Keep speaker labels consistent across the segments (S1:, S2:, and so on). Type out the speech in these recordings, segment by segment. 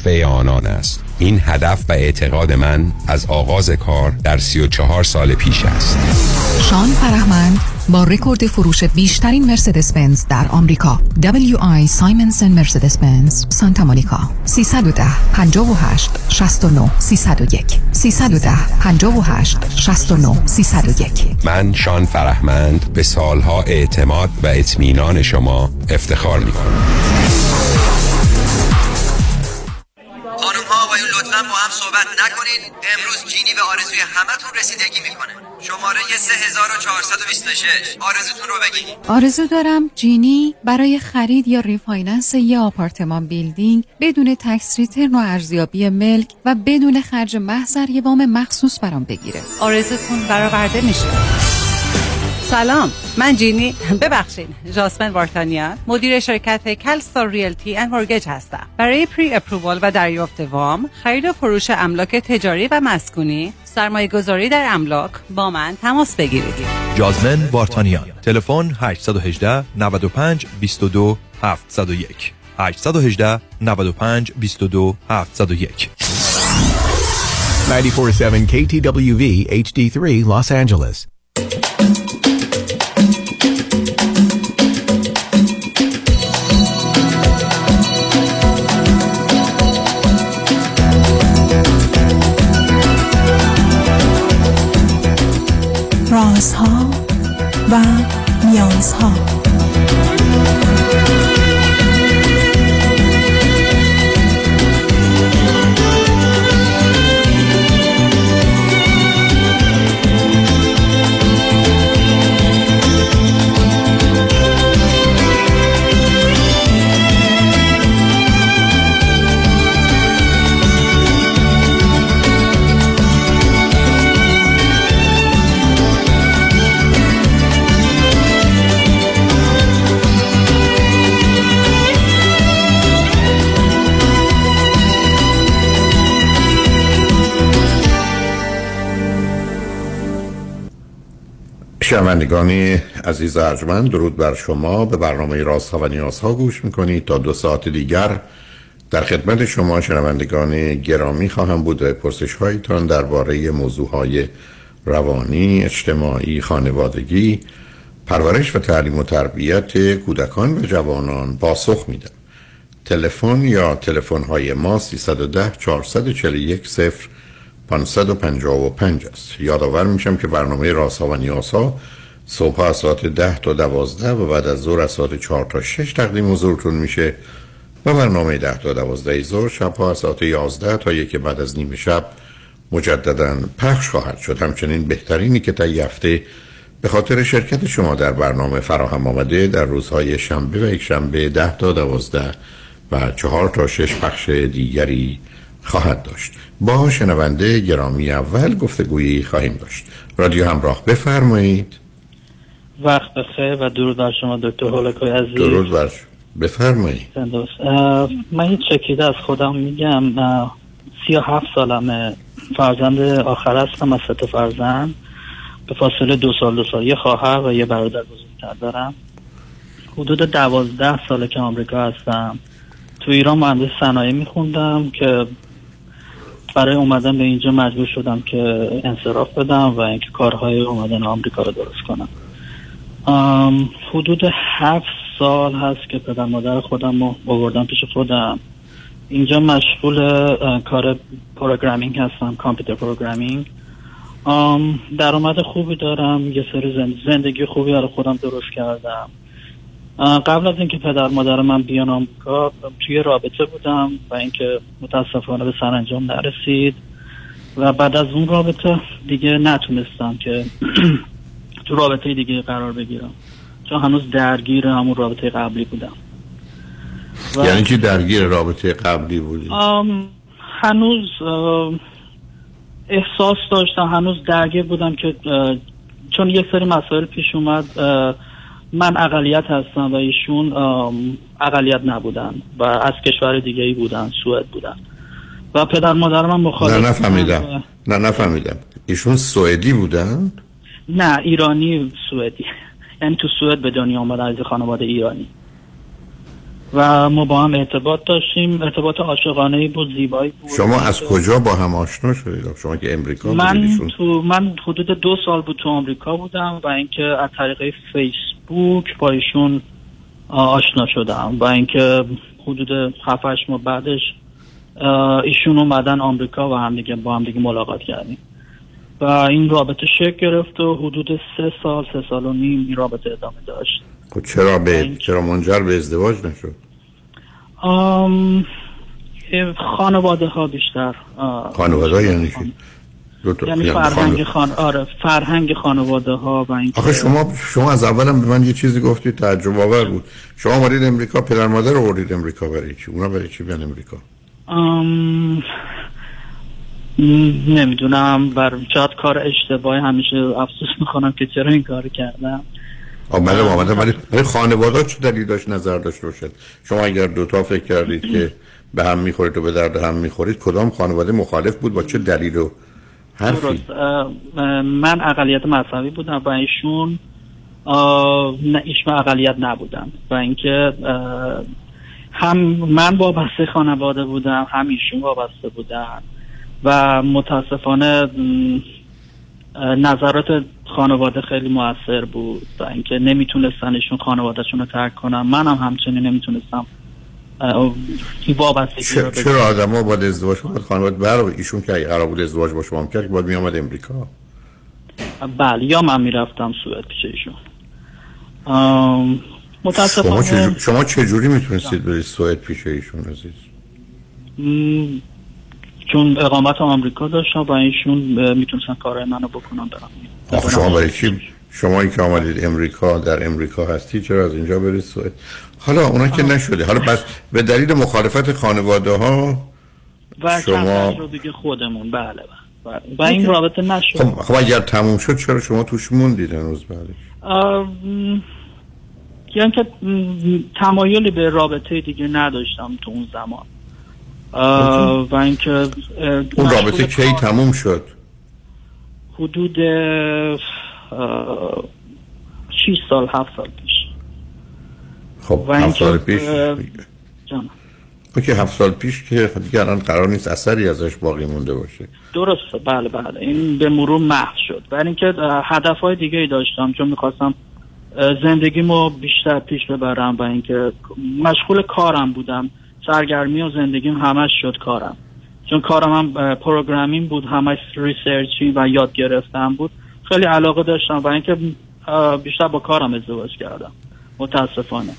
S1: منافع آنان است. این هدف و اعتقاد من از آغاز کار در 34 سال پیش است.
S2: شان فرهمند با رکورد فروش بیشترین مرسدس بنز در آمریکا، WI سایمنسن مرسدس بنز سانتا مونیکا، 310 58 69 301 310 58 69 301.
S1: من شان فرهمند به سالها اعتماد و اطمینان شما افتخار می‌کنم.
S3: خانم ها آقایون لطفاً با هم صحبت نکنید. امروز جینی به آرزوی همتون رسیدگی میکنه. شماره 3426. آرزوتون رو بگید.
S4: آرزو دارم جینی برای خرید یا ریفایننس یه آپارتمان بیلدینگ بدون تکس ریترن و ارزیابی ملک و بدون خرج محضر یه وام مخصوص برام بگیره.
S5: آرزوتون برآورده میشه. سلام، من جینی جاسمن وارتانیان، مدیر شرکت کلستار ریلتی اند مورگیج هستم. برای پری اپرووال و دریافت وام، خرید و فروش املاک تجاری و مسکونی، سرمایه گذاری در املاک با من تماس بگیرید.
S6: جاسمن وارتانیان، تلفن 818 95 22 701 818 95 22 701.
S7: 94.7 KTWV HD3 Los Angeles.
S8: رازها و نیازها.
S9: شنوندگان عزیز ارجمند، درود بر شما. به برنامه رازها و نیازها گوش میکنید. تا 2 ساعت دیگر در خدمت شما شنوندگان گرامی خواهم بود و پرسش هایتان درباره موضوعهای روانی، اجتماعی، خانوادگی، پرورش و تعلیم و تربیت کودکان و جوانان پاسخ میدم. تلفن یا تلفن های ما 310 441 0555 است. یادآور میشم که برنامه رازها و نیازها صبح از ساعت 10 تا 12 و بعد از ظهر از ساعت 4 تا 6 تقدیم حضورتون میشه و برنامه 10 تا 12 ظهر شبها از ساعت 11 تا 1 بعد از نیم شب مجددا پخش خواهد شد. همچنین بهترینی که تا هفته به خاطر شرکت شما در برنامه فراهم آمده در روزهای شنبه و یک شنبه 10 تا 12 و 4 تا 6 پخش دیگری خواهد داشت. با شنونده گرامی اول گفتگویی خواهیم داشت. رادیو همراه، بفرمایید.
S10: وقت بخیر و درود بر شما دکتر هولکوی عزیز.
S9: درود بر شما، بفرمایید.
S10: من هیچ چکیده از خودم میگم. 37 سالمه، فرزند آخر هستم از 3 فرزند، به فاصله 2 سال یه خواهر و یه برادر بزرگتر دارم. حدود 12 ساله که آمریکا هستم. تو ایران مهندس صنایع میخوندم که برای اومدن به اینجا مجبور شدم که انصراف بدم و اینکه کارهای اومدن آمریکا رو درست کنم. حدود 7 سال هست که پدر مادر خودم رو آوردم پیش خودم. اینجا مشغول کار پروگرامینگ هستم، کامپیوتر پروگرامینگ. درآمد خوبی دارم، یه سری زندگی خوبی برای خودم درست کردم. قبل از اینکه پدر مادر من بیان آمریکا توی رابطه بودم و اینکه متاسفانه به سرانجام نرسید و بعد از اون رابطه دیگه نتونستم که تو رابطه دیگه قرار بگیرم، چون هنوز درگیر همون رابطه قبلی بودم.
S9: یعنی چی درگیر رابطه قبلی بودی؟
S10: هنوز احساس داشتم، هنوز درگیر بودم که چون یک سری مسائل پیش اومد. من اقلیت هستم و ایشون اقلیت نبودن و از کشور دیگه ای بودن، سوئد بودن و پدر مادر من مخالف.
S9: نفهمیدم. ایشون سوئدی بودن؟
S10: نه، ایرانی سوئدی. یعنی تو سوئد به دنیا آمدن از خانواده ایرانی. و ما با هم ارتباط داشتیم. ارتباط عاشقانه‌ای بود، زیبایی بود.
S9: شما از کجا با هم آشنا شدید؟ شما که امریکا
S10: من حدود 2 سال بود تو آمریکا بودم و اینکه از طریق فیسبوک با ایشون آشنا شدم و اینکه حدود 7-8 ماه بعدش ایشون اومدن آمریکا و با هم دیگه ملاقات کردیم و این رابطه شکل گرفت و حدود 3 سال و نیم این رابطه ادامه داشت.
S9: خب چرا منجر به ازدواج نشد؟
S10: خانواده ها بیشتر.
S9: خانواده ها یعنی چی؟
S10: یعنی فرهنگ خانواده ها و این.
S9: آخه شما از اولم به من یه چیزی گفتید تعجب آور بود. شما اومدید امریکا، پدر مادر رو آوردید امریکا، برای چی؟ اونا برای چی بیان امریکا؟
S10: نمیدونم، شاید کار اشتباهی، همیشه افسوس میکنم که چرا این کار کردم.
S9: ولی خانواده چه دلیل داشت نظر داشت روشد؟ شما اگر دوتا فکر کردید که به هم میخورید و به درد هم میخورید، کدام خانواده مخالف بود؟ با چه دلیل و حرفی؟
S10: من اقلیت مذهبی بودم و ایشون اقلیت نبودم و اینکه هم من وابسته خانواده بودم هم ایشون وابسته بودن و متاسفانه نظرات خانواده خیلی موثر بود و اینکه نمیتونستن ایشون خانوادهشون رو ترک کنن. منم همچنین نمیتونستم وابستگی رو بگیرم.
S9: چرا آدم‌ها باید ازدواج کنن؟ خانواده برای ایشون که قرار بود ازدواج با شما می‌کرد باید میامد امریکا.
S10: بله، یا من میرفتم سوئد پیش ایشون. متاسفانه
S9: شما چه جوری میتونستید برید سوئد پیش ایشون عزیز؟
S10: چون اقامت آمریکا داشتم و ایشون میتونستن کارهای منو بکنن برام.
S9: شما برای چی؟ شمایی که آمدید امریکا، در امریکا هستی، چرا از اینجا برید سوئد؟ حالا اونا که نشده، حالا بس به دلیل مخالفت خانواده ها
S10: و
S9: شما
S10: رو دیگه خودمون بله و این رابطه نشد.
S9: خب اگر تموم شد چرا شما توش موندید هنوز بعدش؟
S10: یعنی که تمایلی به رابطه دیگه نداشتم تو اون زمان و اینکه
S9: اون رابطه کی تموم شد؟
S10: حدود 6 سال 7 سال پیش.
S9: خب 7 سال پیش
S10: جانم.
S9: اوکی، 7 سال پیش که دیگه الان قرار نیست اثری ازش باقی مونده باشه.
S10: درسته، بله این به مرور محو شد. برای اینکه هدفهای دیگه ای داشتم، چون میخواستم زندگیمو بیشتر پیش ببرم و اینکه مشغول کارم بودم. سرگرمی و زندگیم همش شد کارم، چون کارم هم پروگرامینگ بود، همش ریسرچی و یاد گرفتن بود. خیلی علاقه داشتم و اینکه بیشتر با کارم ازدواج کردم متاسفانه.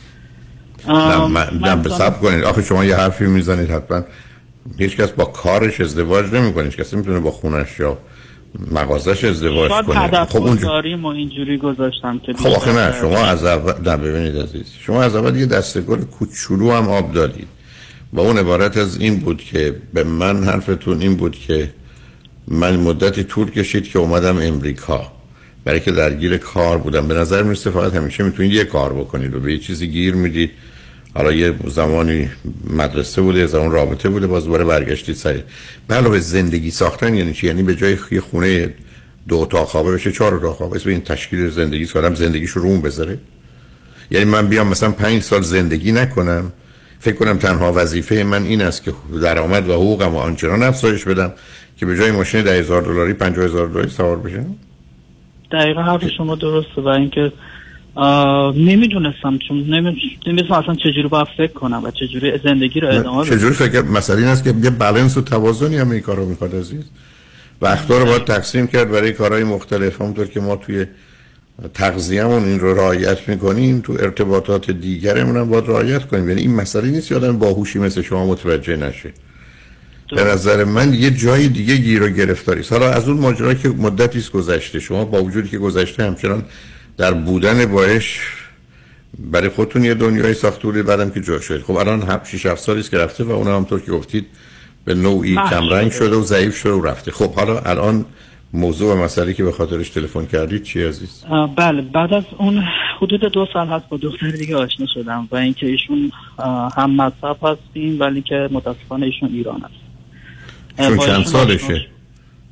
S9: نه صبر کنید، آخه شما یه حرفی میزنید حتما هیچ کس با کارش ازدواج نمیکنه، هیچ کسی میتونه با خونش یا مغازش ازدواج کنه.
S10: خب اون داریم و اینجوری گذاشتم که
S9: خب آخه نه، شما از اول ببینید عزیز، شما از اول یه دستگل کوچولو هم آب دادید و اون عبارت از این بود که به من حرفتون این بود که من مدتی طول کشید که اومدم امریکا برای که درگیر کار بودم. به نظر میرسه فقط همیشه میتونید یه کار بکنید و به یه چیزی گیر میدید. حالا یه زمانی مدرسه بوده، یه زمان رابطه بوده، باز دوباره برگشتید سر. به علاوه زندگی ساختن یعنی چی؟ یعنی به جای یه خونه 2 اتاق خوابه بشه 4 اتاق خوابه. اسم این تشکیل زندگی سادم زندگیشو روم بذاره. یعنی من بیام مثلا 5 سال زندگی نکنم، فکر کنم تنها وظیفه من این است که درآمد و حقوقم آنچنان افزایش بدم که به جای ماشین $10,000 $50,000 سوار بشم.
S10: دقیقا حرف شما درسته و اینکه نمیدونستم، چون نمیدونستم اصلا چجوری باید فکر کنم و چجوری زندگی رو ادامه بدم.
S9: چجوری فکر؟ مسئله این است که یه بالانس و توازنی هم این کار رو میخواد عزیز. وقتا رو باید تقسیم کرد برای کارهای مختلف. همونطور که ما توی تغذیه‌مون این رو رعایت میکنیم، تو ارتباطات دیگرمون هم باید رعایت کنیم. یعنی این مسئله نیست که آدم باهوشی مثل شما متوجه نشه. به نظر من یه جای دیگه گیر و گرفتاری. حالا از اون ماجرا که مدتی است گذشته، شما با وجودی که گذشته همچنان در بودن باش برای خودتون یه دنیای ساخته بودید، بعدم که جا شد. خب الان 6-7 سالی است که رفته و اونم همونطور که گفتید به نوعی کم رنگ شده و ضعیف شده و رفته. خب حالا الان موضوع و مسئله که به خاطرش تلفن کردید چی عزیز؟
S10: بله، بعد از اون حدود 2 سال هست با دختر دیگه آشنا شدم و اینکه ایشون هم مذهب هستیم ولی که متاسفانه ایشون ایران است.
S9: ایشون چند سالشه؟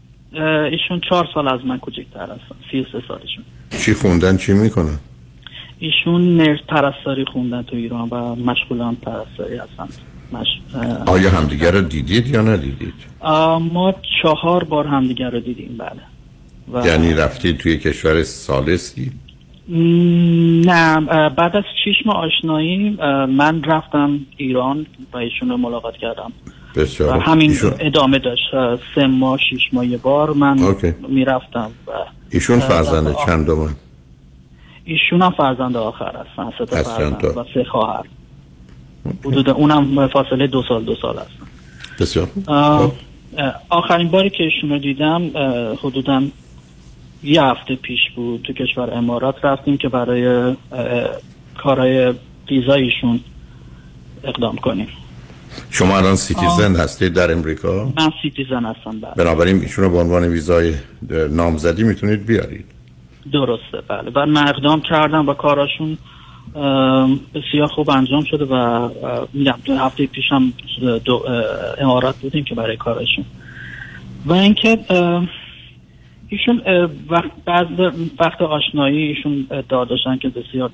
S10: ایشون 4 سال از من کوچکتر هستن، 33 سالشون.
S9: چی خوندن، چی میکنن؟
S10: ایشون نرس پرستاری خوندن تو ایران و مشغولان پرستاری هستن.
S9: آیا همدیگر رو دیدید یا ندیدید؟
S10: ما 4 بار همدیگر رو دیدیم. بله.
S9: یعنی رفتید توی کشور ثالثی؟
S10: نه، بعد از 6 ماه آشنایی من رفتم ایران و ایشون رو ملاقات کردم.
S9: بسیار.
S10: و همین ادامه داشت. 3 ماه 6 ماه یه بار من میرفتم.
S9: ایشون فرزند چندم؟
S10: ایشون هم فرزند آخر هستن. 3 تا فرزند و 3 خواهر. حدود اونم فاصله 2 سال هستن.
S9: بسیار.
S10: آخرین باری که ایشون رو دیدم حدوداً 1 هفته پیش بود. تو کشور امارات رفتیم که برای کارهای ویزایشون اقدام کنیم.
S9: شما الان سیتیزن هستید در امریکا؟
S10: من سیتیزن هستم. بله.
S9: بنابراین ایشون رو به عنوان ویزای نامزدی میتونید بیارید.
S10: درسته. بله. بعد من اقدام کردم و کاراشون بسیار خوب انجام شده و میگم 2 هفته پیش هم امارات بودیم که برای کارشون. و اینکه ایشون وقت آشنایی ایشون ادعا داشتن که بسیار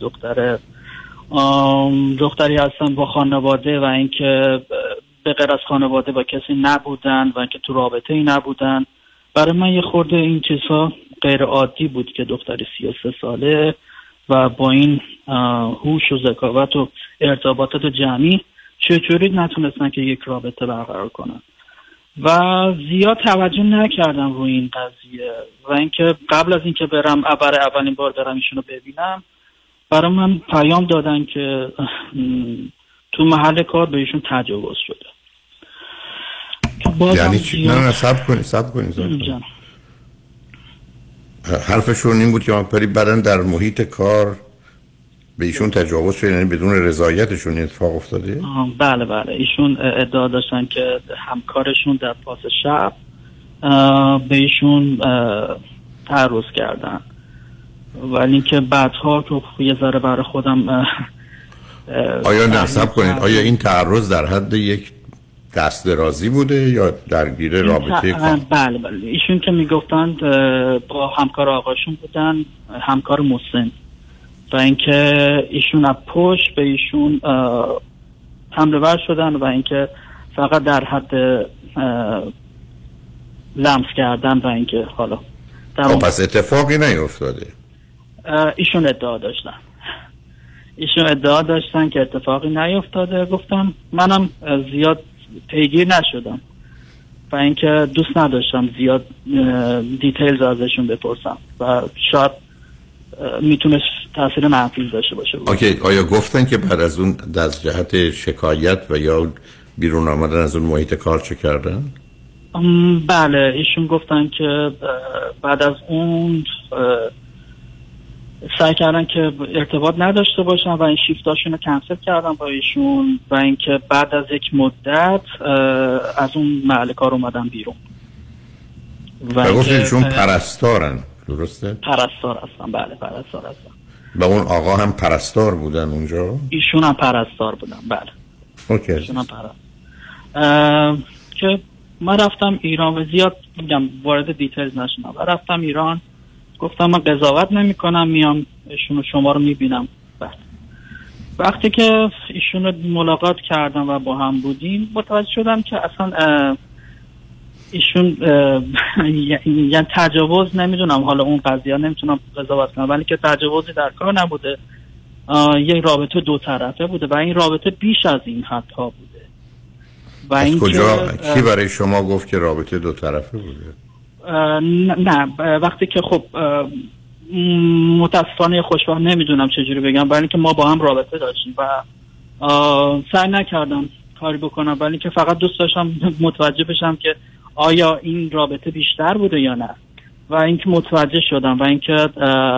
S10: دختری هستن با خانواده و اینکه به غیر از خانواده با کسی نبودن و اینکه تو رابطه ای نبودن. برای من یه خورده این چیزها غیر عادی بود که دختری 33 ساله و با این هوش و ذکاوت و ارتباطات جمعی چطوری نتونستن که یک رابطه برقرار کنن. و زیاد توجه نکردم روی این قضیه و اینکه قبل از اینکه برم برای اولین بار برم ایشونو ببینم برای من پیام دادن که تو محل کار به ایشون تجاوز شده.
S9: یعنی چی؟ نه صبر کنید. حرفشون این بود که پری بدن در محیط کار به ایشون تجاوز شده، یعنی بدون رضایتشون اتفاق افتاده؟
S10: بله. ایشون ادعا داشتن که همکارشون در پاس شب به ایشون تعرض کردن، ولی اینکه بعدها که یه ذره برای خودم
S9: آیا نصب کنید آیا این تعرض در حد یک دست درازی بوده یا درگیر رابطه کار؟
S10: بله. ایشون که میگفتند با همکار آقاشون بودن، همکار مسن، و اینکه ایشون از پشت به ایشون حمله ور شدن و اینکه فقط در حد لمس کردن و اینکه حالا
S9: پس اتفاقی نیفتاده.
S10: ایشون ادعا داشتن که اتفاقی نیفتاده. گفتم منم زیاد پیگیر نشدم و اینکه دوست نداشتم زیاد دیتیلز ازشون بپرسم و شاید میتونه تاثیر منفی داشته باشه.
S9: اوکی. آیا گفتن که بعد از اون از جهت شکایت و یا بیرون آمدن از اون محیط کار چه کردن؟
S10: بله. ایشون گفتن که بعد از اون سعی کردن که ارتباط نداشته باشن و این شیفتاشون رو کنسل کردن با ایشون و اینکه بعد از یک مدت از اون محل کار اومدن بیرون.
S9: و گفتن ایشون پرستارن، درسته؟
S10: پرستار هستن. بله پرستار هستن.
S9: و اون آقا هم پرستار بودن اونجا؟
S10: ایشون هم پرستار بودن. بله.
S9: اوکی.
S10: ایشون هم که من رفتم ایران و زیاد میگم وارد دیتیلز نشدم و رفتم ایران. گفتم من قضاوت نمی کنم، میام ایشون شما رو میبینم. بله. وقتی که ایشون رو ملاقات کردم و با هم بودیم متوجه شدم که اصلا ایشون یعنی تجاوز نمیدونم، حالا اون قضیه نمیتونم قضاوت کنم، ولی که تجاوزی در کار نبوده. یک رابطه 2 طرفه بوده و این رابطه بیش از این حدها بوده. و
S9: از کجا کی برای شما گفت که رابطه 2 طرفه بوده؟
S10: نه وقتی که خب متاسفانه خوشبخت نمیدونم چجوری بگم، ولی که ما با هم رابطه داشتیم و سعی نکردم کاری بکنم، ولی که فقط دوست داشتم متوجه بشم که آیا این رابطه بیشتر بوده یا نه. و اینکه متوجه شدم و اینکه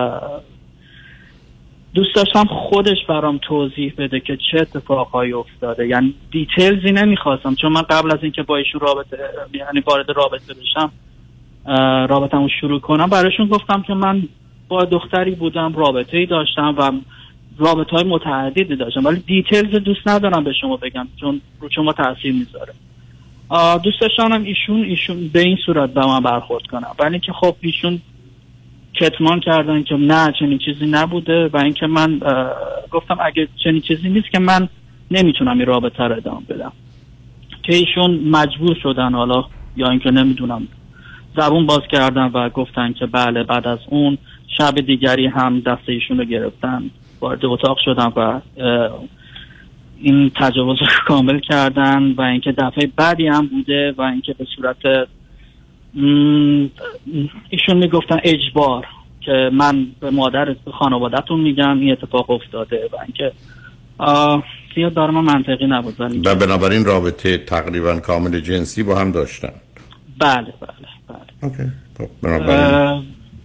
S10: دوست داشتم خودش برام توضیح بده که چه اتفاقایی افتاده. یعنی دیتیلزی نمیخواستم، چون من قبل از اینکه با ایشون وارد رابطه بشم، رابطه‌مو شروع کنم، براشون گفتم که من با دختری بودم، رابطه‌ای داشتم و رابطه‌های متعددی داشتم، ولی دیتیلز دوست ندارم به شما بگم چون رو شما تاثیر میذاره. دوست داشتم ایشون به این صورت با من برخورد کنم، ولی که خب ایشون کتمان کردن که نه چنین چیزی نبوده و اینکه من گفتم اگه چنین چیزی نیست که من نمیتونم این رابطه رو ادامه بدم، که ایشون مجبور شدن حالا یا اینکه نمیدونم زبون باز کردن و گفتن که بله. بعد از اون شب دیگری هم دست ایشون رو گرفتن، وارد اتاق شدن و این تجاوز رو کامل کردن و اینکه دفعه بعدی هم بوده و اینکه به صورت ایشون میگفتن اجبار که من به مادر به خانواده‌تون میگم این اتفاق افتاده و اینکه زیاد برای من منطقی نبود.
S9: و بنابراین رابطه تقریبا کامل جنسی با هم داشتن.
S10: بله.
S9: اوکی. بنابراین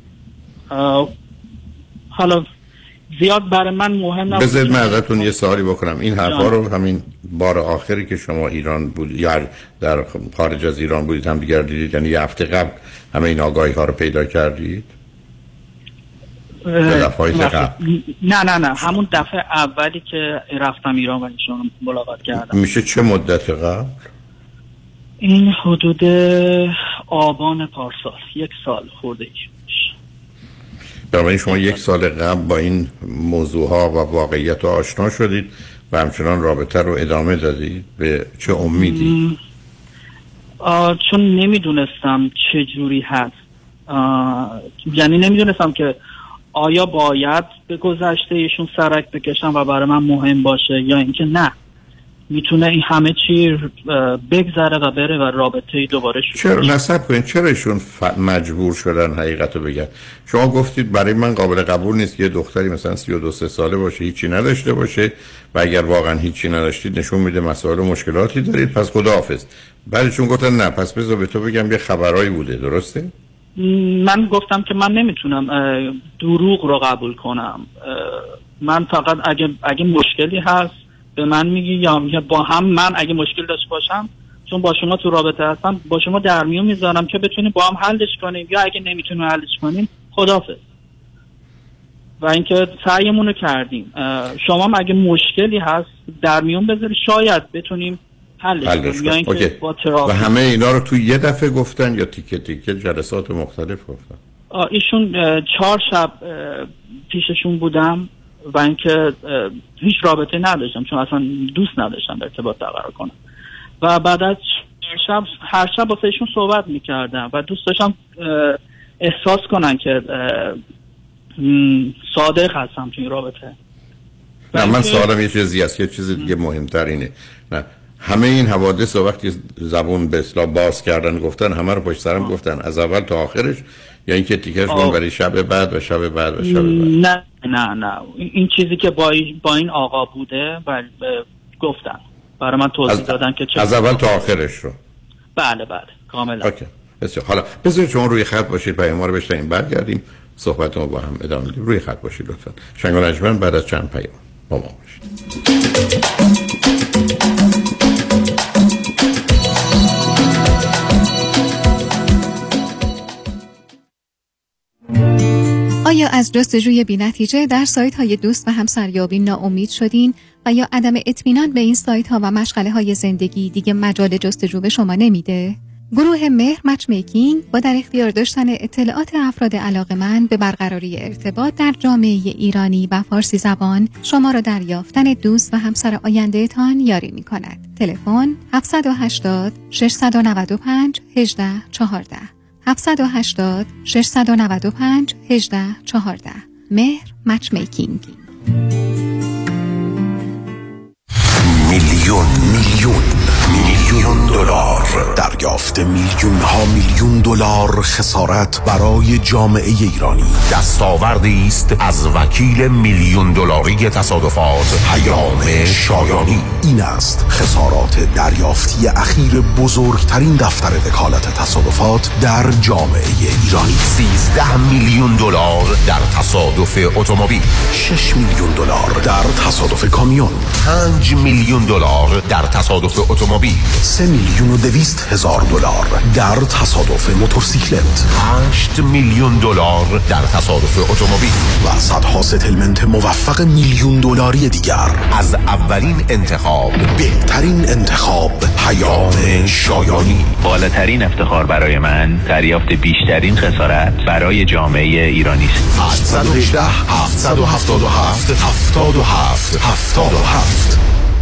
S10: حالا زیاد برای من مهم نبود.
S9: بذارید من ازتون یه سوالی بکنم. این حرفا رو همین بار آخری که شما ایران بود یا در خارج از ایران بودید هم دیگر دیدید، یعنی یه هفته قبل همه این آگاهی ها رو پیدا کردید؟
S10: نه همون دفعه اولی که رفتم ایران و ایشون ملاقات کردم.
S9: میشه چه مدت قبل؟
S10: این حدود آبان پارسال، 1 سال خورده ایش.
S9: بنابراین شما 1 سال قبل با این موضوع ها و واقعیت آشنا شدید و همچنان رابطه رو ادامه دادید. به چه امیدی؟
S10: چون نمیدونستم چه جوری هست، یعنی نمیدونستم که آیا باید به گذشته ایشون سرک بکشم و برای من مهم باشه یا اینکه نه میتونه این همه چی بگذره و بره و رابطه دوباره شروع.
S9: چرا نصب کنید؟ چرا ایشون مجبور شدن حقیقتو بگن؟ شما گفتید برای من قابل قبول نیست که یه دختری مثلا 32 ساله باشه هیچی نداشته باشه و اگر واقعا هیچی نداشتید نشون میده مسائل و مشکلاتی دارید، پس خداحافظ. بعدشون گفتن نه پس بذار به تو بگم یه خبرایی بوده. درسته؟
S10: من گفتم که من نمیتونم دروغ رو قبول کنم. من فقط اگه مشکلی هست به من میگی یا با هم من اگه مشکل داشته باشم چون با شما تو رابطه هستم با شما در میون میذارم که بتونیم با هم حلش کنیم، یا اگه نمیتونیم حلش کنیم خداحافظ. و اینکه سعیمون رو کردیم. شما هم اگه مشکلی هست در میون بذاری شاید بتونیم حلش کنیم. یا اینکه با
S9: و همه اینا رو تو یه دفعه گفتن یا تیکه تیکه جلسات مختلف گفتن؟
S10: ایشون 4 شب پیششون بودم و اینکه هیچ رابطه نداشتم چون اصلا دوست نداشتم ارتباط برقرار کنم و بعد از هر شب با ایشون صحبت میکردم و دوست داشتم احساس کنن که صادق هستم تو این رابطه.
S9: نه من سوالم یه چیزی هست، یه چیز دیگه مهمتر اینه. نه همه این حوادث وقتی زبون به اصطلاح باز کردن گفتن همه رو پشت سرم گفتن از اول تا آخرش، یا اینکه تیکش من برای شب بعد و شب بعد و شب بعد؟
S10: نه این چیزی که با این آقا بوده و گفتن برای من توضیح دادن که
S9: از اول تا آخرش رو.
S10: بله کاملا.
S9: اوکی بسیار. حالا بذارید شما روی خط باشید، پیام ما رو بشنویم برگردیم صحبت ما با هم ادامه میدیم. روی خط باشید لطفا. شنگ و نجمن بعد از چند پیام با ما باشید.
S4: آیا از جستجوی بی‌نتیجه در سایت‌های دوست و همسریابی ناامید شدین و یا عدم اطمینان به این سایت‌ها و مشغله‌های زندگی دیگه مجال جستجو به شما نمیده؟ گروه مهر مچ میکینگ با در اختیار داشتن اطلاعات افراد علاقه‌مند به برقراری ارتباط در جامعه ایرانی و فارسی زبان شما را در یافتن دوست و همسر آینده‌تان یاری می‌کند. تلفن 780 695 1814 780 695 1814. مهر مچ میکینگ.
S11: میلیون دلار دریافت، میلیون دلار خسارت برای جامعه ایرانی. دستاوردی است از وکیل میلیون دلاری تصادفات پیام شایانی. این است خسارات دریافتی اخیر بزرگترین دفتر وکالت تصادفات در جامعه ایرانی. 13 میلیون دلار در تصادف اتومبیل، 6 میلیون دلار در تصادف کامیون، 5 میلیون دلار در تصادف اتومبیل اتومبیل، 3,200,000 دلار در تصادف موتورسیکلت، 8 میلیون دلار در تصادف اتومبیل و صدها ستلمنت موفق میلیون دلاری دیگر. از اولین انتخاب، بهترین انتخاب، پیام شایانی.
S12: بالاترین افتخار برای من دریافت بیشترین خسارت برای جامعه ایرانی است.
S11: 818 777 77 77.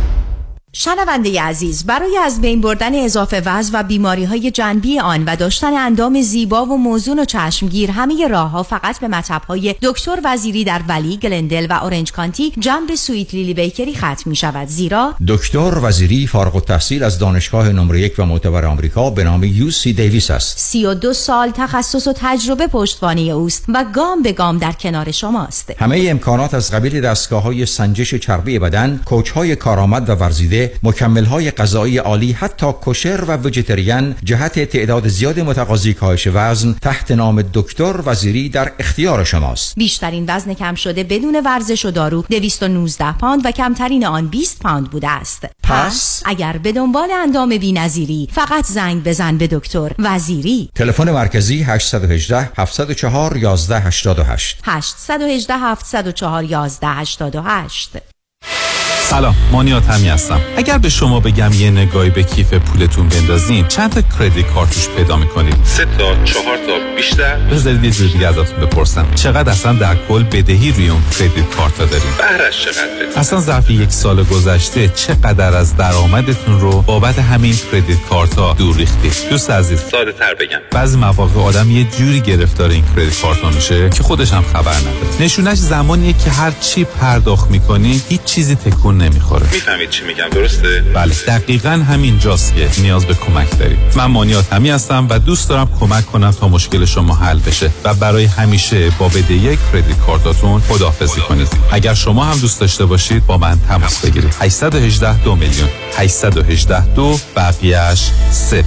S13: شنونده عزیز، برای از بین بردن اضافه وزن و بیماری‌های جانبی آن و داشتن اندام زیبا و موزون و چشمگیر، همه راه‌ها فقط به مطب‌های دکتر وزیری در ولی، گلندل و اورنج کانتی جنب سویت لیلی بیکری ختم می‌شود، زیرا
S14: دکتر وزیری فارغ التحصیل از دانشگاه نمره 1 و معتبر آمریکا به نام UC دیویس است.
S13: 32 سال تخصص و تجربه پشتوانه اوست و گام به گام در کنار شماست.
S14: همه امکانات از قبیل دستگاه‌های سنجش چربی بدن، کوچ‌های کارآمد و ورزیده، مکمل‌های غذایی عالی، حتی کوشر و ویجیتریان، جهت تعداد زیاد متقاضی کاهش وزن تحت نام دکتر وزیری در اختیار شماست.
S13: بیشترین وزن کم شده بدون ورزش و دارو 219 پوند و کمترین آن 20 پوند بوده است. پس اگر به دنبال اندام بی‌نظیری، فقط زنگ بزن به دکتر وزیری.
S14: تلفن مرکزی 818 704 1188
S13: 818 704 1188.
S15: سلام، مانیات همی هستم. اگر به شما بگم یه نگاهی به کیف پولتون بندازین، چند تا کردیت کارتوش پیدا می‌کنید؟ 3 تا 4 تا بیشتر؟ بذارید یه جور دیگه ازتون بپرسم. چقدر اصلا در کل بدهی روی اون کردیت کارتا دارین؟ بهرش چقدره؟ اصلا ظرف 1 سال گذشته چقدر از درآمدتون رو بابت همین کردیت کارتا دور ریختید؟ دوست عزیز، ساده‌تر بگم، بعضی مواقع آدم یه جوری گرفتار این کردیت کارتا میشه که خودش هم خبر نداره. نشونش زمانیه که هر چی پرداخت می‌کنی، هیچ چیزی تکون نمیخوره. میفهمید چی میگم، درسته؟ بله، دقیقاً همین جاست که نیاز به کمک دارید. من مانیات همی هستم و دوست دارم کمک کنم تا مشکل شما حل بشه و برای همیشه با بدهی کردیت کارتاتون خداحافظی کنید. اگر شما هم دوست داشته باشید با من تماس بگیرید. 818 2 میلیون 818 2 بقیه‌اش 0.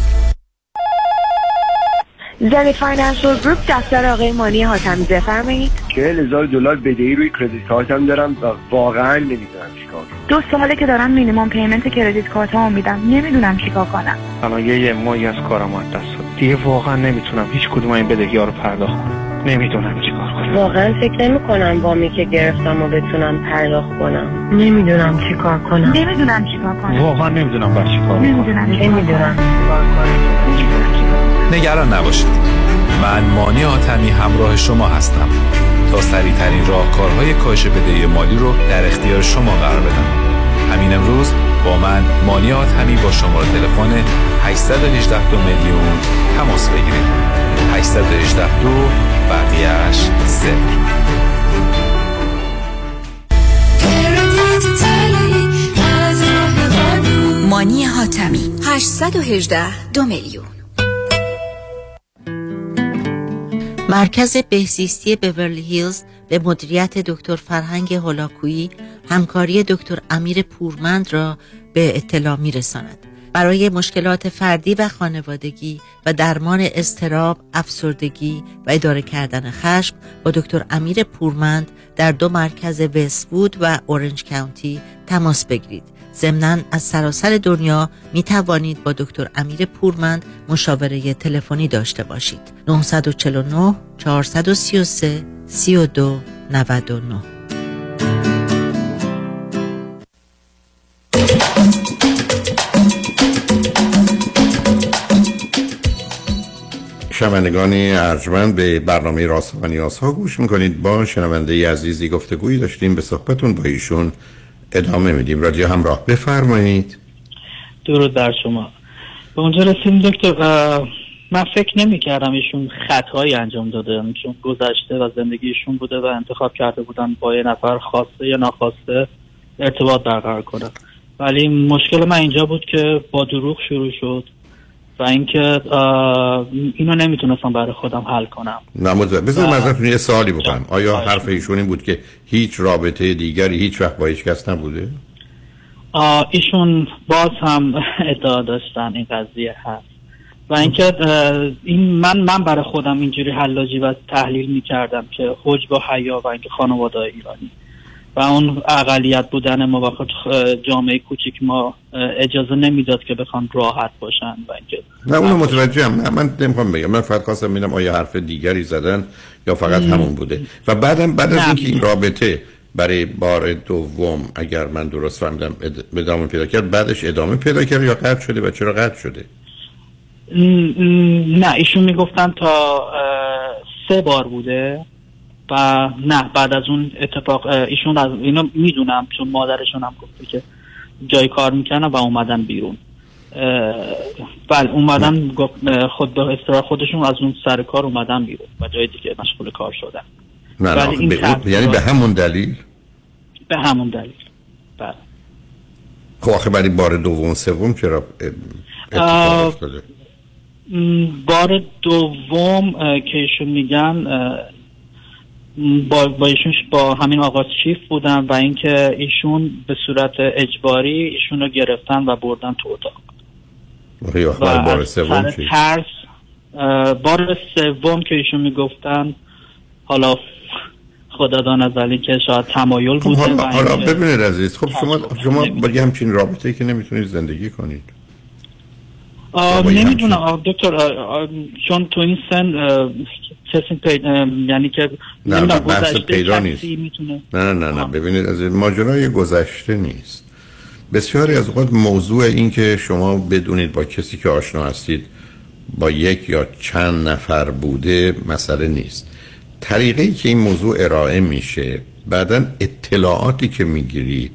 S16: زنی فاینانشل گروپ، دفتر آقای مانی حاتمی، بفرمایید.
S17: 40,000 دلار بدهی روی کردیت کارتم دارم و واقعا نمیدونم چیکار کنم.
S16: 2 ساله که دارم مینیمم پیمنت کردیت کارتامو میدم، نمیدونم چیکار کنم.
S17: الان یه ماهی از کارم از دست داد. دیگه واقعا نمیتونم هیچ کدوم این بدهی‌ها رو پرداخت کنم. نمیدونم چیکار کنم.
S18: واقعا فکر نمی‌کنم وامی که گرفتم و بتونم پرداخت کنم. نمیدونم چیکار کنم.
S17: واقعا نمیدونم باید چیکار کنم.
S18: نمیدونم.
S15: نگران نباشید، من مانی حاتمی همراه شما هستم تا سریع‌ترین راهکارهای کاهش بدهی مالی رو در اختیار شما قرار بدم. همین امروز با من مانی حاتمی با شماره تلفن 818 2 میلیون تماس بگیرید. 818 2 بقیه‌اش 0.
S13: مانی حاتمی 818 2 میلیون.
S19: مرکز بهزیستی بیورلی هیلز به مدیریت دکتر فرهنگ هولاکویی همکاری دکتر امیر پورمند را به اطلاع می‌رساند. برای مشکلات فردی و خانوادگی و درمان اضطراب، افسردگی و اداره کردن خشم با دکتر امیر پورمند در 2 مرکز وست‌وود و اورنج کانتی تماس بگیرید. ضمناً از سراسر دنیا می توانید با دکتر امیر پورمند مشاوره تلفنی داشته باشید. 949 433 32 99.
S9: شنوندگان ارجمند، به برنامه راست و نیازها گوش میکنید. با شنونده عزیزی گفتگویی داشتیم، به صحبتون با ایشون ادامه میدیم. رادیو همراه، بفرمایید.
S10: درود بر شما. به اونجا رسیدیم دکتر، من فکر نمی کردم ایشون خطایی انجام داده، چون گذشته و زندگیشون بوده و انتخاب کرده بودن با یه نفر خواسته یا ناخواسته ارتباط برقرار کنه، ولی مشکل من اینجا بود که با دروغ شروع شد و اینکه اینو نمیتونستم برای خودم حل کنم.
S9: بذار من ازتون یه سوالی بکنم. آیا حرف ایشون این بود که هیچ رابطه دیگری هیچ وقت با هیچ کس نبوده؟
S10: ایشون باز هم ادعا داشتن این قضیه هست و اینکه این من برای خودم اینجوری حلاجی و تحلیل میکردم که حجب و حیا و اینکه خانواده ایرانی، و اون اقلیت بودن ما وقت جامعه کوچیک ما اجازه نمیداد که بخوان راحت باشن و اینکه
S9: نه اونو متوجهم. نه من نمیخوام بگم، من فقط خواستم ببینم آیا حرف دیگری زدن یا فقط همون بوده. و بعد از اینکه این رابطه برای بار دوم اگر من درست فهمیدم ادامه پیدا کرد، بعدش ادامه پیدا کرد یا قطع شده و چرا قطع شده؟
S10: نه ایشون میگفتن تا 3 بار بوده و نه بعد از اون اتفاق ایشون از اینو میدونم چون مادرشون هم گفته که جای کار میکنن و اومدن بیرون. بله اومدن خود به اصطلاح خودشون از اون سر کار اومدن بیرون و جای دیگه مشغول کار شدن.
S9: نه یعنی به همون دلیل؟
S10: به همون دلیل بله.
S9: خب آخه برای بار دوم سوم چرا اتفاق افتاده؟
S10: بار دوم که ایشون میگن با ایشون با همین آقا چیف بودن و اینکه ایشون به صورت اجباری ایشون رو گرفتن و بردن تو اتاق.
S9: و بار سوم چی؟
S10: ترس بار سوم که ایشون میگفتن حالا خدا داند ولی که شاید تمایل بوده.
S9: حالا ببینید عزیز، خب شما با یه همچین رابطه‌ای که نمیتونید زندگی کنید.
S10: نمیدونم دکتر چون تو این سن کسی یعنی که
S9: نه بحث پیدا نیست. نه ببینید از ماجرای گذشته نیست. بسیاری از اوقات موضوع این که شما بدونید با کسی که آشنا هستید با یک یا چند نفر بوده مسئله نیست. طریقی که این موضوع ارائه میشه، بعدن اطلاعاتی که میگیرید،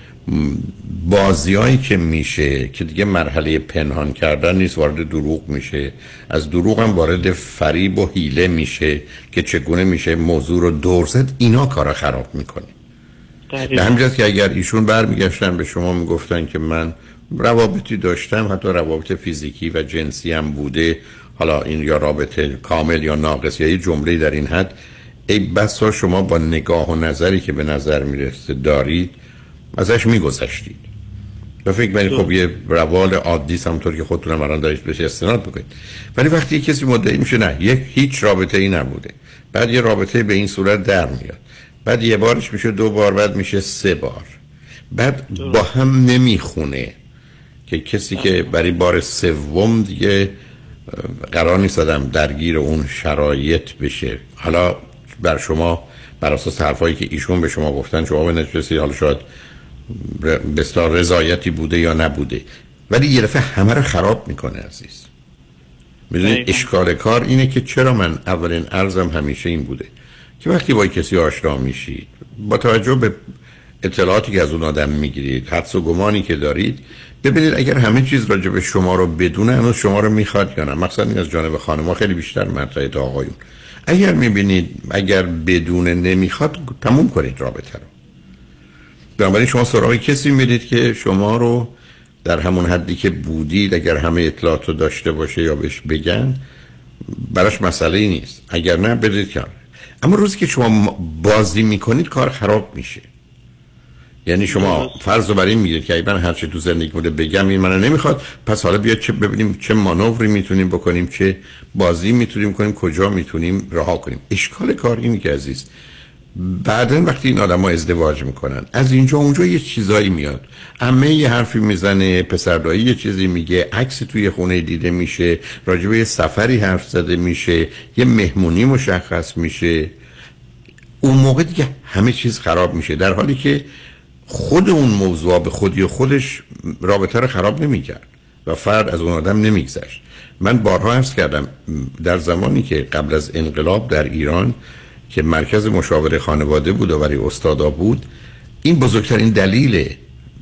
S9: بازیایی که میشه که دیگه مرحله پنهان کردن نیست، وارد دروغ میشه، از دروغ هم وارد فریب و حیله میشه که چگونه میشه موضوع رو دور زد. اینا کار خراب میکنه. به همینجاست که اگر ایشون برمیگشتن به شما میگفتن که من روابطی داشتم، حتی روابط فیزیکی و جنسی هم بوده، حالا این یا رابطه کامل یا ناقص یا یه جمله در این حد، ای بسا شما با نگاه و نظری که به نظر میرسه دارید ازش میگذشتید و فکر کنید خب یه روال عادی همونطور که خودتونم الان دارید بهش استناد بکنید. ولی وقتی یک کسی مدعی میشه نه هیچ رابطه ای نبوده، بعد یه رابطه به این صورت در میاد، بعد یه بارش میشه 2 بار، بعد میشه 3 بار، بعد با هم نمیخونه که کسی که برای بار سوم دیگه قرار نیست آدم درگیر اون شرایط بشه. حالا بر شما بر اساس حرفایی که ایشون به شما گفتن شما به نتیجه رسیدید حالا شاید بسیار رضایتی بوده یا نبوده، ولی یه دفعه همه رو خراب میکنه عزیز. میدونید اشکال کار اینه که چرا من اولین عرضم همیشه این بوده که وقتی با کسی آشنا میشید با توجه به اطلاعاتی که از اون آدم میگیرید، حدس و گمانی که دارید، ببینید اگر همه چیز راجع به شما رو بدونه هنوز شما رو میخواد یا نه. مثلا این از جانب خانم‌ها خیلی بیشتر مطرحه تا آقایون. اگر میبینید اگر بدونه نمیخواد تموم کنید رابطه رو. بنابراین شما سراغ کسی میرید که شما رو در همون حدی که بودید اگر همه اطلاعات رو داشته باشه یا بهش بگن براش مسئله نیست، اگر نه بدید کار. اما روزی که شما بازی میکنید کار خراب میشه. یعنی شما فرض رو بر این میگیرید که من هر چی تو زندگی بوده بگم این منو نمیخواد، پس حالا بیا ببینیم چه مانوری میتونیم بکنیم، چه بازی میتونیم کنیم، کجا میتونیم رها کنیم. اشکال کار اینه که عزیز بعدن وقتی این آدم ها ازدواج میکنن از اینجا اونجا یه چیزایی میاد، عمه یه حرفی میزنه، پسردایی یه چیزی میگه، عکس توی خونه دیده میشه، راجبه یه سفری حرف زده میشه، یه مهمونی مشخص میشه، اون موقع دیگه همه چیز خراب میشه، در حالی که خود اون موضوع به خودی خودش رابطه رو خراب نمیکرد و فرد از اون آدم نمیگذشت. من بارها عرض کردم در زمانی که قبل از انقلاب در ایران که مرکز مشاوره خانواده بود و برای استادا بود، این بزرگترین دلیل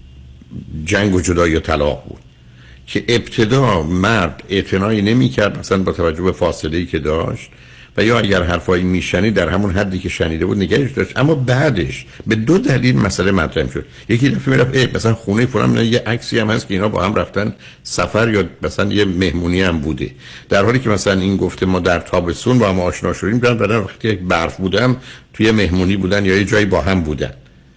S9: جنگ و جدایی و طلاق بود که ابتدا مرد اعتنایی نمیکرد مثلا با توجه به فاصله‌ای که داشت و یا اگر حرفایی میشنید در همون حدی که شنیده بود نگهش داشت، اما بعدش به 2 دلیل مسئله مطرح شد. یکی دفعه میرفت مثلا خونه فلان یه عکسی هم هست که اینا با هم رفتن سفر یا مثلا یه مهمونی هم بوده، در حالی که مثلا این گفته ما در تابستون با هم آشنا شدیم، بعد وقتی برف بودم توی مهمونی بودن یا یه جایی با هم بودن.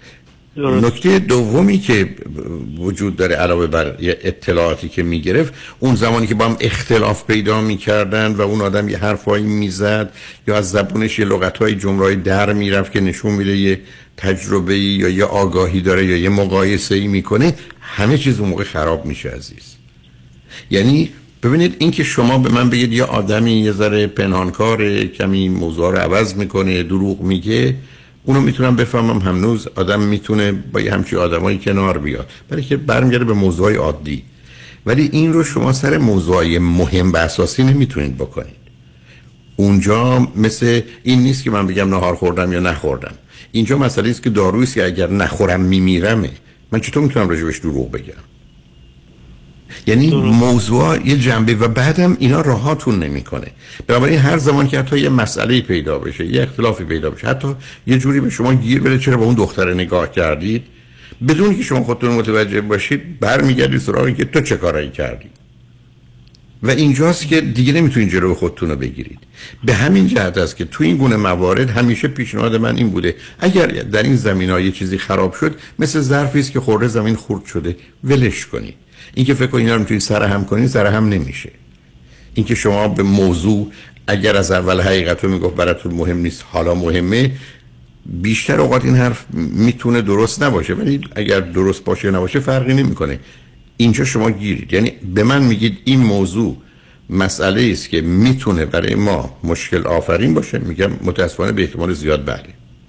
S9: نکته دومی که وجود داره علاوه بر اطلاعاتی که میگرفت، اون زمانی که با هم اختلاف پیدا میکردن و اون آدم یه حرفایی میزد یا از زبونش یه لغتهای جمله‌ای در میرفت که نشون میده یه تجربه یا یه آگاهی داره یا یه مقایسه‌ای میکنه، همه چیز اون موقع خراب میشه عزیز. یعنی ببینید این که شما به من بگید یه آدمی یه ذره پنهانکاره، کمی موضوع رو عوض میکنه، دروغ میگه، اونو میتونم بفهمم، هنوز آدم میتونه با یه همچین آدمایی کنار بیاد، برای که برمیگرده به موضوعای عادی. ولی این رو شما سر موضوعای مهم و اساسی نمیتونید بکنید. اونجا مثل این نیست که من بگم نهار خوردم یا نخوردم. اینجا مسئله است که دارویی است که اگر نخورم میمیرمه. من چطور میتونم راجبش دروغ بگم؟ یعنی موضوع یه جنبه و بعدم اینا راهاتون نمیکنه. بنابراین هر زمان که حتی یه مسئله پیدا بشه، یه اختلافی پیدا بشه، حتی یه جوری به شما گیر بره چرا با اون دختر نگاه کردید، بدون که شما خودتون متوجه باشید برمیگردید سراغ اینکه تو چه کارایی کردی. و اینجاست که دیگه نمیتونید جلوی خودتون رو بگیرید. به همین جهت است که تو این گونه موارد همیشه پیشنهاد من این بوده اگر در این زمینه‌ها یه چیزی خراب شد، مثل ظرفی است که خورده زمین خورد شده، ولش کنید. اینکه فکر کنید اینا رو میتونید سرهم کنید، سرهم نمیشه. اینکه شما به موضوع اگر از اول حقیقت رو میگفت براتون مهم نیست، حالا مهمه، بیشتر اوقات این حرف میتونه درست نباشه، ولی اگر درست باشه یا نباشه فرقی نمیکنه. اینجا شما گیرید، یعنی به من میگید این موضوع مسئله است که میتونه برای ما مشکل آفرین باشه، میگم متاسفانه به احتمال زیاد بله.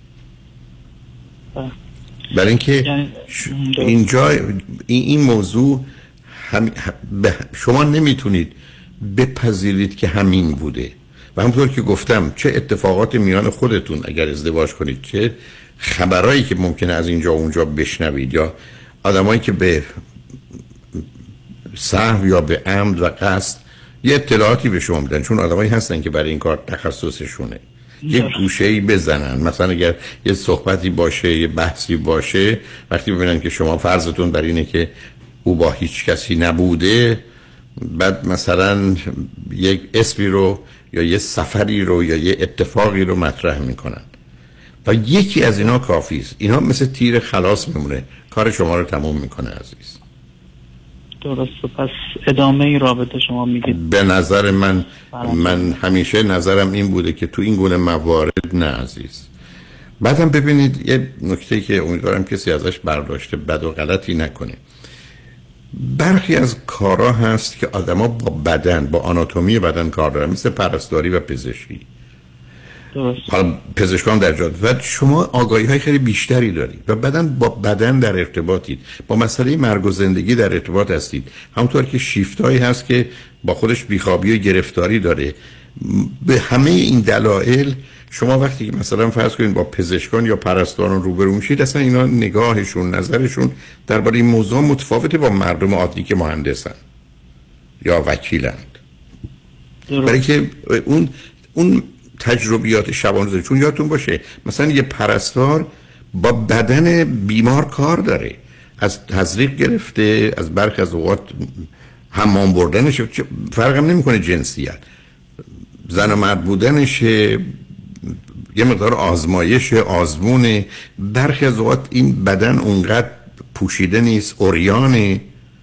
S9: برای اینکه اینجا این موضوع شما نمیتونید بپذیرید که همین بوده و همونطور که گفتم چه اتفاقات میان خودتون اگر ازدواج کنید، چه خبرایی که ممکنه از اینجا و اونجا بشنوید یا آدمایی که به سهو یا به عمد و قصد یه اطلاعاتی به شما میدن، چون آدمایی هستن که برای این کار تخصصشونه، یه گوشه‌ای بزنن. مثلا اگر یه صحبتی باشه، یه بحثی باشه، وقتی ببینن که شما فرضتون بر اینه که او با هیچ کسی نبوده، بعد مثلا یک اسمی رو یا یه سفری رو یا یه اتفاقی رو مطرح میکنن و یکی از اینا کافی است. اینا مثل تیر خلاص میمونه، کار شما رو تموم میکنه عزیز.
S10: درسته. پس ادامه این رابطه شما میگید؟
S9: به نظر من همیشه نظرم این بوده که تو این گونه موارد نه عزیز. بعدم ببینید یه نکته که امیدوارم کسی ازش برداشته بد و غلطی نکنه. برخی از کارها هست که آدما با بدن، با آناتومی بدن کار دارن، مثل پرستاری و پزشکی. حالا پزشکان در جا و شما آگاهی های خیلی بیشتری دارید و با بدن در ارتباطید، با مسئله مرگ و زندگی در ارتباط هستید. همونطور که شیفت هایی هست که با خودش بیخوابی و گرفتاری داره. به همه این دلایل شما وقتی که مثلا فرض کنید با پزشکان یا پرستاران روبرو میشید، اصلا اینا نگاهشون، نظرشون درباره این موضوع متفاوته با مردم عادی که مهندسن یا وکیلند. برای که اون تجربیات شبانه، چون یادتون باشه مثلا یه پرستار با بدن بیمار کار داره، از تزریق گرفته، از برخی از اوقات حمام بردنش، فرقم نمیکنه جنسیت، زن و مرد بودنش، یه مقدار آزمایش، آزمونه. برخی از اوقات این بدن اونقدر پوشیده نیست، عریانه.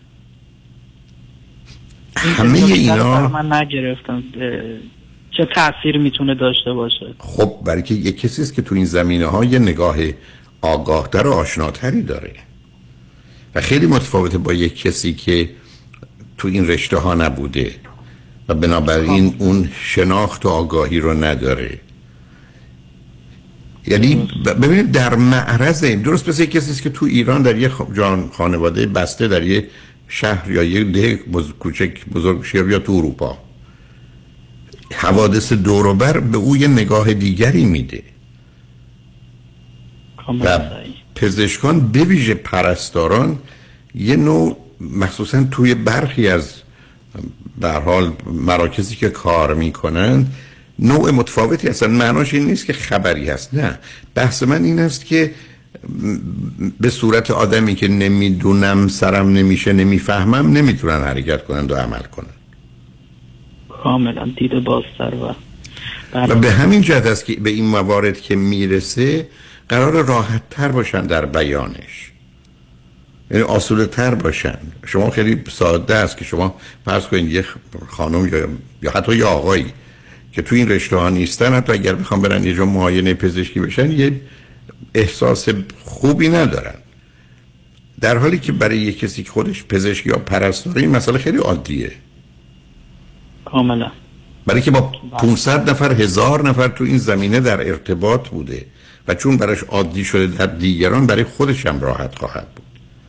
S9: همه اینا
S10: من نگرفتم چه تأثیر میتونه داشته باشه.
S9: خب برای که یک کسی است که تو این زمینه ها یه نگاه آگاهتر و آشناتری داره و خیلی متفاوته با یک کسی که تو این رشته ها نبوده و بنابراین اون شناخت و آگاهی رو نداره. یعنی ببینید در معرض درست مثل یک کسی است که تو ایران در یه خانواده بسته در یه شهر یا یه ده کوچک بزرگ شه یا تو اروپا، حوادث دور و بر به او یه نگاه دیگری میده و پزشکان به ویژه پرستاران یه نوع مخصوصا توی برخی از به هر حال مراکزی که کار میکنن نوع متفاوتی هستن. معناش این نیست که خبری هست، نه، بحث من این است که به صورت آدمی که نمیدونم، سرم نمیشه، نمیفهمم، نمیتونن حرکت کنن و عمل کنن.
S10: کاملا دیده بازتر و
S9: به همین جهت است که به این موارد که میرسه قرار راحت تر باشن در بیانش، یعنی آسوده تر باشن. شما خیلی ساده است که شما فرض کنید یه خانم یا حتی یه آقایی که تو این رشته ها نیستن، حتی اگر بخوام برن یه جا معاینه پزشکی بشن یه احساس خوبی ندارن، در حالی که برای یه کسی که خودش پزشک یا پرستاره این مسئله خیلی عادیه.
S10: کاملا.
S9: برای که با 500 نفر 1000 نفر تو این زمینه در ارتباط بوده و چون براش عادی شده در دیگران، برای خودش هم راحت خواهد بود.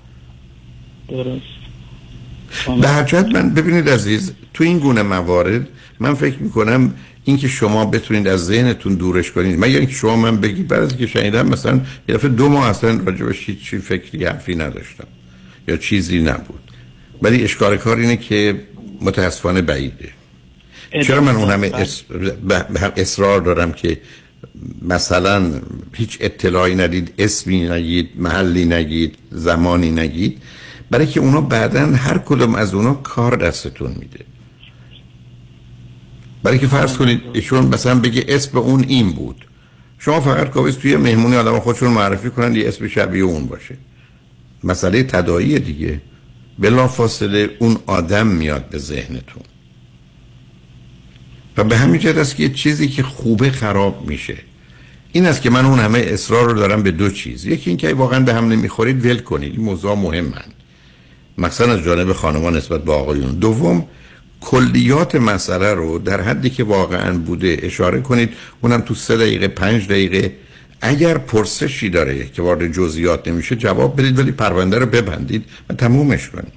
S10: درست.
S9: به هر جهت من ببینید عزیز، تو این گونه موارد من فکر میکنم اینکه شما بتونید از ذهنتون دورش کنید، مگر اینکه شما من بگید بعد از که شنیدم مثلا یه دفعه 2 ماه اصلا راجبش چی فکری حرفی نداشتم یا چیزی نبود، ولی اشکال کار اینه که متاسفانه بعیده. چرا من اون همه اصرار دارم که مثلا هیچ اطلاعی ندید، اسمی نگید، محلی نگید، زمانی نگید، برای که اونا بعداً هر کدوم از اونا کار دستتون میده. برای که فرض کنید ایشون مثلا بگه اسم اون این بود، شما فقط کافیه توی مهمونی آدم خودشون معرفی کنن یه اسم شبیه اون باشه، مسئله تداعی دیگه، بلافاصله اون آدم میاد به ذهنتون و به همین جهت است که یه چیزی که خوبه خراب میشه. این است که من اون همه اصرار رو دارم به 2 چیز، یکی این که واقعا به هم نمیخورید ول کنید، این موضوع مهمند مثلا از جانب خانمان نسبت به آقایون. دوم، کلیات مسئله رو در حدی که واقعا بوده اشاره کنید، اونم تو 3 دقیقه 5 دقیقه. اگر پرسشی داره که وارد جزئیات نمیشه جواب بدید، ولی پرونده رو ببندید و تمومش کنید.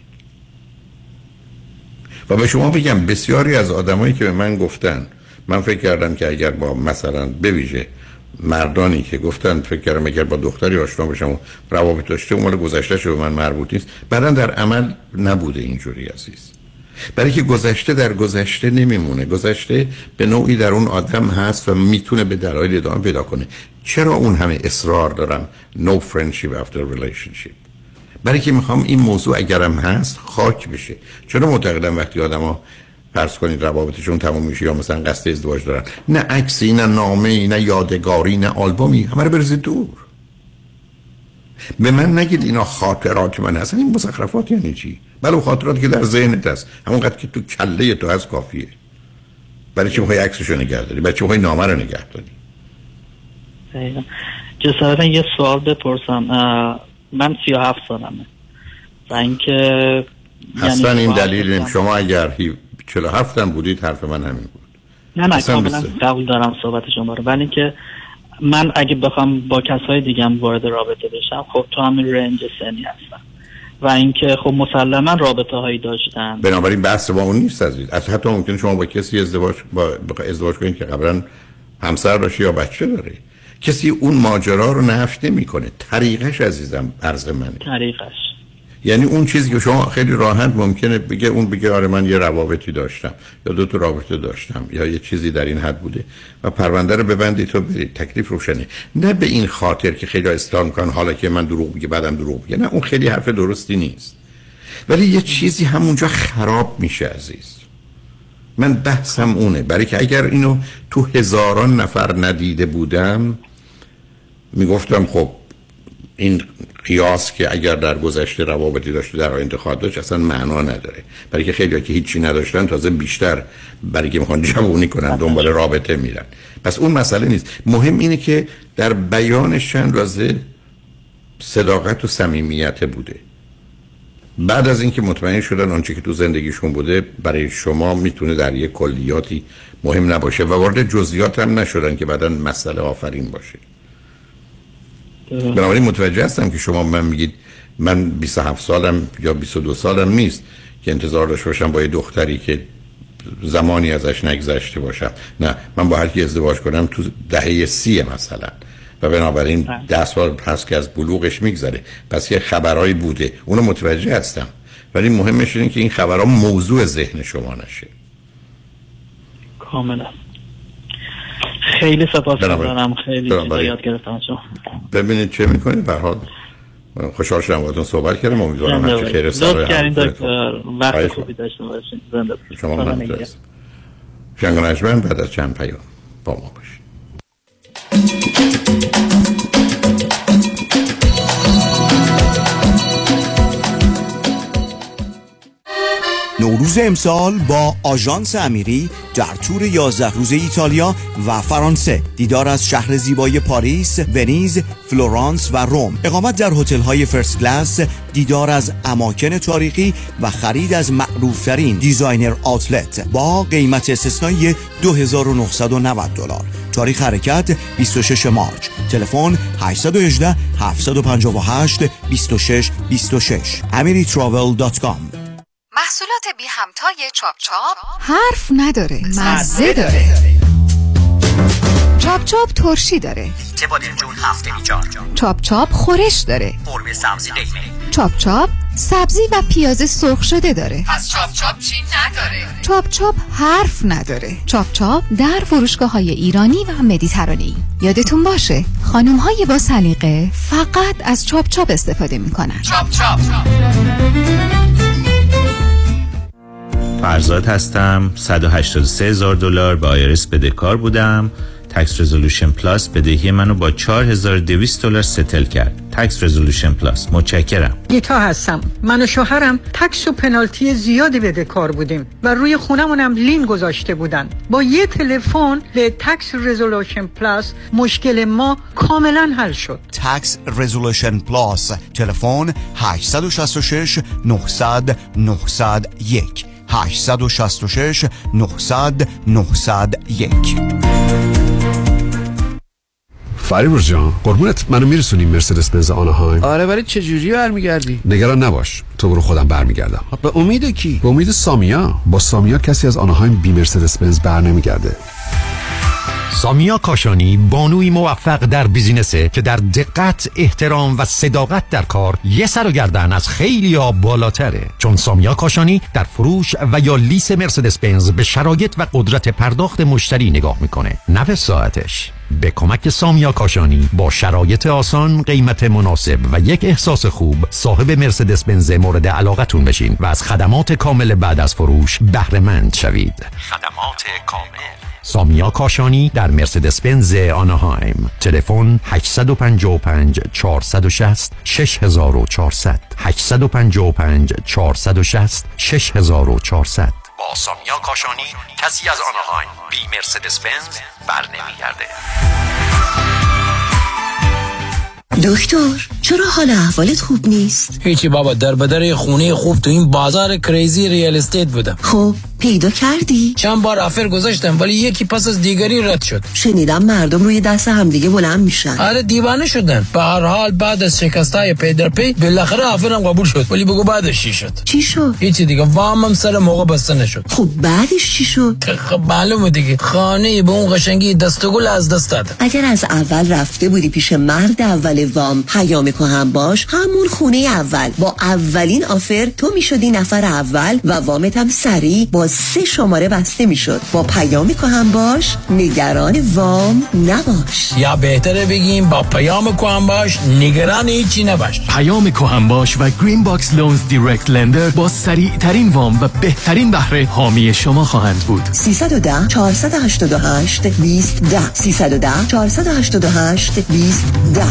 S9: و به شما بگم بسیاری از آدمایی که به من گفتن، من فکر کردم که اگر با مثلا بویژه مردانی که گفتن فکر کردم اگر با دختری آشنا بشم و روابط داشته اون مال گذشته‌ش به من مربوط نیست، بعداً در عمل نبوده اینجوری عزیز. برای که گذشته در گذشته نمیمونه، گذشته به نوعی در اون آدم هست و میتونه به دلایل ادامه پیدا کنه. چرا اون همه اصرار دارم no friendship after relationship؟ برای که میخوام این موضوع اگرم هست خاک بشه. چرا معتقدم وقتی آدما فرض کنید روابطشون تموم میشه یا مثلا قصد ازدواج دارن، نه عکسی، نه نامه‌ای، نه یادگاری، نه آلبومی، همه رو بریزید دور. به من نگید اینا خاطرات من هستن. این مزخرفات یعنی چی؟ بله خاطراتی که در ذهنت هست، همونقدر که تو کله تو هست کافیه. برای چی میخوای عکسشو نگه داری؟ برای چی میخوای نامه رو نگه داری؟
S10: جسارتا یه سوال بپرسم. من 37 سالمه و اینکه
S9: اصلا این دلیل نیم. شما اگر 47 هم بودید حرف من همین بود.
S10: نه کاملا قبول دارم صحبت شما رو، ولی اینکه من اگه بخوام با کسای دیگه هم وارد رابطه بشم، خب تو همین رنج سنی هستم و اینکه خب مسلما رابطه هایی داشتن،
S9: بنابراین بحث با اون نیست عزیز. حتی ممکنه شما با کسی ازدواج کنید که قبلا همسر داشته یا بچه داره، کسی اون ماجرا رو نفی نمی‌کنه. طریقش عزیزم عرض منه،
S10: طریقش
S9: یعنی اون چیزی که شما خیلی راحت ممکنه بگه، اون بگه آره من یه روابطی داشتم یا 2 تا رابطه داشتم یا یه چیزی در این حد بوده و پرونده رو ببندید تو برید، تکلیف روشنه. نه به این خاطر که خیلی استان کن حالا که من دروغ میگه بعدم دروغ میگه، نه اون خیلی حرف درستی نیست، ولی یه چیزی همونجا خراب میشه عزیز. من بحثم اونه، برای که اگر اینو تو هزاران نفر ندیده بودم میگفتم خب این قیاس که اگر در گذشته روابطی داشته در آینده خواهد داشت اصلا معنا نداره، برای که خیلی‌ها که هیچی نداشتن تازه بیشتر برای که میخوان جوونی کنن دنبال رابطه میرن. پس اون مسئله نیست، مهم اینه که در بیانش چند رازه صداقت و صمیمیت بوده. بعد از اینکه مطمئن شدن آنچه که تو زندگیشون بوده برای شما میتونه در یک کلیاتی مهم نباشه و وارد جزئیات هم نشدن که بعداً مسئله آفرین باشه. بنابراین متوجه هستم که شما من میگید من 27 سالم یا 22 سالم نیست که انتظار داشته باشم با یه دختری که زمانی ازش نگذشته باشم. نه، من با هر کی ازدواج کنم تو دهه 30 مثلا و بنابراین 10 سال پس که از بلوغش میگذره، پس یه خبرایی بوده، اونو متوجه هستم، ولی مهمش اینه که این خبرها موضوع ذهن شما نشه.
S10: کاملا. خیلی سپاسگزارم، خیلی یاد گرفتم شما.
S9: ببینید چه میکنید. به هر حال خوشحال شدم باهاتون صحبت کردم. امیدوارم هر چه خیر سر
S10: لطف کردین دکتر، وقت خوبی داشته باشین. زنده باشین.
S9: شما ممنونم. شنگانجمن بعد از چند پیام با ما باشید.
S20: نوروز امسال با آژانس امیری در تور 11 روزه ایتالیا و فرانسه، دیدار از شهر زیبای پاریس، ونیز، فلورانس و روم، اقامت در هتل‌های فرست کلاس، دیدار از اماکن تاریخی و خرید از معروفترین دیزاینر آوتلت با قیمت استثنایی $2990. تاریخ حرکت 26 مارس. تلفن 818 758 2626. amiritravel.com.
S2: محصولات بی همتای چاپ چاپ حرف نداره، مزه داره. چاپ چاپ ترشی داره،
S21: تبادلجون هفته ایجار،
S2: چاپ چاپ خورش داره،
S21: قرمه سبزی قیمه،
S2: چاپ چاپ سبزی و پیاز سرخ شده داره.
S21: پس چاپ چاپ چی نداره؟
S2: چاپ چاپ حرف نداره. چاپ چاپ در فروشگاه‌های ایرانی و مدیترانه‌ای. یادتون باشه خانم‌های با سلیقه فقط از چاپ چاپ استفاده می‌کنن.
S21: چاپ چاپ.
S12: فرزاد هستم. $183,000 به آیرس بدهکار بودم. تکس رزولوشن پلاس بدهی منو با $4,200 ستل کرد. تکس رزولوشن پلاس. متشکرم.
S22: گیتا هستم. من و شوهرم تکس و پنالتی زیادی بدهکار بودیم و روی خونمونم لین گذاشته بودن. با یه تلفن به تکس رزولوشن پلاس مشکل ما کاملا حل شد.
S20: تکس رزولوشن پلاس. تلفن 866 900 901 866 900 901.
S23: فریبرز جان قربونت، منو میرسونی مرسدس بنز آناهایم؟
S24: آره، ولی چه جوری برمیگردی؟
S23: نگران نباش، تو برو، خودم برمیگردم.
S24: به امید کی؟
S23: به امید سامیا. با سامیا کسی از آناهایم بی مرسدس بنز برنمیگرده.
S14: سامیا کاشانی بانوی موفق در بیزینسه که در دقت، احترام و صداقت در کار یه سر و گردن از خیلی‌ها بالاتره. چون سامیا کاشانی در فروش و یا لیس مرسدس بنز به شرایط و قدرت پرداخت مشتری نگاه میکنه، نه به ساعتش. به کمک سامیا کاشانی با شرایط آسان، قیمت مناسب و یک احساس خوب صاحب مرسدس بنز مورد علاقتون بشین و از خدمات کامل بعد از فروش بهره مند شوید. خدمات کامل سامیا کاشانی در مرسدس بنز آناهایم. تلفن 855 460 6400 855 460 6400. با سامیا کاشانی کسی از آناهایم بی مرسدس بنز بر نمیگرده.
S25: دکتر، چرا حال احوالت خوب نیست؟
S26: هیچی بابا، در بدر خونه خوب تو این بازار کریزی ریال استیت بودم.
S25: خب پیدا کردی؟
S26: چند بار آفر گذاشتم ولی یکی پس از دیگری رد شد.
S25: شنیدم مردم روی دست همدیگه بلند میشن.
S26: آره دیوانه شدن. به هر حال بعد از شکستای پی در پی بالاخره آفرم قبول شد. ولی بگو بعدش چی شد؟
S25: چی شد؟
S26: هیچی دیگه، وامم سر موقع بسته نشد.
S25: خب بعدش چی شد؟
S26: خب معلومه دیگه، خانه به اون قشنگی دستگل از دست داد.
S25: اگر از اول رفته بودی پیش مرد اول وام پیام کهن باش، همون خونه اول با اولین آفر تو میشدی نفر اول و وامت هم سریع با 3 شماره بسته میشد. با پیام کهن باش نگران وام نباش،
S26: یا بهتره بگیم با پیام کهن باش نگران هیچی نباش.
S27: پیام کهن باش و گرین باکس لونز دایرکت لندر با سریع ترین وام و بهترین بهره حامی شما خواهند بود.
S25: 310 488 2010 310 488 2010.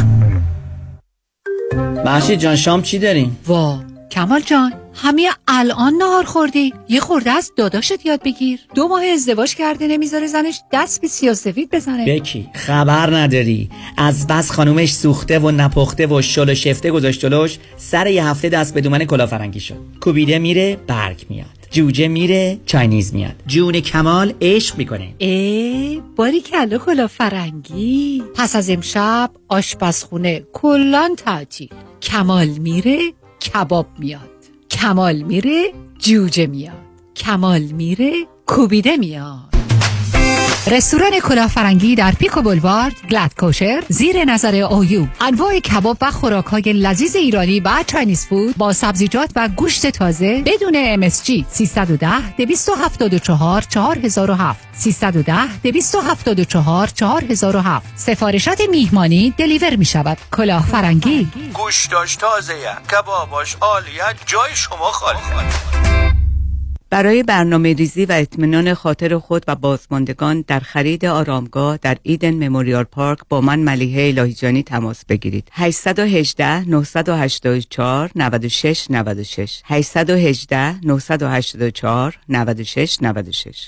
S28: محشید جان شام چی داریم؟
S29: وا کمال جان، همین الان نهار خوردی؟ یه خورده از داداشت یاد بگیر. 2 ماه ازدواج کرده نمیذاره زنش دست به سیاه‌سفید بزنه.
S28: بکی خبر نداری، از بس خانومش سوخته و نپخته و شل و شفته گذاشت جلوش، سر یه هفته دست به دومن کلافرنگی شد. کوبیده میره برگ میاد، جوجه میره چاینیز میاد. جون کمال عشق میکنه.
S29: باری کلا کلافرنگی. پس از امشب آشپزخونه کلان تعطیل. کمال میره کباب میاد، کمال میره جوجه میاد، کمال میره کوبیده میاد. رستوران کلافرنگی در پیکو بولوارد، گلد کوشر، زیر نظر اویو. انواع کباب و خوراک‌های لذیذ ایرانی و چاینیز فود با سبزیجات و گوشت تازه بدون MSG. 310 274 4007 310 274 4007. سفارشات میهمانی دلیور می شود. کلافرنگی
S30: گوشتاش تازه، کباباش عالیه، جای شما خالی.
S1: برای برنامه ریزی و اطمینان خاطر خود و بازماندگان در خرید آرامگاه در ایدن مموریال پارک با من ملیحه الهیجانی تماس بگیرید. 818 984 96 96 818 984 96 96.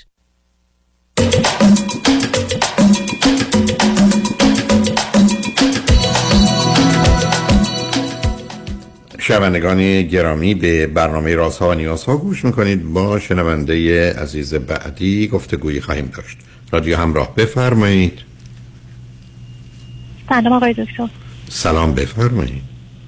S9: شنوندگان گرامی، به برنامه رازها و نیازها گوش میکنید. با شنونده عزیز بعدی گفتگویی خواهیم داشت. رادیو همراه، بفرمایید.
S3: سلام آقای دکتر.
S9: سلام، بفرمایید.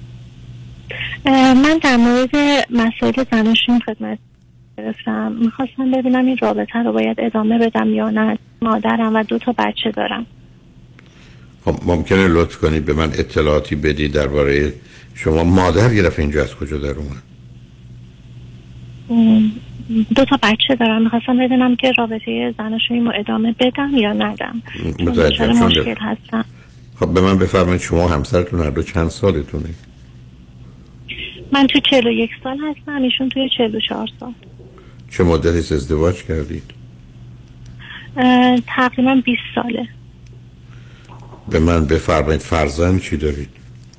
S3: من در مورد مسائل زناشویی خدمت گرفتم. میخواستم ببینم این رابطه رو باید ادامه بدم یا نه. مادرم و 2 بچه دارم.
S9: خب ممکنه لطف کنید به من اطلاعاتی بدید درباره شما؟ مادر یه دفعه اینجا از کجا در اومد؟
S3: 2 بچه دارم. میخواستم بدونم که رابطه زناشویی رو ادامه بدم یا ندم. چون مشکل هستم.
S9: خب به من بفرمایید شما همسرتون هر دو چند سالتونه؟
S3: من تو 41 سال هستم، ایشون توی 44 سال.
S9: چه مدتی ازدواج کردید؟
S3: تقریبا 20 ساله.
S9: به من بفرمایید فرزند چی دارید؟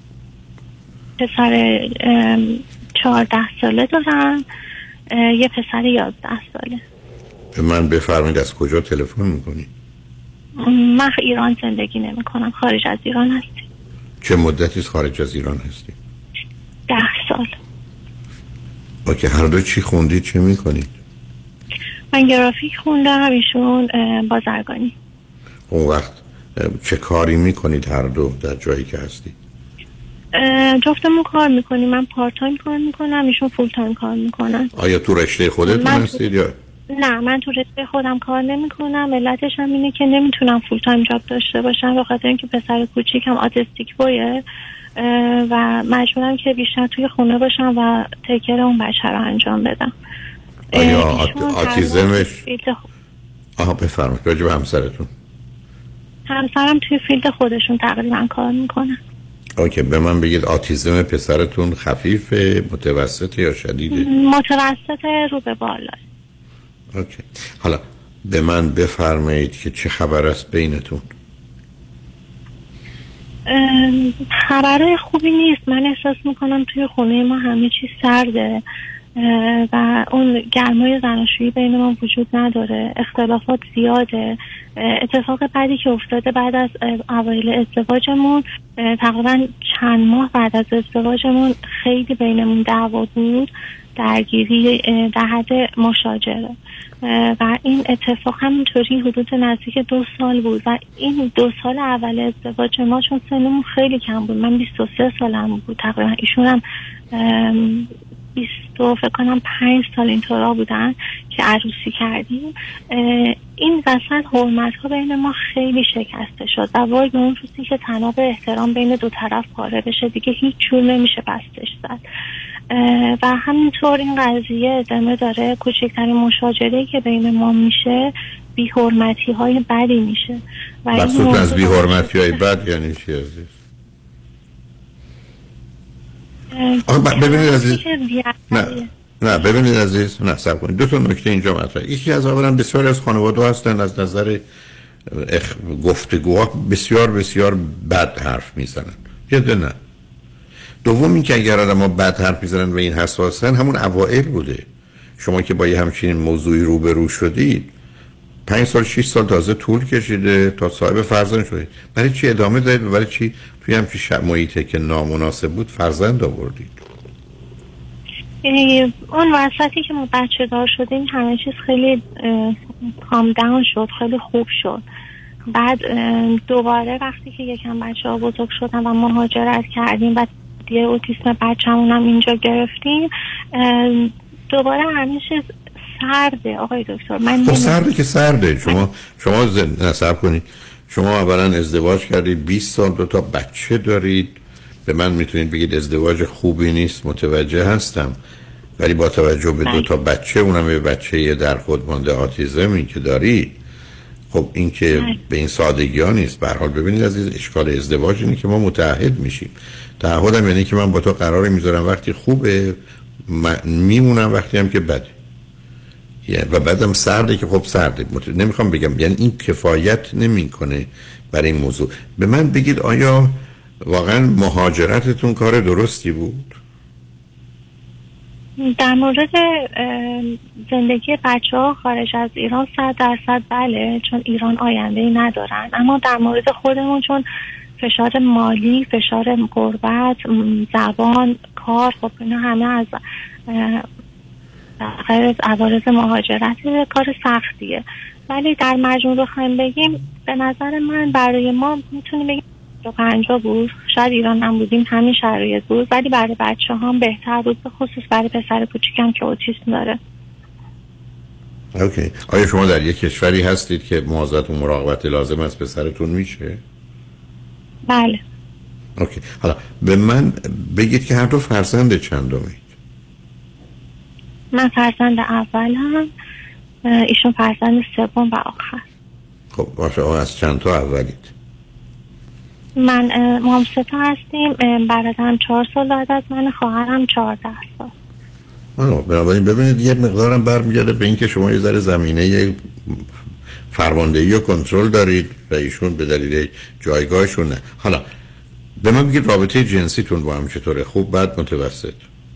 S3: پسر 14 ساله دارم، یه پسر 11 ساله.
S9: به من بفرمایید از کجا تلفن میکنید؟
S3: من ایران زندگی نمی کنم، خارج از ایران هستیم.
S9: چه مدتی خارج از ایران هستید؟
S3: 10 سال.
S9: اوکی، هر دو چی خوندید، چه میکنید؟
S3: من گرافیک خوندم، ایشون بازرگانی.
S9: اون وقت چه کاری میکنید هر دو در جایی که هستید؟
S3: جفتمون کار میکنیم. من پارت تایم کار میکنم، ایشون فول تایم کار میکنن.
S9: آیا تو رشته خودتون هستید یا؟
S3: نه، من تو رشته خودم کار نمیکنم. علتش هم اینه که نمیتونم فول تایم جاب داشته باشم به خاطر اینکه پسر کوچیکم آتیستیک بویه و مجبورم که بیشتر توی خونه باشم و تکر اون بچه رو انجام بدم.
S9: آیا آتیزمش؟ آها بفرمایید. راجع به همسرتون؟
S3: همسرم توی فیلد خودشون تقریبا کار میکنن.
S9: اوکی، به من بگید آتیزم پسرتون خفیفه، متوسط یا شدیده؟
S3: متوسط، رو به بالا.
S9: اوکی، حالا به من بفرمایید که چه خبر است بینتون؟
S3: خبرهای خوبی نیست. من احساس میکنم توی خونه ما همه چیز سرده و اون گرمای زناشویی بین ما وجود نداره. اختلافات زیاده. اتفاق بعدی که افتاده بعد از اوایل ازدواجمون، تقریبا چند ماه بعد از ازدواجمون خیلی بینمون دعوا بود، درگیری در حد مشاجره و این اتفاق همینطوری حدود نزدیک 2 سال بود و این 2 سال اول ازدواج ما چون سنمون خیلی کم بود، من 23 سالم بود تقریبا، ایشون هم 20 فکر کنم 5 سال اینطورا بودن که عروسی کردیم. این وسط حرمت ها بین ما خیلی شکسته شد و وای به اون روزی که تناب احترام بین 2 طرف پاره بشه دیگه هیچ جور نمیشه بستش زد و همینطور این قضیه ادامه داره. کوچکترین مشاجره‌ای که بین ما میشه بی حرمتی های بدی میشه و
S9: مقصود از بی حرمتی های بد یعنی چی عزیز؟ ببینید عزیز، نه ببینید عزیز، نه صبر کنید. 2 نکته اینجا مطرحه. یکی از اولا بسیار از خانواده هستن از نظر گفتگوها بسیار بسیار بد حرف میزنن، یه نه. دوم این که اگر آدم ها بد حرف میزنن و این حساسن همون اوائل بوده. شما که با یه همچین موضوعی روبرو شدید 5 سال 6 سال تازه طول کشیده تا صاحب فرزند شدید، برای چی ادامه دادید و برای چی توی همچین محیطی که نامناسب بود فرزند آوردید؟
S3: اون وسطی که ما بچه دار شدیم همه چیز خیلی کام داون شد، خیلی خوب شد. بعد دوباره وقتی که یکم بچه ها بزرگ شدن و مهاجرت کردیم و دیگه اوتیسم بچه‌مون هم اینجا گرفتیم، دوباره همه چیز سرده آقای دکتر. من
S9: سرده که سرده. شما نصب کنید. شما اولا ازدواج کردید، 20 سال 2 بچه دارید. به من میتونید بگید ازدواج خوبی نیست، متوجه هستم، ولی با توجه به 2 بچه، اونم یه بچه در خود مانده آتیزمی که دارید، خب این که به این سادگی ها نیست. به هر حال ببینید عزیز، اشکال ازدواج اینه که ما متعهد میشیم. تعهدم یعنی که من با تو قرار میذارم وقتی خوبه میمونم، وقتی هم که بده. و بعدم سرده که خب سرده. نمیخوام بگم یعنی این کفایت نمیکنه برای این موضوع. به من بگید آیا واقعا مهاجرتتون کار درستی بود؟
S3: در مورد زندگی بچه ها خارج از ایران 100% بله، چون ایران آینده‌ای ندارن. اما در مورد خودمون چون فشار مالی، فشار غربت، زبان، کار، خب اینا همه از عوارض مهاجرت کار سختیه. ولی در مجموع بخوایم بگیم به نظر من برای ما میتونیم بگیم 50 بود. شاید ایران هم بودیم همین شرایط بود، ولی برای بچه هم بهتر بود، به خصوص برای پسر کوچیکم که اوتیسم داره.
S9: اوکی. آیا شما در یک کشوری هستید که مواظبت و مراقبت لازم از پسرتون میشه؟
S3: بله.
S9: اوکی. حالا به من بگید که هر دو فرزند چندمید؟ من
S3: فرزند اولم، ایشون فرزند سوم و آخر.
S9: خب باشه، از چند تا اولید؟
S3: ما هم 3 تا هستیم. برادرم 4 سال بعد از من، خواهرم 14 سال.
S9: بنابراین ببینید یه مقدارم برمیگرده به این که شما یه ذره زمینه فرماندهی و کنترل دارید و ایشون به دلیل جایگاهشون نه. حالا به من بگید رابطه جنسیتون با هم چطوره؟ خوب، بد، متوسط؟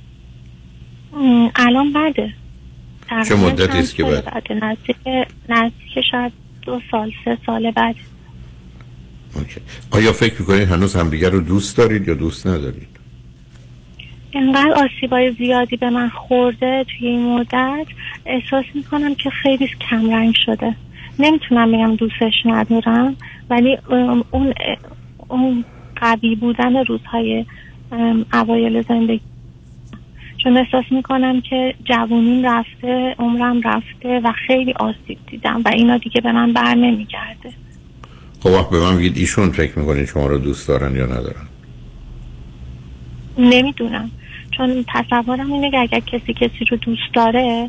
S3: الان بده.
S9: چه مدتی است که بده؟
S3: نزدیک شاید 2 سال 3 سال بعد.
S9: اوکی. آیا فکر میکنید هنوز همدیگر رو دوست دارید یا دوست ندارید؟
S3: اینقدر آسیبای زیادی به من خورده توی این مدت، احساس میکنم که خیلی کمرنگ شده. نمیتونم بگم دوستش ندارم، ولی اون قوی بودن روزهای اوایل زندگی، چون احساس میکنم که جوونیم رفته، عمرم رفته و خیلی آسیب دیدم و اینا دیگه به من بر نمیگرده.
S9: خب وقت به من بگید ایشون فکر میکنید شما رو دوست دارن یا ندارن؟
S3: نمیدونم، چون تصورم اینه که اگر کسی رو دوست داره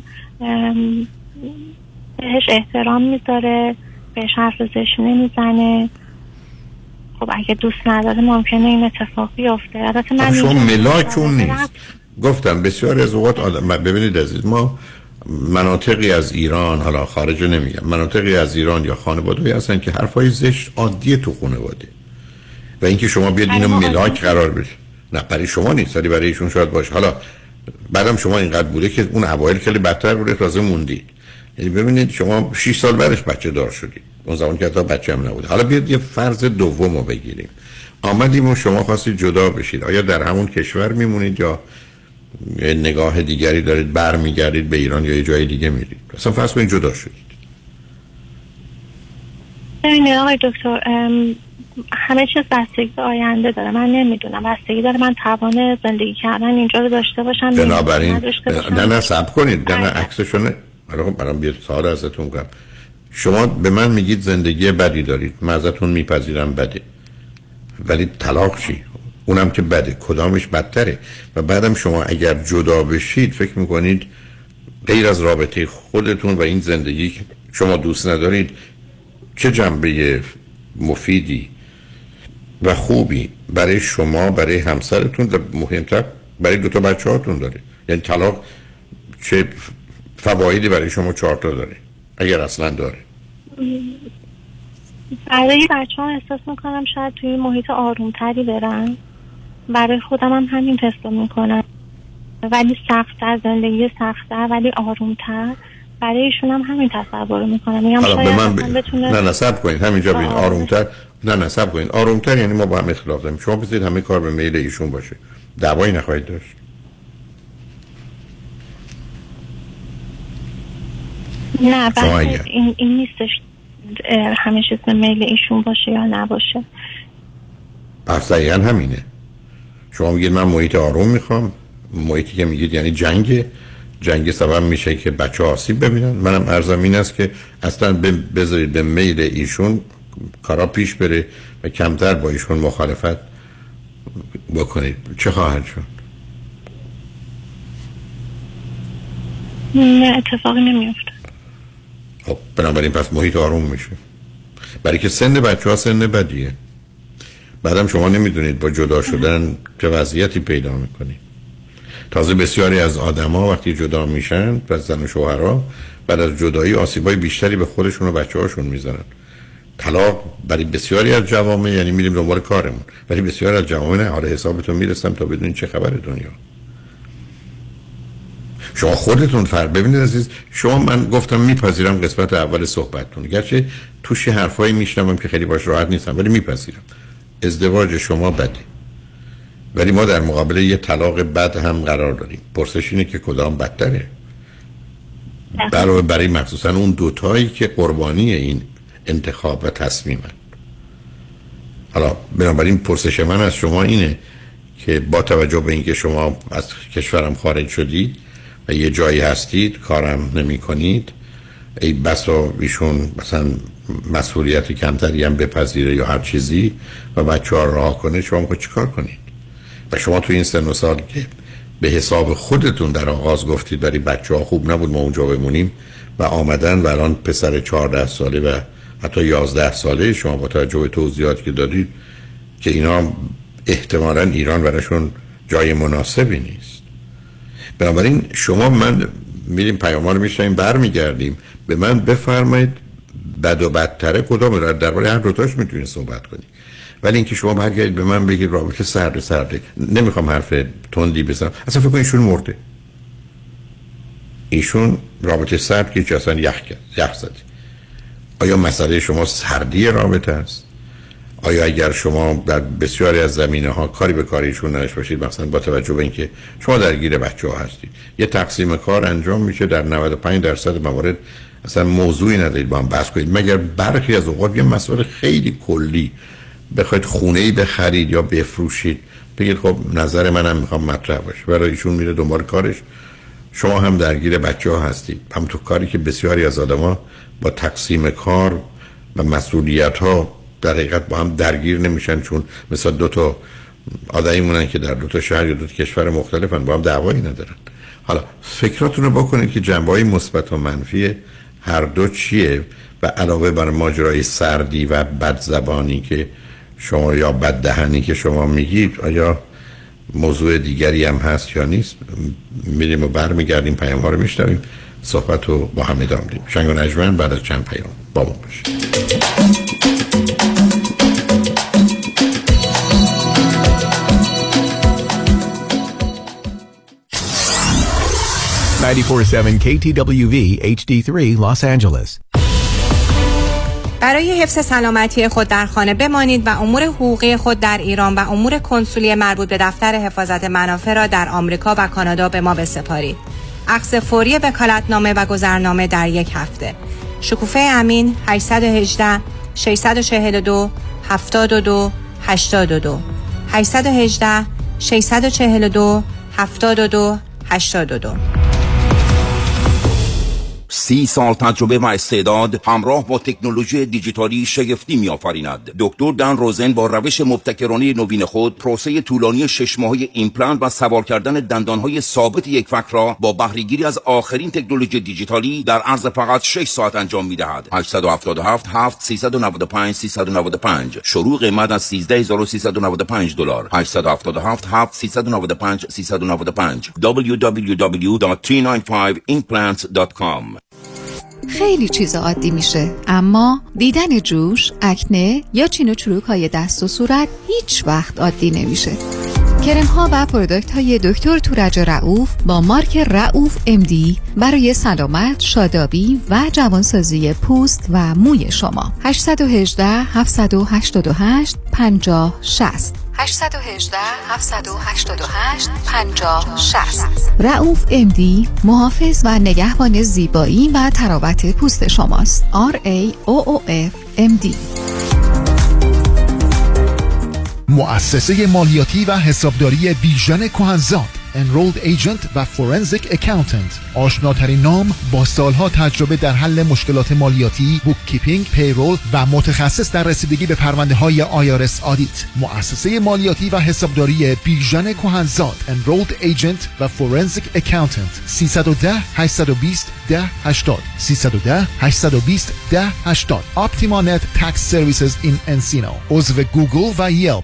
S3: بهش احترام میذاره، بهش حرف زشت نمیزنه. خب اگه دوست نداره ممکنه این اتفاق بیفته. البته من
S9: شما ملاک اون نیست. گفتم بسیاری از اوقات ببینید عزیز، ما مناطقی از ایران، حالا خارج نمیگم، مناطقی از ایران یا خانواده‌ای هستن که حرفای زشت عادیه تو خانواده و اینکه شما بیاد اینو ملاک قرار بدید، نه برای شما نیست ولی برای ایشون شاید باشه. حالا بعدم شما اینقدر بوده که اون اوایل خیلی بدتر بوده، تازه موندید. یعنی ببینید شما 6 سال بعدش بچه دار شدید، اون زمان که حتی بچه هم نبوده. حالا بیاد یه فرض دومو بگیریم، آمدیم و شما خواستید جدا بشید، آیا در همون کشور میمونید یا یه نگاه دیگری دارید برمیگردید به ایران یا یه جای دیگه میرید؟ اصلا فرض کنید جدا شدید.
S3: نه آقای دکتر، همه چیز بستگی به آینده داره. من نمیدونم، بستگی داره من توان زندگی کردن اینجا رو داشته باشم.
S9: بنابراین نه صبر کنید، نه عکسشونه. برام بیاد سوال ازتون کنم. شما به من میگید زندگی بدی دارید، من ازتون میپذیرم بده، ولی طلاق چی؟ اونم که بده، کدامش بدتره؟ و بعدم شما اگر جدا بشید فکر میکنید غیر از رابطه خودتون و این زندگی که شما دوست ندارید چه جنبه مفیدی و خوبی برای شما، برای همسرتون و مهمتر برای 2 تا بچه هاتون داره؟ یعنی طلاق چه فوایدی برای شما 4 تا داره اگر اصلا داره؟
S3: برای بچه ها احساس میکنم شاید توی محیط آرومتری برن، برای خودم هم همین حس میکنم، ولی سخت‌تر، زندگی سخت‌تر ولی آرومتر. برای ایشون هم همین تصور میکنم. میگم شاید بتونه.
S9: نه صبر کنید، همینجا ببین آرومتر. نه صبر کنید، آرومتر یعنی ما با هم اختلاف داریم. شما بذارید همه کار به میل ایشون باشه، دعوایی نخواهید داشت.
S3: نه بله این نیستش همه چیز به میل ایشون باشه یا نباشه.
S9: اصلا همینه. شما میگید من محیط آروم میخوام، محیطی که میگید یعنی جنگ سبب میشه که بچه آسیب ببینن. منم عرضم این است که اصلا بذارید به میل ایشون کارا پیش بره و کمتر با ایشون مخالفت بکنید. چه خواهد شد؟
S3: نه اتفاقی نمیفته.
S9: خب بنابراین پس محیط آروم میشه، برای که سن بچه ها سن بدیه. بعدم شما نمیدونید با جدا شدن چه وضعیتی پیدا میکنید. تازه بسیاری از آدما وقتی جدا میشن، پس زن و شوهرها بعد از جدایی آسیبای بیشتری به خودشون و بچه‌هاشون میزنن. طلاق برای بسیاری از جوامع یعنی میریم دنبال کارمون، ولی بسیاری از جوامع نه، حالا حسابتون میرسم تا بدونین چه خبر دنیا. شما خودتون ببینید عزیز، شما من گفتم میپذیرم قسمت اول صحبتتون، گرچه توش حرفایی میشنوم که خیلی باش راحت نیستم، ولی میپذیرم ازدواج شما بده، ولی ما در مقابل یه طلاق بد هم قرار داریم. پرسش اینه که کدام بدتره؟ برای مخصوصا اون دوتایی که قربانی این انتخاب و تصمیمن. حالا بنابراین پرسش من از شما اینه که با توجه به اینکه شما از کشورم خارج شدید و یه جایی هستید کارم نمی کنید، ای بسا ایشون مثلا مسئولیت کمتری هم بپذیره یا هر چیزی و بچه ها راه کنه، شما میخواید چی کار کنید؟ و شما تو این سن و سال که به حساب خودتون در آغاز گفتید برای بچه ها خوب نبود ما اونجا بمونیم و آمدن و الان پسر 14 ساله و حتی 11 ساله شما با توجه به توضیحاتی که دادید که اینا احتمالاً ایران براشون جای مناسبی نیست. بنابراین شما من میریم پیام‌ها رو میشنیم برمیگردیم به من بفرمایید بد و بدتره کدام رو درباره هر دوتاش میتونید صحبت کنید، ولی اینکه شما برگردید به من بگید رابطه سرده نمیخوام حرف تندی بزنم، اصلا فکر کنید ایشون مرده، ایشون رابطه سرد که چه اصلا یخ زده. آیا مسئله شما سردی رابطه است؟ آیا اگر شما در بسیاری از زمینه‌ها کاری به کاریشون نداشته باشید، مثلا با توجه به اینکه شما درگیر بچه‌ها هستید، یه تقسیم کار انجام میشه، در 95% موارد اصلا موضوعی ندارید با هم بحث کنید، مگر برخی از اوقات یه مسئله خیلی کلی بخواید خونه‌ای بخرید یا بفروشید بگید خب نظر منم میخوام مطرح باشه، برای ایشون میره دنبال کارش، شما هم درگیر بچه‌ها هستید، هم تو کاری که بسیاری از آدم‌ها با تقسیم کار و مسئولیت‌ها در حقیقت با هم درگیر نمیشن، چون مثلا دو تا آدمی مونن که در دو تا شهر یا دو تا کشور مختلفن با هم دعوایی ندارن. حالا فکراتون رو بکنید که جنبه‌های مثبت و منفی هر دو چیه و علاوه بر ماجرای سردی و بدزبانی که شما یا بددهنی که شما میگید آیا موضوع دیگری هم هست یا نیست؟ میریم و برمیگردیم پیام‌ها رو میشنویم، صحبت رو با هم ادامه میدیم. شنگ و نجمن بعد از چند پیام با ما باشید.
S4: 94.7 KTWV HD3 Los Angeles.
S5: برای حفظ سلامتی خود در خانه بمانید و امور حقوقی خود در ایران و امور کنسولی مربوط به دفتر حفاظت منافع را در آمریکا و کانادا به ما بسپارید. اخذ فوری وکالتنامه و گذرنامه در یک هفته. شکوفه امین 818 642 72 82 818 642 72 82.
S6: 30 سال تجربه و استعداد همراه با تکنولوژی دیجیتالی شگفتی می‌آفریند. دکتر دان روزن با روش مبتکرانه نوین خود پروسه طولانی 6 ماهه ایمپلنت و سوار کردن دندان‌های ثابت یک فک را با بهره‌گیری از آخرین تکنولوژی دیجیتالی در عرض فقط 6 ساعت انجام می‌دهد. 877 7 395 395 شروع قیمت از $13395. 877 7 395 395 www.395implants.com.
S2: خیلی چیز عادی میشه، اما دیدن جوش، اکنه یا چین و چروک‌های دست و صورت هیچ وقت عادی نمیشه. کرم ها و پروداکت های دکتر تورج رؤوف با مارک رؤوف MD برای سلامت، شادابی و جوانسازی پوست و موی شما. 818 788 50 60 818 788 50 60. رؤوف MD محافظ و نگهبان زیبایی و تراوت پوست شماست. RAOOF MD.
S7: مؤسسه مالیاتی و حسابداری بیژن کهنزاد، Enrolled Agent و Forensic Accountant، آشناترین نام با سالها تجربه در حل مشکلات مالیاتی، بوککیپینگ، پیرول و متخصص در رسیدگی به پرونده های IRS آدیت. مؤسسه مالیاتی و حسابداری بیژن کهنزاد، Enrolled Agent و Forensic Accountant. 310 820 1080 310 820 1080. Optima Net Tax Services in Encino. عضو گوگل و یلپ.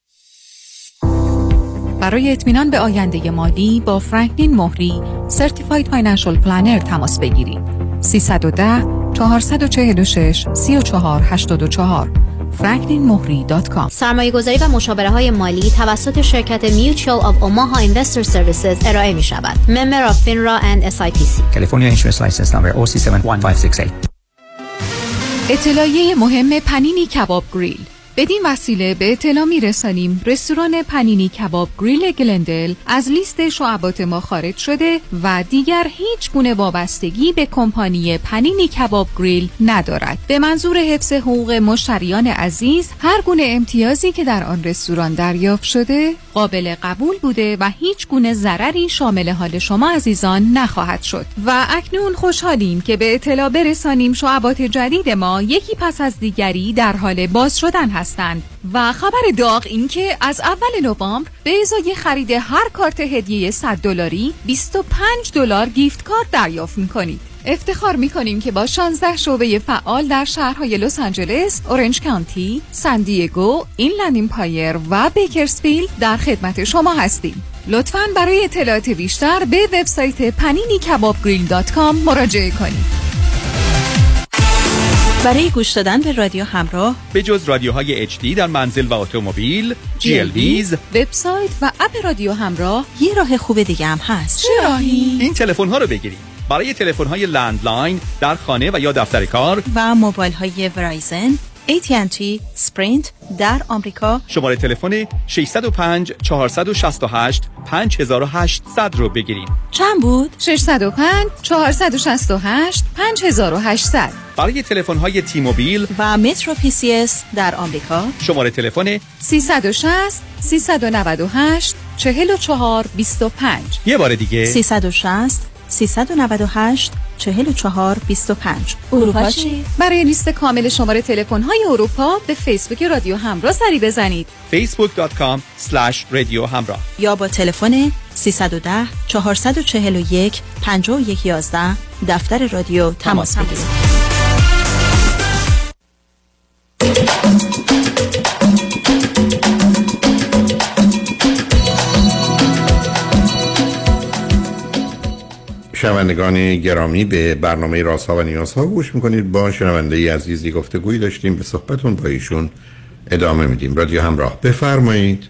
S2: برای اطمینان به آینده مالی با فرانکلین مهری سرتیفاید فاینانشل پلنر تماس بگیرید. 310 446 3484 franklinmohri.com.
S8: سرمایه‌گذاری و مشاوره مالی توسط شرکت Mutual of Omaha Investor Services ارائه می شود. Member of FINRA and SIPC.
S10: California Insurance License Number OC71568.
S2: اطلاعیه مهم پنینی کباب گریل. بدین وسیله به اطلاع می‌رسانیم رستوران پنینی کباب گریل گلندل از لیست شعبات ما خارج شده و دیگر هیچ گونه وابستگی به کمپانی پنینی کباب گریل ندارد. به منظور حفظ حقوق مشتریان عزیز، هر گونه امتیازی که در آن رستوران دریافت شده قابل قبول بوده و هیچ گونه ضرری شامل حال شما عزیزان نخواهد شد. و اکنون خوشحالیم که به اطلاع برسانیم شعبات جدید ما یکی پس از دیگری در حال باز شدن هستند و خبر داغ این که از اول نوامبر به ازای خرید هر کارت هدیه $100 $25 گیفت کارت دریافت می‌کنید. افتخار می‌کنیم که با 16 شعبه فعال در شهرهای لس آنجلس، اورنج کانتی، سان دیگو، اینلند امپایر و بیکرزفیلد در خدمت شما هستیم. لطفاً برای اطلاعات بیشتر به وبسایت paninikabbgril.com مراجعه کنید.
S11: برای گوش دادن به رادیو همراه
S13: به جز رادیوهای HD در منزل و اتومبیل، GLBز،
S11: وبسایت و اپ رادیو همراه یه راه خوب دیگه هم هست.
S13: چه راهی؟ این تلفن‌ها رو بگیرید. برای تلفن‌های لندلاین در خانه و یا دفتر کار
S11: و موبایل‌های ورایزن، AT&T، اسپرینت در آمریکا
S13: شماره تلفن 605 468 5800 رو بگیرید.
S11: چند بود؟
S2: 605 468 5800.
S13: برای تلفن‌های تی موبیل
S11: و مترو PCS در آمریکا
S13: شماره تلفن
S2: 360 398 4425.
S13: یه بار دیگه
S11: 360 398 4425. اروپا چی؟
S2: برای لیست کامل شماره تلفن‌های اروپا به فیسبوک رادیو همراه سری بزنید.
S13: facebook.com/رادیو همراه
S11: یا با تلفن 310 441 5111 دفتر رادیو تماس بگیرید.
S9: شنوندگان گرامی، به برنامه رازها و نیازها گوش میکنید. با شنونده عزیزی گفتگویی داشتیم، به صحبتون با ایشون ادامه میدیم. رادیو همراه، بفرمایید.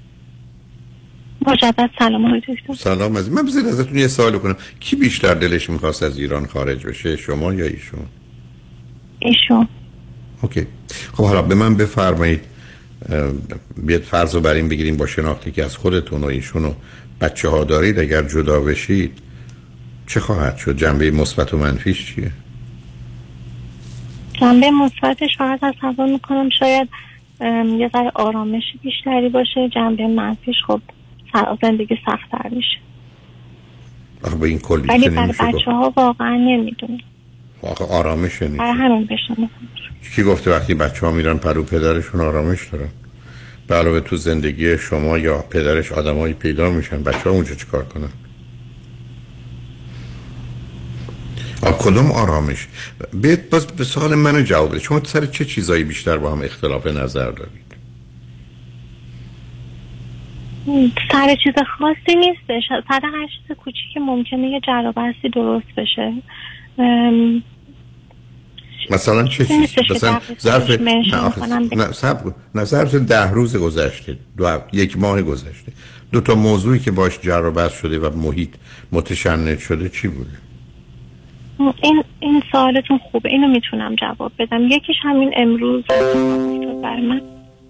S3: مجدد سلام آقای دکتر.
S9: سلام عزیز. من بذارید ازتون یه سوال کنم، کی بیشتر دلش میخواست از ایران خارج بشه، شما یا ایشون؟
S3: ایشون.
S9: اوکی. خب حالا به من بفرمایید، بیاد فرض رو بر این بگیریم با شناختی که از خودتون و ایشون و بچه ها دارید، اگر جدا بشید چه خواهد شد؟ جنبه مثبت و منفیش چیه؟
S3: جنبه مثبتش فقط تصور میکنم شاید یه ذره آرامش بیشتری باشه. جنبه منفیش خب زندگی سخت‌تر میشه.
S9: آخه با این کلی
S3: ولی برای بچه‌ها واقعا نمیدونم.
S9: آخه آرامش نیست.
S3: برای همین بشنم.
S9: کی گفته وقتی بچه‌ها میرن پرو پدرشون آرامش دارن؟ به علاوه تو زندگی شما یا پدرش آدمایی پیدا میشن، بچه‌ها اونجا چیکار کنن؟ کدوم آرامش؟ بیت باز به سوال منو جواب بده. شما سر چه چیزایی بیشتر با هم اختلاف نظر دارید؟
S3: سر چیز خاصی نیستش. سر هر چیز کوچیکی ممکنه یه جر و بحثی درست بشه.
S9: مثلا چه چیز؟ مثلا ظرف 10 روز گذشته، یک ماه گذشته، 2 موضوعی که باش جر و بحث شده و محیط متشنج شده چی بوده؟
S3: این سوالتون خوبه، اینو میتونم جواب بدم. یکیش همین امروز برای من.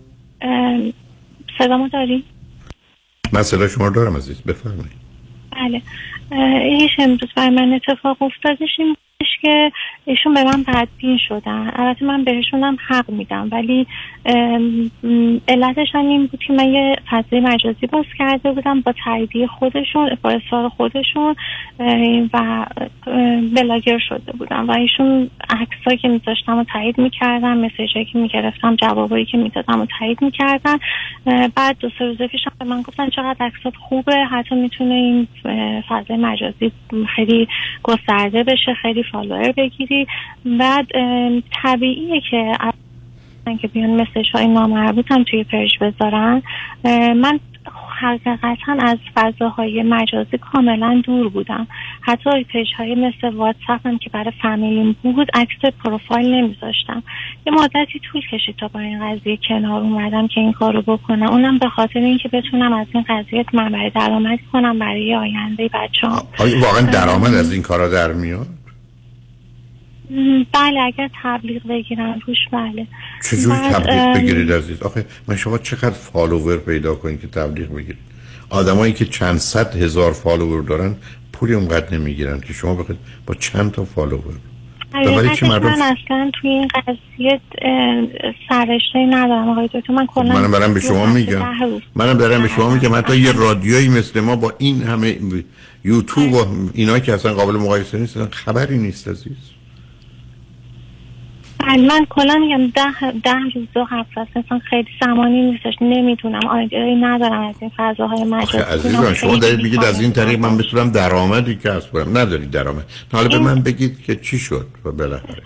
S3: صدامو داری؟
S9: من صدا شما دارم عزیز، بفرمایید.
S3: بله. یکیش امروز برای من اتفاق افتادش این که ایشون به من بدبین شدن. البته من بهشون هم حق میدم، ولی علتش هم این بود که من یه فضای مجازی باز کرده بودم با تاییدیه خودشون، با اصرار خودشون و بلاگر شده بودم و ایشون عکسایی که میذاشتم و تایید میکردن، مسیجایی که میگرفتم، جوابایی که میدادم و تایید میکردن. بعد 2-3 روز پیش به من گفتن چقدر عکسات خوبه، حتی میتونه این فضای مجازی خیلی گسترده بشه، خیلی فالوور بگیری. بعد طبیعیه که بیان مسیج های نامربوط هم توی پیج بذارن. من حقیقتا از فضاهای مجازی کاملا دور بودم. حتی پیج های مثل واتساپ هم که برای فامیلیم بود عکس پروفایل نمیذاشتم. یه مدتی طول کشید تا با این قضیه کنار اومدم که این کارو بکنم، اونم به خاطر اینکه بتونم از این قضیه منبع درآمد کنم برای آینده بچه‌ام.
S9: آیا واقعا درآمد از این کارا در میاد؟
S3: بله اگر تبلیغ بگیرن روش بله.
S9: چجوری تبلیغ بگیرید عزیز؟ آخه من شما چقدر فالوور پیدا کنید که تبلیغ بگیرید؟ آدمایی که چند صد هزار فالوور دارن پولی اونقدر نمیگیرن که شما بخواید با چند تا فالوور.
S3: من اصلا توی این قضیه سررشته ندارم آقای دکتر. من کلا
S9: منم دارم به شما میگم حتی یه رادیویی مثل ما با این همه یوتیوب و اینا که اصلا قابل مقایسه نیستن خبری نیست عزیز.
S3: من کلا میگم 10 روز و 7 اصلا خیلی زمانی نیستش، نمیتونم آیده‌ای ندارم از این فضاهای مجازی.
S9: عزیزم شما دارید میگید از این طریق من بتونم درآمدی کسب کنم. ندارید درآمد. حالا به من بگید که چی شد و بالاخره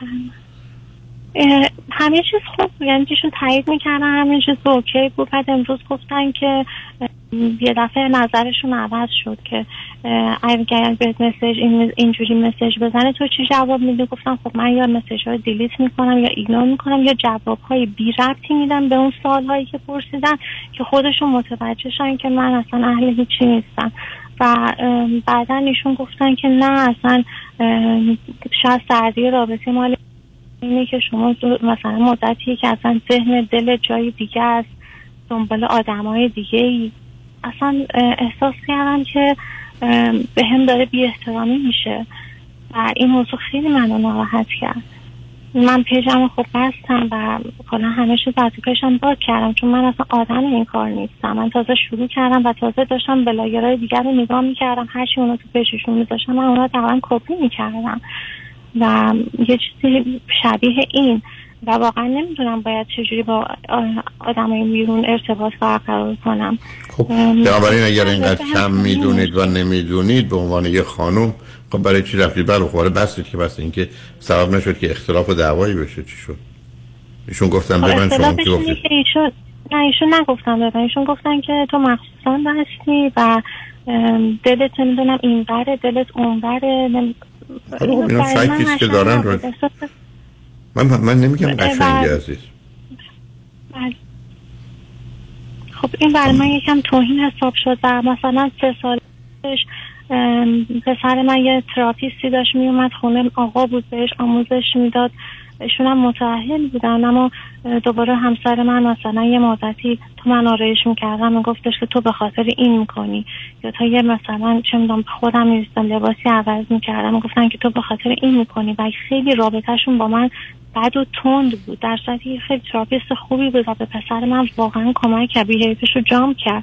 S3: همه چیز خوب بود، یعنی چیشون تایید میکردن همه چیز اوکی بود. بعد امروز گفتن که یه دفعه نظرشون عوض شد که اگر بهت مسیج اینجوری مسیج بزنه تو چی جواب میدی؟ گفتم خب من یا مسیج ها رو دیلیت میکنم یا ایگنور میکنم یا جواب های بی ربطی میدم به اون سوال هایی که پرسیدن که خودشون متوجه شن که من اصلا اهل هیچی نیستم. و بعدا ایشون گفتن که نه اصلا شاید سردی رابطه مال اینه که شما مثلا مدتی که اصلا ذهن دل جای دیگه است، دنبال آدمای دیگه ای. اصلا احساس کردم که به هم داره بی احترامی میشه و این موضوع خیلی منو ناراحت کرد. من پیجم خب بستم و کلا همه چیز از پیجم باز کردم چون من اصلا آدم این کار نیستم. من تازه شروع کردم و تازه داشتم بلاگرای دیگر رو نگاه میکردم، هرچی اونا تو پیجشون میذاشتم من اونا تقریبا کپی میکردم و یه چیزی شبیه این و واقعا نمیدونم باید چجوری با آدمای بیرون ارتباط برقرار کنم.
S9: خب بنابراین اگر اینقدر کم میدونید و نمیدونید به عنوان یه خانم خب برای چی رفتید؟ بله خواره بستید که بس این که سبب نشد که اختلاف و دعوایی بشه. چی شد؟ ایشون گفتن به من شما کی گفتید؟
S3: ایشون نگفتن به من، ایشون گفتن که تو مخصوصا بستی و دلت نمیدونم این بره دلت اون بره.
S9: اینا فکتیست که دارن رو من نمیگم قشنگه عزیز.
S3: بله. خب این برای من یکم توهین حساب شد و مثلا 3 سال پیش پسر من یه تراپیستی داشت میومد خونه، آقا بود بهش آموزش میداد، ایشون هم متأهل بودن اما دوباره همسر من مثلا یه مدتی تو من آرایش میکردم و گفتش که تو به خاطر این میکنی یا تا یه مثلا چه میدونم خودم میرستم لباسی عوض میکردم و گفتن که تو به خاطر این میکنی و خیلی رابطهشون با من بد و تند بود. در صورتی خیلی تراپیست خوبی بود و به پسر من واقعا کمک کرد، بیهیویرش رو جام کرد.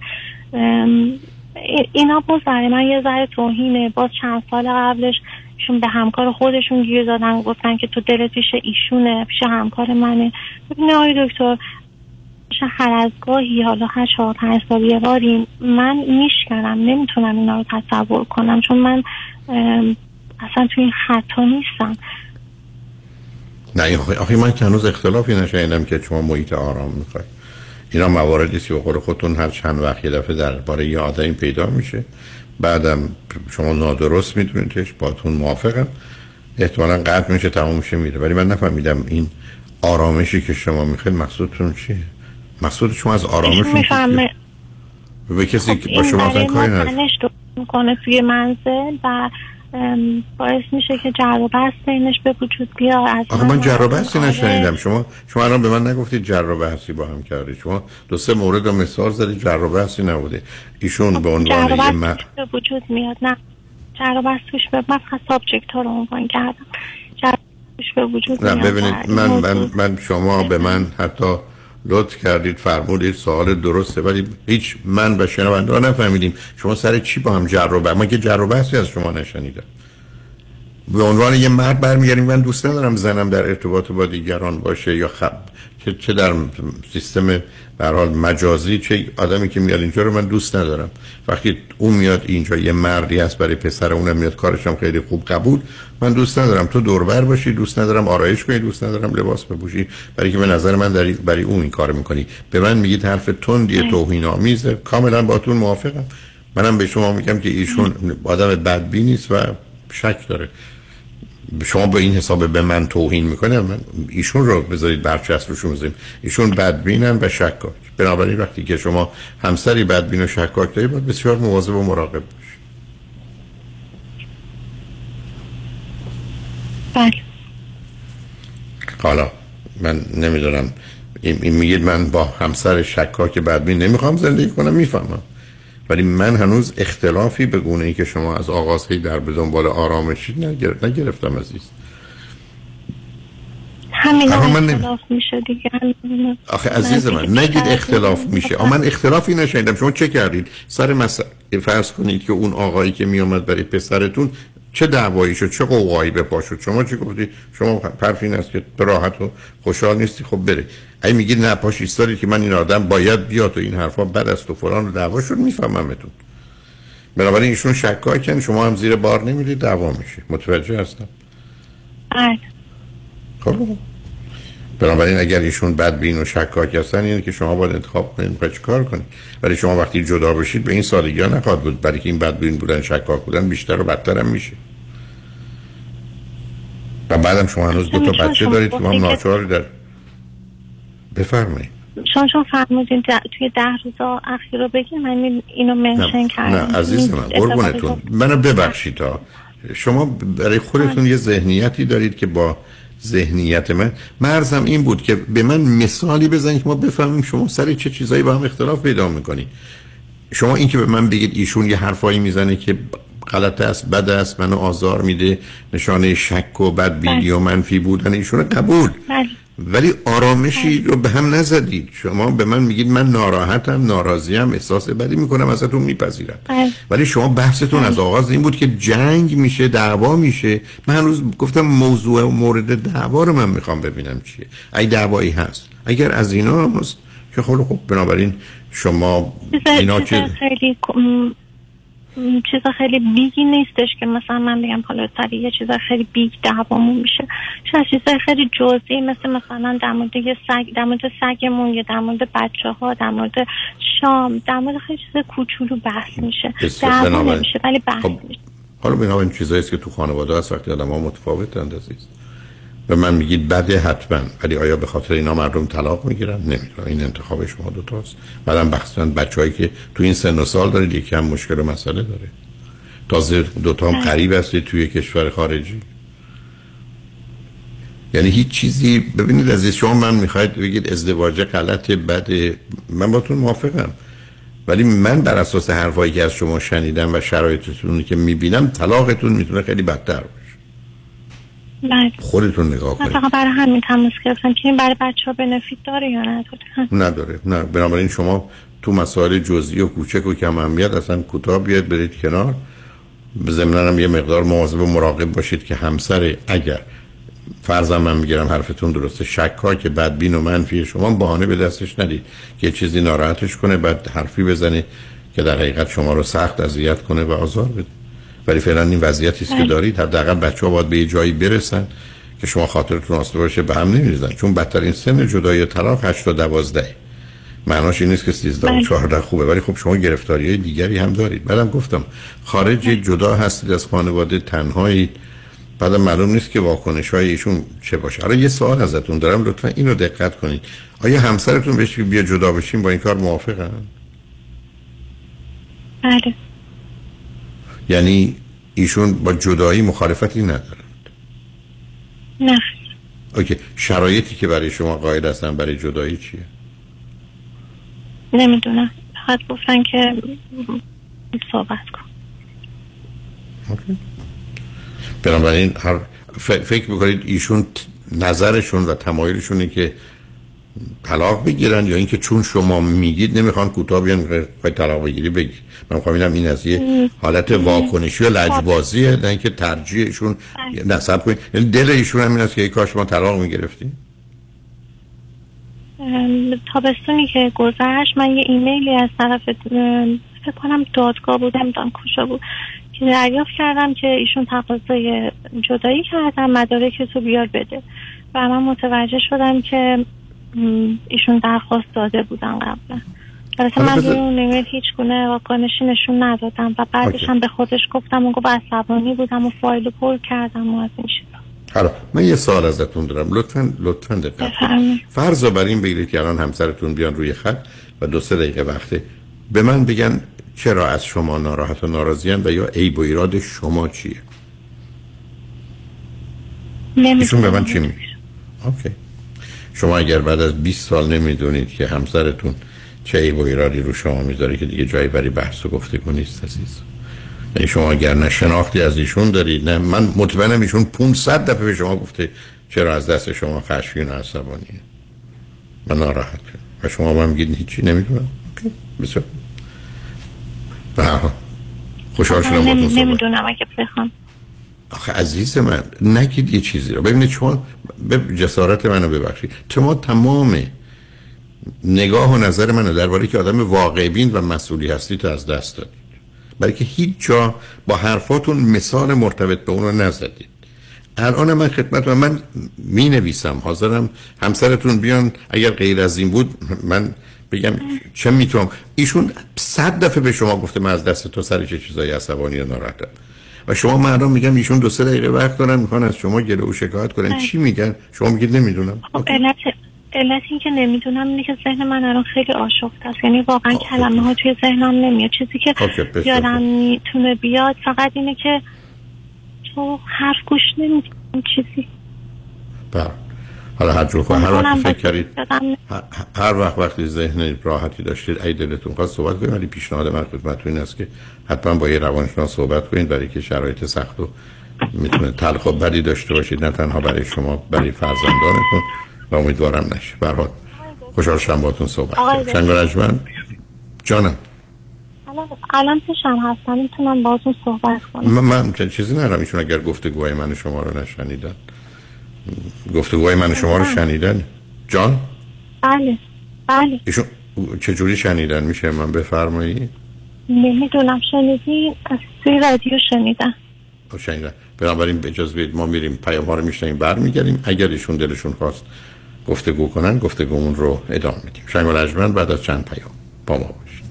S3: اینا باز برای من یه ذره توهینه. باز چند سال قبلش ایشون به همکار خودشون گیر دادن گفتن که تو دلت پیش ایشونه پیش همکار منه. ببینه آقای دکتر هر از گاهی حالا 4-5 سال یه باری من میشکنم، نمیتونم اینا رو تصور کنم چون من اصلا توی این خطا نیستم.
S9: نه آخه من که هنوز اختلافی نشنیدم که شما محیط آرام میخواید. اینا مواردی است که به قول خودتون هر چند وقت یه دفعه درباره یه آدمی پیدا میشه، بعدم شما نادرست میدونیدش، باهاتون موافقم، احتمالاً قطع میشه تموم میشه میره. ولی من نفهمیدم این آرامشی که شما میخواید مقصودتون چیه؟ مقصود شما از آرامش چیه؟ به کسی که با شما اصلا کاری نداره
S3: میکنه توی منزل و باعث میشه که جر و بحث بینش به وجود بیاد.
S9: آخه من جر و بحثی نشنیدم. شما الان به من نگفتید جر و بحثی با هم کردید. شما 2-3 مورد رو مثال زدید، جر و بحثی نبوده. ایشون به عنوان یه مرد
S3: به وجود میاد. نه جر و بحث توش به من خاص سابجکت ها رو عنوان کردم. جر و توش به وجود میاد.
S9: نه ببینید من شما به من حتی لطف کردید فرمودید سوال درسته ولی هیچ من و شنونده ها نفهمیدیم شما سر چی با هم جر و بحث. من که جر و بحثی از شما نشنیدم. به عنوان یه مرد برمیگردیم من دوست ندارم زنم در ارتباط با دیگران باشه یا چه در سیستم به هر حال مجازی، چه آدمی که میاد اینجا رو من دوست ندارم. وقتی اون میاد اینجا یه مردی هست برای پسر اونم میاد کارش هم خیلی خوب قبول، من دوست ندارم تو دوربر باشی، دوست ندارم آرایش کنی، دوست ندارم لباس بپوشی، برای که به نظر من برای اون این کارو میکنی. به من میگید حرف تندی توهین آمیزه، کاملا باهاتون موافقم. منم به شما میگم که ایشون آدم بدبینی است و شک داره. شما با این حساب به من توهین میکنه. من ایشون رو بذارید برچسب روشون بزنیم، ایشون بدبینن و شکاک. بنابراین وقتی که شما همسری بدبین و شکاک دارید باید بسیار مواظب و مراقب باشید.
S3: بله.
S9: حالا من نمیدونم این میگید من با همسر شکاک بدبین نمیخوام زندگی کنم، میفهمم، ولی من هنوز اختلافی به گونه ای که شما از آغاز هی در به دنبال آرامشید نگرفتم عزیز.
S3: همین اختلاف میشه دیگه.
S9: آخه عزیز من نگید اختلاف میشه. من اختلافی نشنیدم. شما چه کردید سر مسئله؟ فرض کنید که اون آقایی که میومد برای پسرتون چه دعوایی شد، چه قوقایی به پا شد، شما چی گفتی؟ شما حرف این است که راحت و خوشحال نیستی، خب بره. اگه میگید نه پاش ایستادید که من این آدم باید بیاد و این حرفا بد است و فلان و دعوا شد، میفهممتون. بنابراین ایشون شکاکن، شما هم زیر بار نمیرید، دعوا میشه. متوجه هستم. خب بنابراین اگر ایشون بدبین و شکاک هستن اینه که شما باید انتخاب کنید چه کار کنید. ولی شما وقتی جدا بشید به این سادگی ها نخواهد بود، برای که این بدبین بودن شکاک بودن بیشتر و بدتر هم میشه. و بعدم شما هنوز 2 تا بچه دارید که هم ناچاری در بفرمایید.
S3: شما فرمودین توی 10 روز اخیر رو بگید، من اینو منشن کردم.
S9: نه عزیز من قربونتون، منو ببخشید ها. شما برای خودتون یه ذهنیتی دارید که با ذهنیت من مرزم این بود که به من مثالی بزنید که ما بفهمیم شما سر چه چیزایی با هم اختلاف پیدا میکنید. شما این که به من بگید ایشون یه حرفایی میزنه که غلط است، بد است، منو آزار میده، نشانه شک و بدبینی و منفی بودن ایشون قبول، ولی آرامشی رو به هم نزدید. شما به من میگید من ناراحتم، ناراضیم، احساس بدی میکنم، ازتون میپذیرم، ولی شما بحثتون از آغاز این بود که جنگ میشه، دعوا میشه. من هنوز گفتم موضوع و مورد دعوا رو من میخوام ببینم چیه. اگه دعوایی هست، اگر از اینا هست که خب بنابراین شما اینا چه
S3: چیز خیلی بیگی نیستش که مثلا من بگم حالا سر یه چیز خیلی بیگ دعوامون میشه. شاید چیز خیلی جزئی مثلا در مورد یه سگ، در مورد سگمون، یا در مورد بچه‌ها، در مورد شام، در مورد خیلی چیز کوچولو بحث میشه. دعوا نمیشه ولی بحث میشه.
S9: حالا بنابراین چیزایی است که تو خانواده هست وقتی آدم‌ها متفاوتند عزیز. و من میگید بده حتما، ولی آیا به خاطر اینا مردم طلاق میگیرن؟ نمیدونم، این انتخاب شما دو تاست. بعدم بخصوصا بچه‌هایی که تو این سن و سال دارید یکی هم مشکل و مسئله داره، تازه دو تا هم غریب هستید توی کشور خارجی. یعنی هیچ چیزی. ببینید عزیز، شما من میخواید بگید ازدواج غلط بده، من باتون موافقم، ولی من بر اساس حرفایی که از شما شنیدم و شرایطتون که میبینم طلاقتون میتونه خیلی بدتر باشه. خودتون نگاه کنید.
S3: فقط برای همین تماس گرفتم که این برای بچه‌ها بنفیت داره یا
S9: نداره. نه، بنابراین شما تو مسائل جزئی و کوچک و کم اهمیت اصلا کوتاه بیاید برید کنار. ضمناً هم یه مقدار مواظب و مراقب باشید که همسر، اگر فرضاً من میگیرم حرفتون درسته، شکاک که بدبین و منفی شما بهانه به دستش ندید که چیزی ناراحتش کنه، بعد حرفی بزنه که در حقیقت شما رو سخت اذیت کنه و آزار بده. ولی فعلا این وضعیتی است که دارید. حداقل بچه‌ها باید به یه جایی برسن که شما خاطرتون آسوده باشه، به هم نمیریزن. چون بدترین سن جدایی و طلاق 8 تا 12. معناش این نیست که 13 و 14 خوبه، ولی خب شما گرفتاری‌های دیگری هم دارید. بعدم گفتم خارج جدا هستید از خانواده، تنهایید. بعدم معلوم نیست که واکنش‌های ایشون چه باشه. حالا یه سوال ازتون دارم، لطفا اینو دقت کنید. آیا همسرتون بهش بیا جدا بشین با این کار موافقن؟
S3: بله.
S9: یعنی ایشون با جدایی مخالفتی ندارند؟
S3: نه.
S9: اوکی. شرایطی که برای شما قائل هستن برای جدایی چیه؟
S3: نمیدونم، فقط گفتن که صحبت کن.
S9: اوکی. بنابراین فکر میکنید ایشون نظرشون و تمایلشونه که طلاق بگیرن، یا اینکه چون شما میگید نمیخوان کوتاه بیان میخواد طلاق بگیری بگیر؟ من میخوام اینم این از یه حالت واکنشی و لجبازیه، نه اینکه ترجیحشون نصب کنید. یعنی دل ایشون هم این است که ای کاش ما طلاق میگرفتیم.
S3: تابستونی که گذشت من یه ایمیلی از طرف فکر کنم دادگاه بود، نمیدونم کجا بود، که دریافت کردم که ایشون تقاضای جدایی کردن، مدارکتو بیار بده، و من متوجه شدم که ایشون درخواست داده بودن قبلا، البته من روی اون ایمیل هیچ گونه واکنشی نشون ندادم و بعدش هم به خودش گفتم و گفت عصبانی بودم و فایل پر کردم و از این چیزا.
S9: حالا من یه سوال ازتون دارم، لطفاً دقت کنید. فرض رو بر این بگیرید که الان همسرتون بیان روی خط و 2-3 دقیقه وقته به من بگن چرا از شما ناراحت و ناراضی‌اند و یا عیب و ایراد شما چیه؟ ایشون به من چی میگه؟ اوکی. شما اگر بعد از 20 سال نمیدونید که همسرتون چه عیب و ایرادی رو شما میذاره که دیگه جایی برای بحث و گفتگو نیست عزیز. یعنی شما اگر نه شناختی از ایشون دارید، نه من مطمئنم ایشون 500 دفعه به شما گفته چرا از دست شما خشمگین و عصبانیه و ناراحته و شما هم میگید هیچی نمیدونم. اوکی بسیار خوشحال شدم باهاتون صحبت.
S3: نمیدونم اگه بخوام.
S9: آخه عزیز من نگید یه چیزی رو. ببینید شما به جسارت منو ببخشید، شما تمام نگاه و نظر منو درباره که آدم واقع بین و مسئولی هستید تو از دست دادید، برای که هیچ جا با حرفاتون مثال مرتبط به اون رو نزدید. الان من خدمت من می نویسم، حاضرم همسرتون بیان اگر غیر از این بود من بگم چه میتونم. ایشون 100 دفعه به شما گفته من از دست تو سر چه چیزایی عصبانی و ناراحتم و شما مردم میگم ایشون 2-3 دقیقه وقت دارن میخوان از شما گله و شکایت کنن. چی میگن؟ شما میگید نمیدونم.
S3: علت این که نمیدونم اینه که ذهن من الان خیلی آشفته است، یعنی واقعا کلمه ها توی ذهنم نمیاد. چیزی که یادم میتونه بیاد فقط اینه که تو حرف گوش نمیدی چیزی.
S9: حالا هر وقت فکر کردید هر وقتی ذهن راحتی داشتید ای دلتون خواست صحبت کنید، ولی پیشنهاد من خدمتتون این است که حتما با یه روانشناس صحبت کنید، برای که شرایط سخت و میتونه تلخ و بدی داشته باشید، نه تنها برای شما برای فرزندانتون و امیدوارم نشه. به هر حال خوشحال شدم باهاتون صحبت کردم. شنگرجمن جانم
S3: الان پیشم هستم میتونم باهاتون صحبت کنم.
S9: من چیزی ندارم. ایشون اگر گفتگوهای من شما رو نشنیدن، گفتگوهای من شما رو شنیدن جان؟
S3: بله
S9: ایشون چجوری شنیدن میشه من بفرمایید؟
S3: نمیدونم شنیدی از توی رادیو شنیدن.
S9: بنابراین اجازه بدید ما میریم پیام ها رو میشنیم برمیگردیم. اگر ایشون دلشون خواست گفتگو کنن گفتگومون رو ادامه میدیم. شنگ لجمن بعد از چند پیام با ما باشید.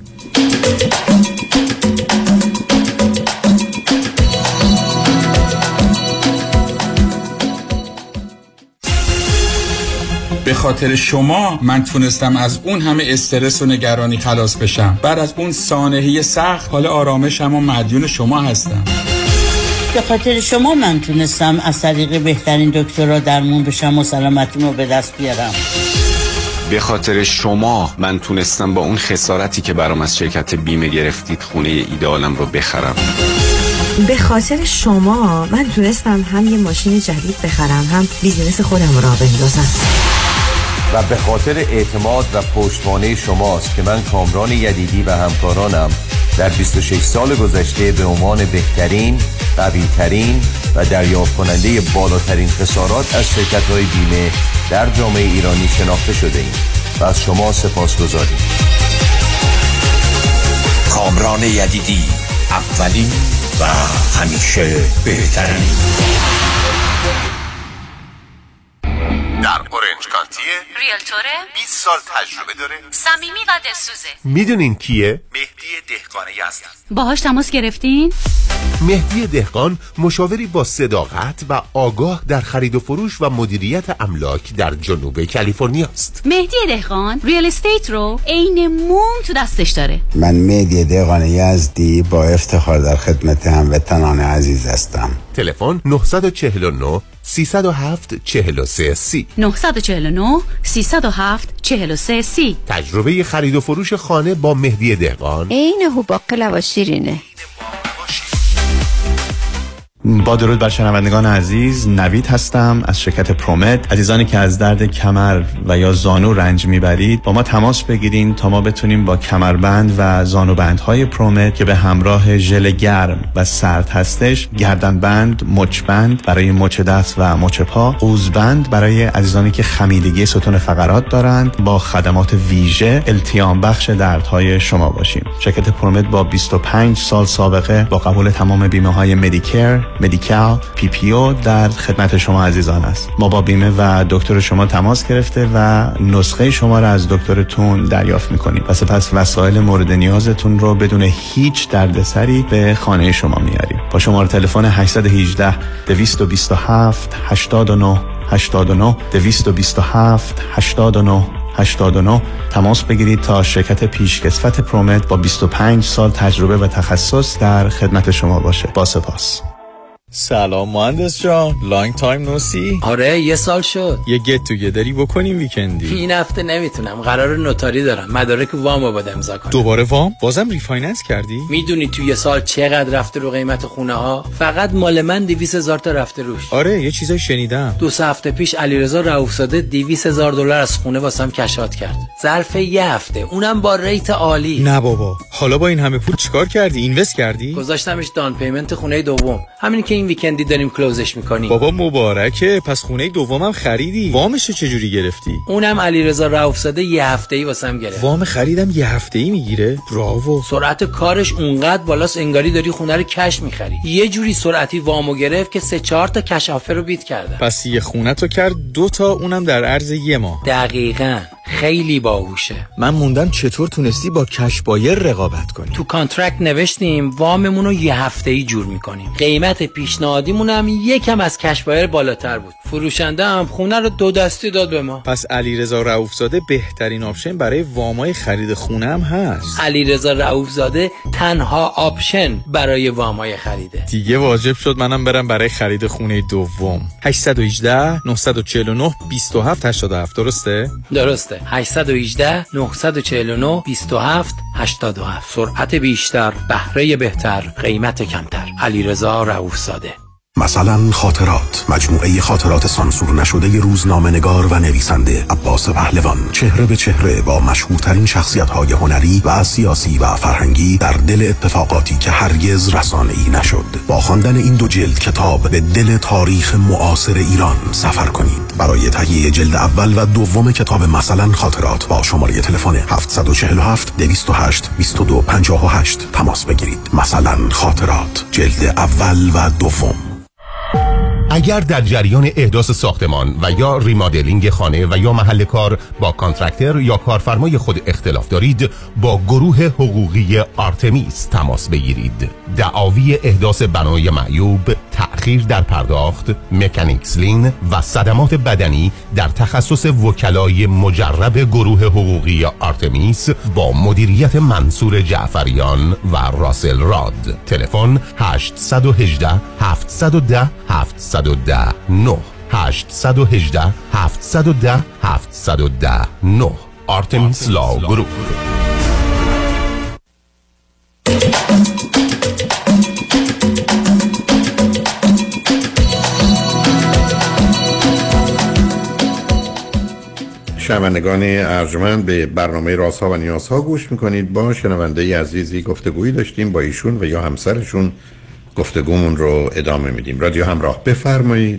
S12: به خاطر شما من تونستم از اون همه استرس و نگرانی خلاص بشم. بعد از اون سانحه سخت حال آرامشم و مدیون شما هستم.
S15: به خاطر شما من تونستم از طریق بهترین دکترها درمون بشم و سلامتیمو به دست بیارم.
S16: به خاطر شما من تونستم با اون خسارتی که برام از شرکت بیمه گرفتید خونه ایده‌آلم رو بخرم.
S17: به خاطر شما من تونستم هم یه ماشین جدید بخرم هم بیزینس خودم رو راه بندازم.
S18: و به خاطر اعتماد و پشتوانه شماست که من کامران یدیدی و همکارانم در 26 سال گذشته به عنوان بهترین، قوی‌ترین و دریافت کننده بالاترین خسارات از شرکت‌های بیمه در جامعه ایرانی شناخته شده ایم و از شما سپاسگزاریم.
S19: کامران یدیدی، اولین و همیشه بهترین.
S20: در اورنج کانتیه،
S21: ریلتوره،
S20: 20 سال تجربه داره،
S21: صمیمی و دلسوزه.
S20: میدونین کیه؟ مهدی دهقان یزدی.
S21: باهاش تماس گرفتین؟
S20: مهدی دهقان مشاوری با صداقت و آگاه در خرید و فروش و مدیریت املاک در جنوب کالیفرنیا است.
S21: مهدی دهقان ریال استیت رو عین موم تو دستش داره.
S22: من مهدی دهقان یزدی با افتخار در خدمت هموطنان عزیز هستم.
S20: تلفن 949 307 4330
S21: 949 307 4330.
S20: تجربه خرید و فروش خانه با مهدی دهقان
S22: عین هوباقلا و شیرینه.
S30: با درود بر شنوندگان عزیز، نوید هستم از شرکت پرومت. عزیزانی که از درد کمر و یا زانو رنج میبرید با ما تماس بگیرین تا ما بتونیم با کمربند و زانوبندهای پرومت که به همراه ژل گرم و سرد هستش، گردنبند، مچبند برای مچ دست و مچ پا، قوزبند برای عزیزانی که خمیدگی ستون فقرات دارند، با خدمات ویژه التیام بخش دردهای شما باشیم. شرکت پرومت با 25 سال سابقه با قبول تمام بیمه‌های مدیکر، مدیکال PPO در خدمت شما عزیزان است. ما با بیمه و دکتر شما تماس گرفته و نسخه شما را از دکترتون دریافت می‌کنیم و سپس وسایل مورد نیازتون رو بدون هیچ دردسری به خانه شما میاریم. با شماره تلفن 818 227 89 89 227 89 89 تماس بگیرید تا شرکت پیشکسوت پرومت با 25 سال تجربه و تخصص در خدمت شما باشه. با سپاس.
S1: سلام مهندس جان، لانگ تایم نو سی.
S4: آره یه سال شد.
S1: یه گت توگیدری بکنیم ویکندی.
S4: این هفته نمیتونم، قرار نوتاری دارم، مدارک وامو باید امضا کنم.
S1: دوباره وام؟ بازم ریفایننس کردی؟
S4: میدونی توی یه سال چقدر رفته رو قیمت خونه ها؟ فقط مال من 200,000 تا رفته روش.
S1: آره یه چیزای شنیدم.
S4: 2 هفته پیش علیرضا رؤوفزاده $200,000 از خونه واسم کشات کرد. ظرف یه هفته، اونم با ریت عالی.
S1: نه بابا، حالا با این همه پول چیکار کردی؟ اینوست کردی؟
S4: گذاشتمش دان پیمنت خونه دوم. همین که این ویکندی داریم کلوزش میکنیم.
S1: بابا مبارکه، پس خونه دومم خریدی. وامش چجوری گرفتی؟
S4: اونم علیرضا رؤوفزاده یه هفته‌ای واسم گرفت.
S1: وام خریدم یه هفته‌ای میگیره؟ براوو.
S4: سرعت کارش اونقدر بالاست انگاری داری خونه رو کش میخری. یه جوری سرعتی وامو گرفت که 3-4 تا کش آفر رو بیت کردم.
S1: پس یه خونه تو کرد 2 تا، اونم در عرض یه ماه.
S4: دقیقاً. خیلی باهوشه.
S1: من موندم چطور تونستی با کش بایر رقابت کنی؟
S4: تو کانترکت نوشتیم واممون رو یه هفته‌ای جور میکنیم. قیمت پیشنهادیمون هم یکم از کش بایر بالاتر بود. فروشنده هم خونه رو 2 دستی داد به ما.
S1: پس علیرضا رؤوفزاده بهترین آپشن برای وامای خرید خونه هم هست.
S4: علیرضا رؤوفزاده تنها آپشن برای وامای خریده.
S1: دیگه واجب شد منم برم برای خرید خونه دوم. 818 949 2787 درسته؟
S4: درسته. 818 949 2787. سرعت بیشتر، بهره بهتر، قیمت کمتر. علیرضا رؤوفزاده.
S14: مثلا خاطرات، مجموعه خاطرات سانسور نشده روزنامه‌نگار و نویسنده عباس پهلوان، چهره به چهره با مشهورترین شخصیت‌های هنری و سیاسی و فرهنگی در دل اتفاقاتی که هرگز رسانه‌ای نشد. با خواندن این 2 جلد کتاب به دل تاریخ معاصر ایران سفر کنید. برای تهیه جلد اول و دوم کتاب مثلا خاطرات با شماره تلفن 747 208 2258 تماس بگیرید. مثلا خاطرات، جلد اول و دوم.
S20: اگر در جریان احداث ساختمان و یا ریمادلینگ خانه و یا محل کار با کانترکتر یا کارفرمای خود اختلاف دارید، با گروه حقوقی آرتمیس تماس بگیرید. دعاوی احداث بنای معیوب، تأخیر در پرداخت، مکانیکس لین و صدمات بدنی در تخصص وکلای مجرب گروه حقوقی آرتمیس با مدیریت منصور جعفریان و راسل راد. تلفن 818 710 710 9 818 710 710 9 آرتمیس لا گروپ.
S9: شنوندگان ارجمند، به برنامه رازها و نیازها گوش میکنید. با شنونده عزیزی گفتگویی داشتیم، با ایشون و یا همسرشون گفتگومون رو ادامه میدیم. رادیو همراه، بفرمایید.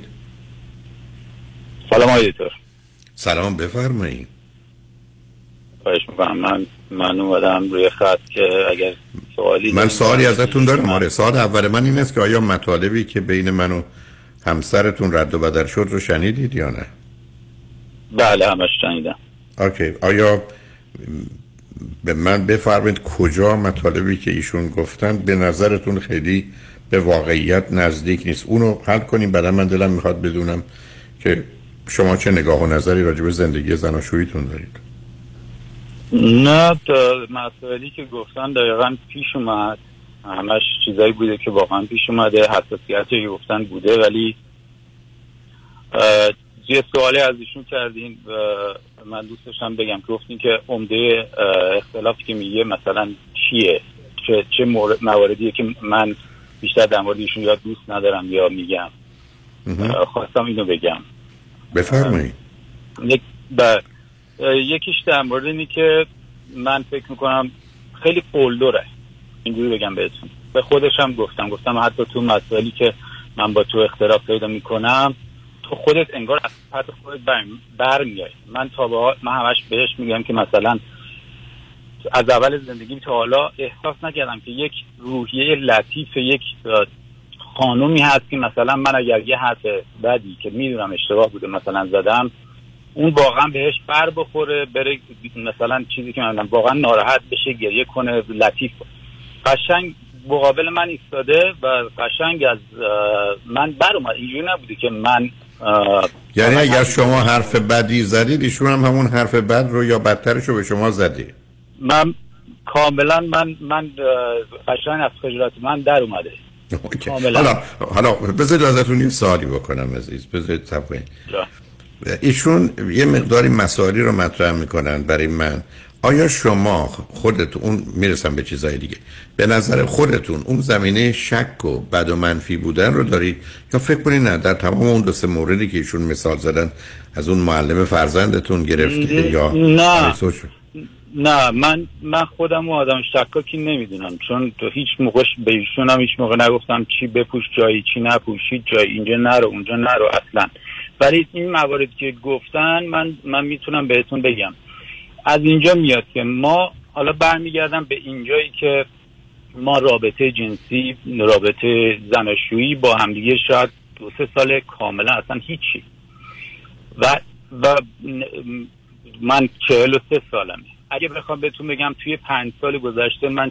S23: سلام آقای دکتر.
S9: سلام، بفرمایید.
S23: خواهش میکنم. من اومدم روی خط که اگر سوالی
S9: من سوالی ازتون دارم. آره، سوال اول من این است که آیا مطالبی که بین من و همسرتون رد و بدل شد رو شنیدید یا نه؟
S23: بله، همش شنیدم.
S9: اوکی. آیا به من بفرمایید کجا مطالبی که ایشون گفتن به نظرتون خیلی به واقعیت نزدیک نیست؟ اونو حل کنیم. بعدا من دلم میخواد بدونم که شما چه نگاه و نظری راجع به زندگی زناشوییتون دارید.
S23: نه، مسائلی که گفتن دقیقاً پیش اومد. همش چیزایی بوده که واقعا پیش اومده. حساسیتی که گفتن بوده، ولی یه سوالی از ایشون کردین و من دوست داشتم بگم که گفتین که عمده اختلافی که میگه مثلا چیه، چه مواردیه که من بیشتر در مورد ایشون یا دوست ندارم یا میگم. خواستم اینو بگم.
S9: بفرمایید.
S23: یکیش در مورد اینی که من فکر میکنم خیلی قلدره، اینجوری بگم بهتون. به خودشم گفتم حتی تو مسائلی که من با تو اختلاف پیدا میکنم، تو خودت انگار از پرت خودت برمیای. من همش بهش میگم که مثلا از اول زندگیم تا حالا احساس نکردم که یک روحیه لطیف، یک خانومی هست که مثلا من اگر یه حرف بدی که میدونم اشتباه بوده مثلا زدم، اون واقعا بهش بر بخوره، بره مثلا چیزی که من واقعا ناراحت بشه، گریه کنه، لطیف قشنگ مقابل من ایستاده و قشنگ از من بر اومد. اینجوری نبوده که من
S9: یعنی اگر شما حرف بدی زدید ایشون هم همون حرف بد رو یا بدترش رو به شما زدی؟
S23: من کاملا من قشنگ از خجالت من در اومده.
S9: حالا بذارید ازتون یه سوالی بکنم عزیز، بذارید صبر کنید. ایشون یه مقداری مسائلی رو مطرح میکنن برای من. آیا شما خودتون، اون میرسم به چیزای دیگه، به نظر خودتون اون زمینه شک و بد و منفی بودن رو دارید یا فکر کنید نه در تمام اون دو سه موردی که ایشون مثال زدن از اون معلم فرزندتون گرفته یا
S23: نه من خودم و آدم شکاکی نمیدونم، چون تو هیچ موقع به ایشون هم هیچ موقع نگفتم چی بپوش جایی چی نپوش، هیچ جایی اینجا نرو اونجا نرو اصلا. ولی این مواردی که گفتن من میتونم بهتون بگم از اینجا میاد که ما حالا برمیگردم به اینجایی که ما رابطه جنسی، رابطه زناشویی با همدیگه شاید 2-3 سال کاملا اصلا هیچی و من 43 سالمه. اگه بخوام بهتون بگم توی 5 سال گذشته من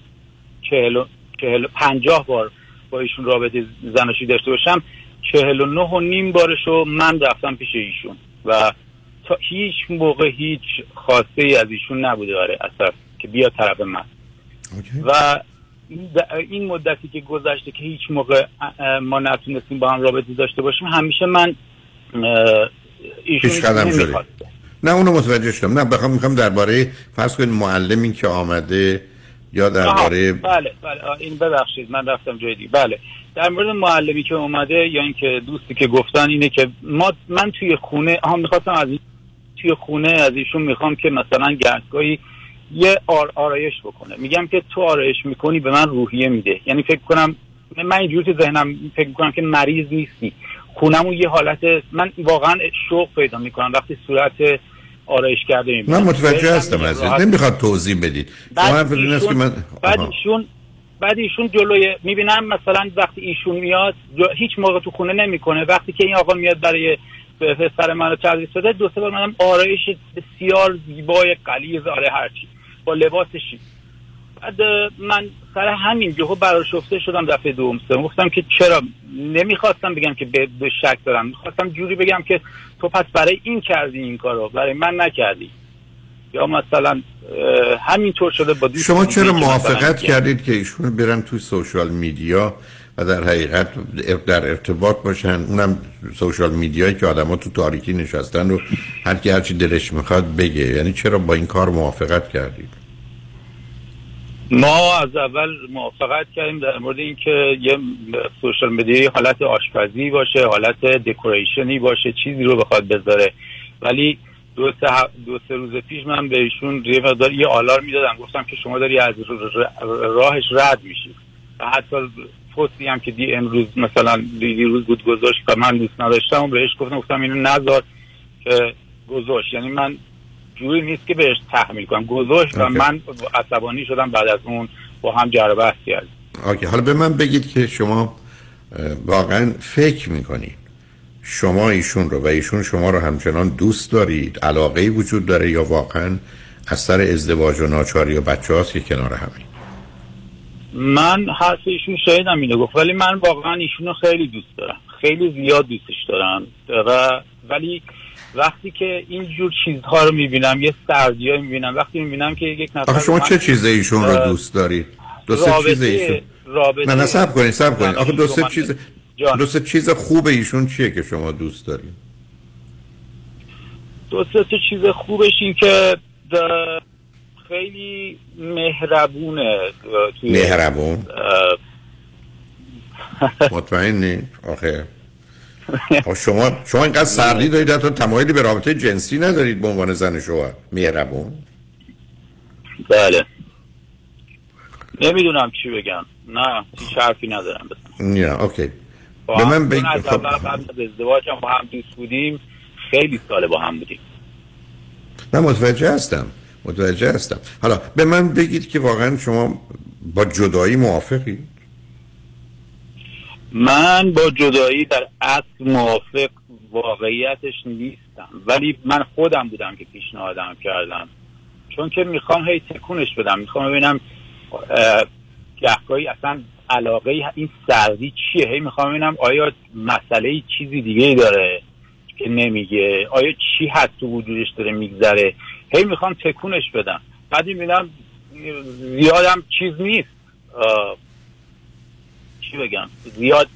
S23: 50 بار با ایشون رابطه زناشویی داشته باشم، 49.5 بارشو من رفتم پیش ایشون و تا هیچ موقع هیچ خواسته ای از ایشون نبوده داره اصلا که بیا طرف من. و این مدتی که گذشته که هیچ موقع ما نتونستیم با هم رابطه داشته باشیم، همیشه من ایشون نمیخواد.
S9: نه اونو متوجه شدم. نه میخوام درباره فرض کنید معلمی که آمده یا درباره
S23: بله این ببخشید من رفتم جای دیگه. بله در مورد معلمی که اومده یا اینکه دوستی که گفتن اینه که من توی خونه میخواستم توی خونه از ایشون میخوام که مثلا گردگاهی یه آرایش بکنه. میگم که تو آرایش میکنی به من روحیه میده، یعنی فکر کنم من اینجوری تو ذهنم فکر میکنم که مریض نیستی، خونمون یه حالت من واقعا شوق پیدا میکنم وقتی صورت آرایش کرده میبینم.
S9: من متوجه هستم عزیز، نمیخواد توضیح بدید.
S23: بعد ایشون جلوی میبینم مثلا وقتی ایشون میاد هیچ موقع تو خونه نمیکنه، وقتی که این آقا میاد برای پسر منو تدریس بده 2-3 بار منم آرایش بسیار زیبای غلیظ آره هرچی با لباسشی. بعد من سر همین جهو براشفته شدم دفعه دوم سوم، گفتم که چرا نمیخواستم بگم که به شک دارم، میخواستم جوری بگم که تو پس برای این کردی این کارو برای من نکردی، یا مثلا همینطور شده با دوست.
S9: شما چرا موافقت کردید که ایشون برن توی سوشال میدیا و در حقیقت در ارتباط باشن، اونم سوشال میدیایی که آدما تو تاریکی نشستن و هر کی هر چی دلش میخواد بگه؟ یعنی چرا با این کار موافقت کردید؟
S23: ما از اول موافقت کردیم در مورد اینکه یه سوشال میدیای حالت آشپزی باشه، حالت دکوریشنی باشه، چیزی رو بخواد بذاره. ولی 2-3 روز پیش من به ایشون یه مقدار یه آلارم میدادم، گفتم که شما داری از راهش رد میشی و حتی پستی هم که امروز مثلا دیروز بود گذاشت و من دوست نداشتم و بهش گفتم اینو نذار که گذاشت. یعنی من جوری نیست که بهش تحمیل کنم، گذاشت و من عصبانی شدم. بعد از اون با هم جر و بحث کردیم.
S9: اوکی، حالا به من بگید که شما واقعا فکر میکنید شما ایشون رو و ایشون شما رو همچنان دوست دارید، علاقه‌ای وجود داره، یا واقعا از سر ازدواج و ناچاری و بچه هاست که کنار همین؟
S23: من حرف ایشون شایدم اینو گفت، ولی من واقعا ایشون رو خیلی دوست دارم، خیلی زیاد دوستش دارم ولی وقتی که اینجور چیزها رو میبینم، یه سردی‌ها میبینم، وقتی میبینم که یک نفر
S9: شما چه چیز ایشون رو دوست دارید؟ 2-3 چیز ایشون نه صبر کنید آخه 2-3 چیز خوب ایشون چیه که شما دوست دارید؟
S23: 2-3 چیز خوبش این که خیلی مهربونه.
S9: مهربون؟ مطمئنی؟ آخه شما اینقدر سردی دارید حتی تمایلی به رابطه جنسی ندارید به عنوان زن شوهر. مهربون؟
S23: بله نمیدونم چی بگم، نه هیچ حرفی ندارم بزنم.
S9: نه اوکی. به من بگید
S23: از اول قبل از ازدواج هم با هم دوست بودیم، خیلی ساله با هم بودیم.
S9: نه متوجه هستم. حالا به من بگید که واقعا شما با جدایی موافقید؟
S23: من با جدایی در اصل موافق واقعیتش نیستم، ولی من خودم بودم که پیشنهادم کردم، چون که میخوام هی تکونش بدم، میخوام ببینم گهگاهی اصلا علاقه این سردی چیه، هی میخوام ببینم آیا مسئله چیزی دیگه داره که نمیگه، آیا چی هست تو وجودش داره میگذره، هی میخوام تکونش بدم. بعد میبینم زیادم چیز نیست، چی بگم، زیاد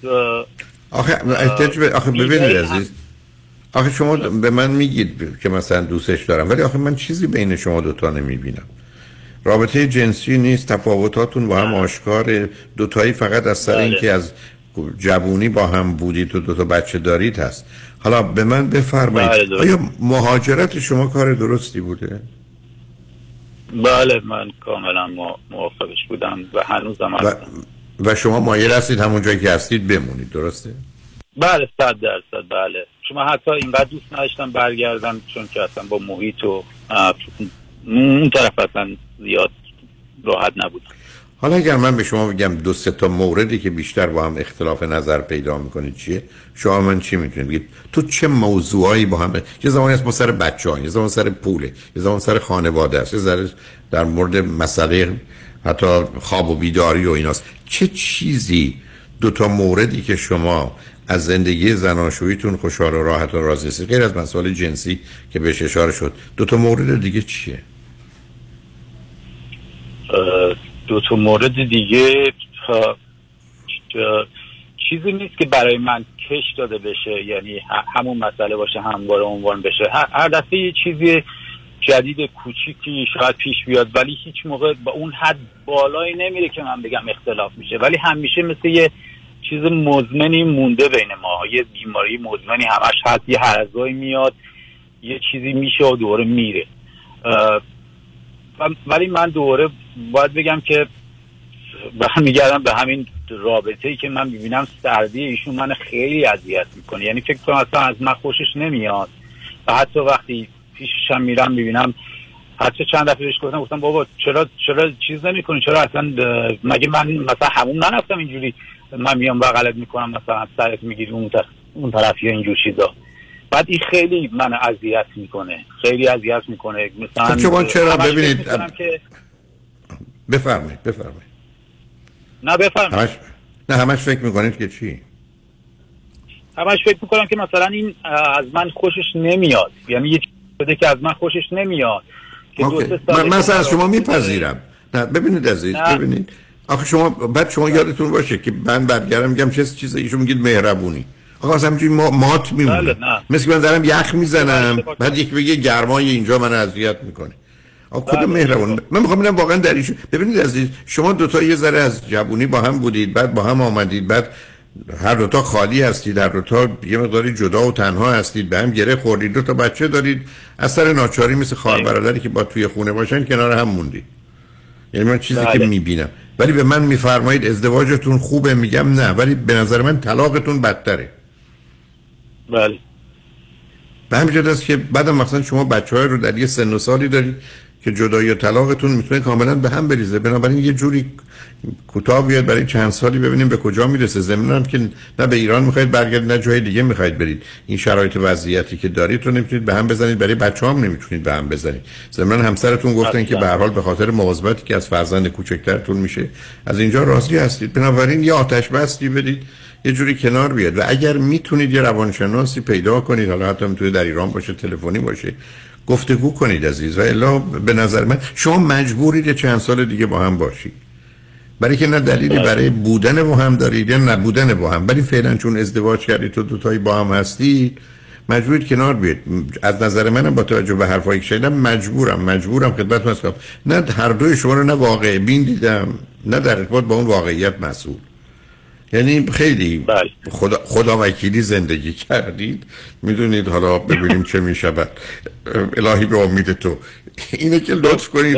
S9: آخه ببینید عزیز، آخه شما به من میگید که مثلا دوستش دارم، ولی آخه من چیزی بین شما دوتا نمیبینم. رابطه جنسی نیست، تفاوتاتون با هم آشکاره، دوتایی فقط از سر اینکه از جوونی با هم بودید و دوتا بچه دارید هست. حالا به من بفرمایید آیا مهاجرت شما کار درستی بوده؟
S23: بله من کاملا موافقش بودم و هنوزم هستم.
S9: و شما مایل هستید همون جایی که هستید بمونید، درسته؟
S23: بله 100%. بله شما حتی اینقدر دوست نداشتم برگردم، چون که اصلا با محیط و اون طرف اصلا زیاد راحت نبود.
S9: حالا اگر من به شما بگم 2-3 تا موردی که بیشتر با هم اختلاف نظر پیدا میکنید چیه، شما من چی میتونید بگید؟ تو چه موضوعایی با هم یه زمانی است ما سر بچه‌ها، یه زمان سر پوله، یه زمان سر خانواده است، یه ذره در مورد مسئله حتی خواب و بیداری و ایناست. چه چیزی 2 تا موردی که شما از زندگی زناشوییتون خوشحال و راحت و راضی هستید، غیر از مسائل جنسی که بهش اشاره شد، 2 تا مورد دیگه چیه؟
S23: 2 تا مورد دیگه چیزی نیست که برای من کش داده بشه، یعنی همون مسئله باشه همواره عنوان بشه. هر دفعه یه چیزی جدید کوچیکی شاید پیش بیاد، ولی هیچ موقع با اون حد بالایی نمیره که من بگم اختلاف میشه، ولی همیشه مثل یه چیز مزمنی مونده بین ما، یه بیماری مزمنی همش هست، یه هرزایی میاد، یه چیزی میشه و دوباره میره. ولی من دوباره باید بگم که برمیگردم به همین رابطه‌ای که من میبینم سردی ایشون من خیلی اذیت میکنه، یعنی فکر کنم اصلا از من خوشش نمیاد و حتی وقتی پیششم میرم میبینم، حتی چند دفعه بهش گفتم بابا چرا چیز نمیکنی، چرا اصلا مگه من مثلا همون نرفتم اینجوری من میام بغلت میکنم مثلا سرت میگیری اون طرف یا اینجور چیزا. بعد این خیلی من اذیت میکنه، خیلی اذیت میکنه. مثلا
S9: شما چرا ببینید
S23: که
S9: بفرمایید
S23: نه بفرمایید
S9: همش فکر میکنید که چی؟
S23: همش فکر میکنم که مثلا این از من خوشش نمیاد، یعنی یه چیزی که از من خوشش نمیاد که
S9: من از شما میپذیرم. نه ببینید عزیز، ببینید آخه شما بعد شما یادتون باشه که من برگردم میگم چه چیزی ایشون میگید مهربونی، آقا اصلا همینجوری مات میمونه، مثل من دارم یخ میزنم بعد یک بگه گرمای اینجا من اذیت میکنه. آقا کدوم مهربون؟ من میخوام ببینم واقعا در ایشون. ببینید عزیز، شما دوتا یه ذره از جوونی با هم بودید، بعد با هم آمدید، بعد هر دوتا خالی هستید، هر دوتا یه مقداری جدا و تنها هستید، به هم گره خوردید، 2 تا بچه دارید، از سر ناچاری مثل خواهر برادری که با توی خونه باشن کنار هم موندید. یعنی من چیزی که میبینم، ولی به من میفرمایید ازدواجتون خوبه، میگم نه، ولی به نظر من طلاقتون بدتره.
S23: بله.
S9: به همین جهت است که بعدم مثلا شما بچه‌ها رو در یه سن و سالی دارید که جدایی و طلاقتون میتونه کاملا به هم بریزه، بنابراین یه جوری کوتاه بیاد برای چند سالی ببینیم به کجا میرسه. ضمناً که نه به ایران میخواید برگردید نه جای دیگه میخواید برید، این شرایط وضعیتی که دارید رو نمیتونید به هم بزنید، برای بچه‌ها هم نمیتونید به هم بزنید. ضمناً همسرتون گفتن که به هر حال به خاطر مواظبتی که از فرزند کوچکترتون میشه از اینجا راضی هستید، بنابراین یه آتش بستی بدید یه جوری کنار بیاد. و اگر میتونید یه روانشناسی پیدا کنید، حالا حتی میتونه در ایران باشه، تلفنی باشه، گفتگو کنید عزیز. و الا به نظر من شما مجبورید چند سال دیگه با هم باشید، برای که نه دلیلی برای بودن با هم دارید یا نبودن با هم، ولی فعلا چون ازدواج کردید تو دوتایی با هم هستید مجبورید کنار بیاید. از نظر منم با توجه به حرفایی که شنیدم مجبورم خدمتتون هستم، نه هر دوی شما رو نه واقع بین دیدم نه در ارتباط با اون واقعیت مسئول. یعنی خیلی خدا وکیلی زندگی کردید، میدونید. حالا ببینیم چه میشه. الهی به امید تو اینه که لطف کنید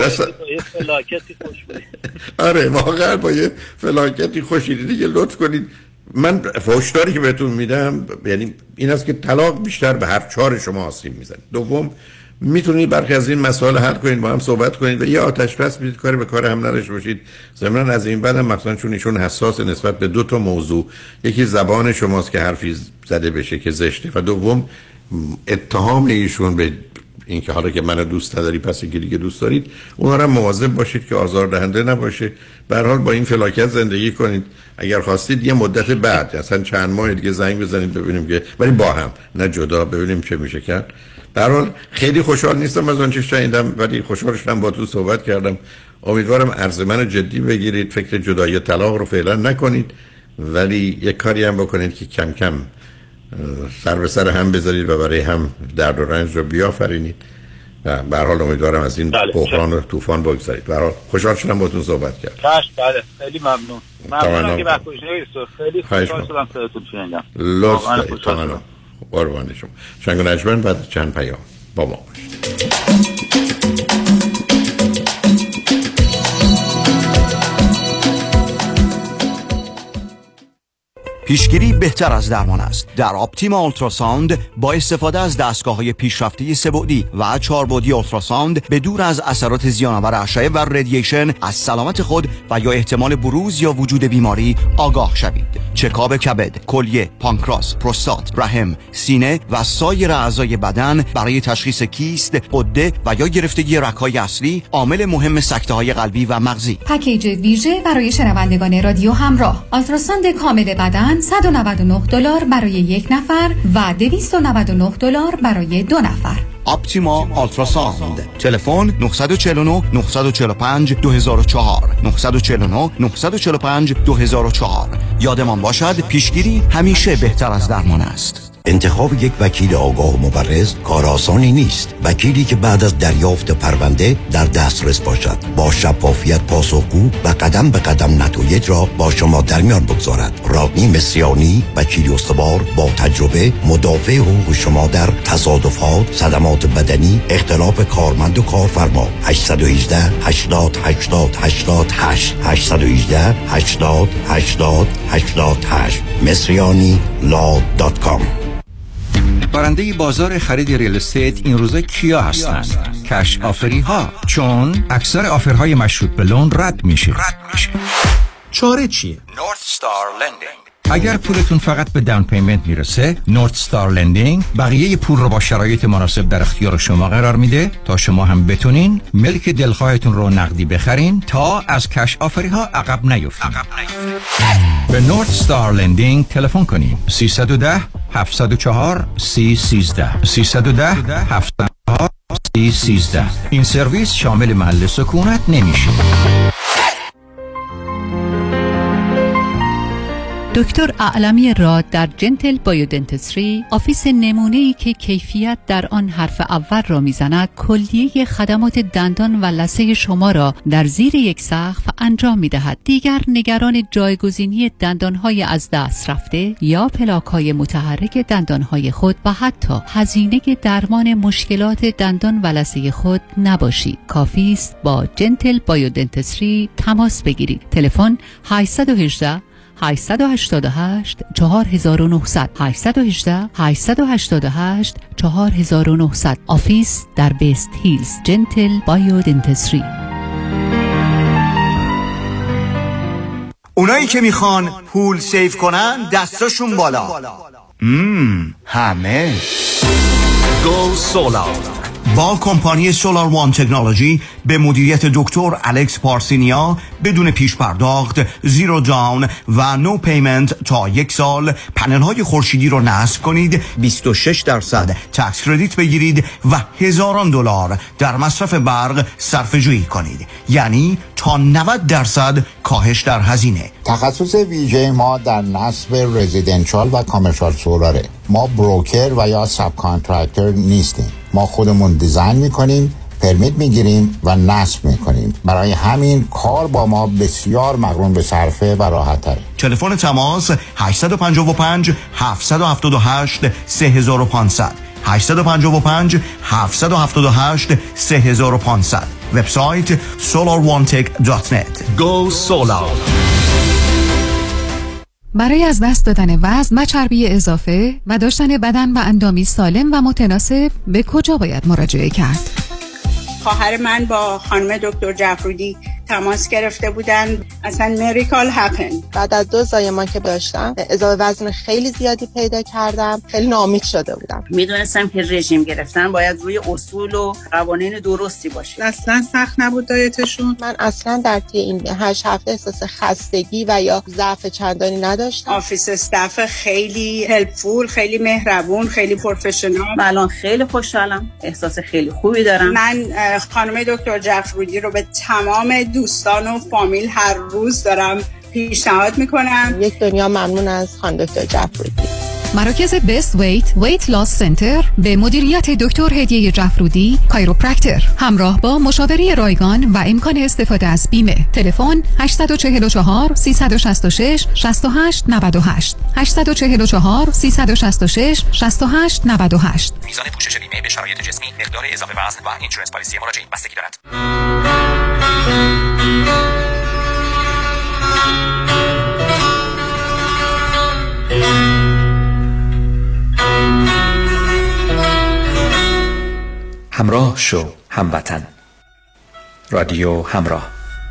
S9: آره واقعا با یه فلاکتی خوشید دیگه لطف کنید. من فحشداری که بهتون میدم یعنی این است که طلاق بیشتر به هر 4 شما آسیب میزنه. دوم میتونید برخی از این مسائل حل کنید، با هم صحبت کنید و یه آتش بس بدید، کاری به کار هم نداشته باشید. ضمن از این بعدم مثلا چون ایشون حساس نسبت به دو تا موضوع، یکی زبان شماست که حرفی زده بشه که زشته و دوم اتهام ایشون به اینکه حالا که منو دوست نداری پس یکی دیگه دوست دارید، اونها رو مواظب باشید که آزاردهنده نباشه. به هر حال با این فلاکت زندگی کنید. اگر خواستید یه مدت بعد مثلا چند ماه دیگه زنگ بزنید ببینیم که ولی با هم نه جدا، ببینیم چه میشه کرد. به هر حال خیلی خوشحال نیستم از آنچه شنیدم ولی خوشحال شدم با تو صحبت کردم. امیدوارم عرض منو جدی بگیرید، فکر جدایی طلاق رو فعلا نکنید ولی یک کاری هم بکنید که کم کم سر به سر هم بذارید و برای هم درد و رنج رو بیافرینید. به هر حال امیدوارم از این بحران و طوفان بگذرید. به هر حال خوشحال شدم باهاتون صحبت کردم.
S23: بله خیلی ممنون که وقت گذاشتید. خیلی خوشحال شدم صداتون شنیدم.
S9: لطف دارید. قربان شما. شنگ و نجمن بعد چند پیام با ما باشید.
S5: پیشگیری بهتر از درمان است. در آپتیما اولتراساوند با استفاده از دستگاه‌های پیشرفته سه‌بعدی و 4 اولتراساوند به دور از اثرات زیان‌آور اشعه و رادییشن از سلامت خود و یا احتمال بروز یا وجود بیماری آگاه شوید. چکاب کبد، کلیه، پانکراس، پروستات، رحم، سینه و سایر اعضای بدن برای تشخیص کیست، غده و یا گرفتگی رگ‌های اصلی، عامل مهم سکته‌های قلبی و مغزی.
S6: پکیج ویژه برای شنوندگان رادیو همراه. آلتراساند کامل بدن $199 برای یک نفر و $299 برای 2 نفر.
S5: آپتیما اولتراساوند. تلفن 949 945 2004 949 945 2004. یادمان باشد پیشگیری همیشه بهتر از درمان است.
S19: انتخاب یک وکیل آگاه و مبرز کار آسانی نیست. وکیلی که بعد از دریافت پرونده در دسترس باشد، با شفافیت پاسخگو و قدم به قدم نتایج را با شما در میان بگذارد. رادنی مصریانی، وکیل استوار با تجربه، مدافع حقوق شما در تصادفات، صدمات بدنی، اختلاف کارمند و کارفرما. 818 80 80 88 818 80 80 88 مصریانی.com.
S7: برنده بازار خرید ریل استیت این روزا کیا هستند؟ کش آفری ها، چون اکثر آفرهای مشروط به لون رد میشه. چاره چیه؟ نورث استار لندینگ. اگر پولتون فقط به داون پیمنت میرسه، نورث استار لندینگ بقیه پول رو با شرایط مناسب در اختیار شما قرار میده تا شما هم بتونین ملک دلخواهتون رو نقدی بخرین تا از کش آفری ها عقب نیفتین. به نورث استار لندینگ تلفن کنین 310 704 3013 310 704 3013. این سرویس شامل محل سکونت نمیشه.
S2: دکتر اعلمی راد در جنتل بایودنتسری، آفیس نمونه‌ای که کیفیت در آن حرف اول را میزند، کلیه خدمات دندان و لثه شما را در زیر یک سقف انجام میدهد. دیگر نگران جایگزینی دندانهای از دست رفته یا پلاک‌های متحرک دندانهای خود و حتی هزینه درمان مشکلات دندان و لثه خود نباشید. کافی است با جنتل بایودنتسری تماس بگیرید. تلفن 818 888 4900 818 888 4900. آفیس در بیست هیلز، جنتل بایودنتسری.
S5: اونایی که میخوان پول سیف کنن دستاشون بالا. همه گو سولار با کمپانی سولار وان تکنولوژی به مدیریت دکتر الکس پارسینیا بدون پیش پرداخت، زیرو داون و نو پیمنت تا 1 سال پنل های خورشیدی رو نصب کنید، 26% تکس کردیت بگیرید و هزاران دلار در مصرف برق صرفه جویی کنید، یعنی تا 90% کاهش در هزینه.
S22: تخصص ویژه ما در نصب رزیدنشال و کامرشال سولاره. ما بروکر و یا ساب کانترکتر نیستیم. ما خودمون دیزاین میکنیم، پرمیت میگیریم و نصب میکنیم. برای همین کار با ما بسیار مقرون به صرفه و راحت تره.
S5: تلفن تماس 855 778 3500 855 778 3500. وبسایت solarone.net. Go Solar.
S2: برای از دست دادن وزن و چربی اضافه و داشتن بدن و اندامی سالم و متناسب به کجا باید مراجعه کرد؟
S8: خواهر من با خانم دکتر جعفرودی تماس گرفته بودن. اصلا میریکال هپن.
S10: بعد از 2 زایمان که داشتم اضافه وزن خیلی زیادی پیدا کردم، خیلی ناامید شده بودم.
S8: میدونستم که رژیم گرفتن باید روی اصول و قوانین درستی باشه.
S10: اصلا سخت نبود دایتشون. من اصلا در طی این 8 هفته احساس خستگی و یا ضعف چندانی نداشتم.
S8: آفیس استاف خیلی هلپفول، خیلی مهربون، خیلی پروفشنال. الان خیلی خوشحالم، احساس خیلی خوبی دارم. من خانم دکتر جعفرودی رو به تمام دوستان و فامیل هر روز دارم پیشنهاد میکنم.
S10: یک دنیا ممنون از خانم دکتر جعفرودی.
S2: مراکز بست ویت لاس سنتر به مدیریت دکتر هدیه جعفرودی کایروپرکتر همراه با مشاوره رایگان و امکان استفاده از بیمه. تلفن 844 366 68 98 844 366 68 98.
S11: میزان پوشش بیمه به شرایط جسمی، مقدار اضافه وزن و اینشورنس پالیسی مراجعین بستگی دارد.
S13: همراه شو هموطن. رادیو همراه.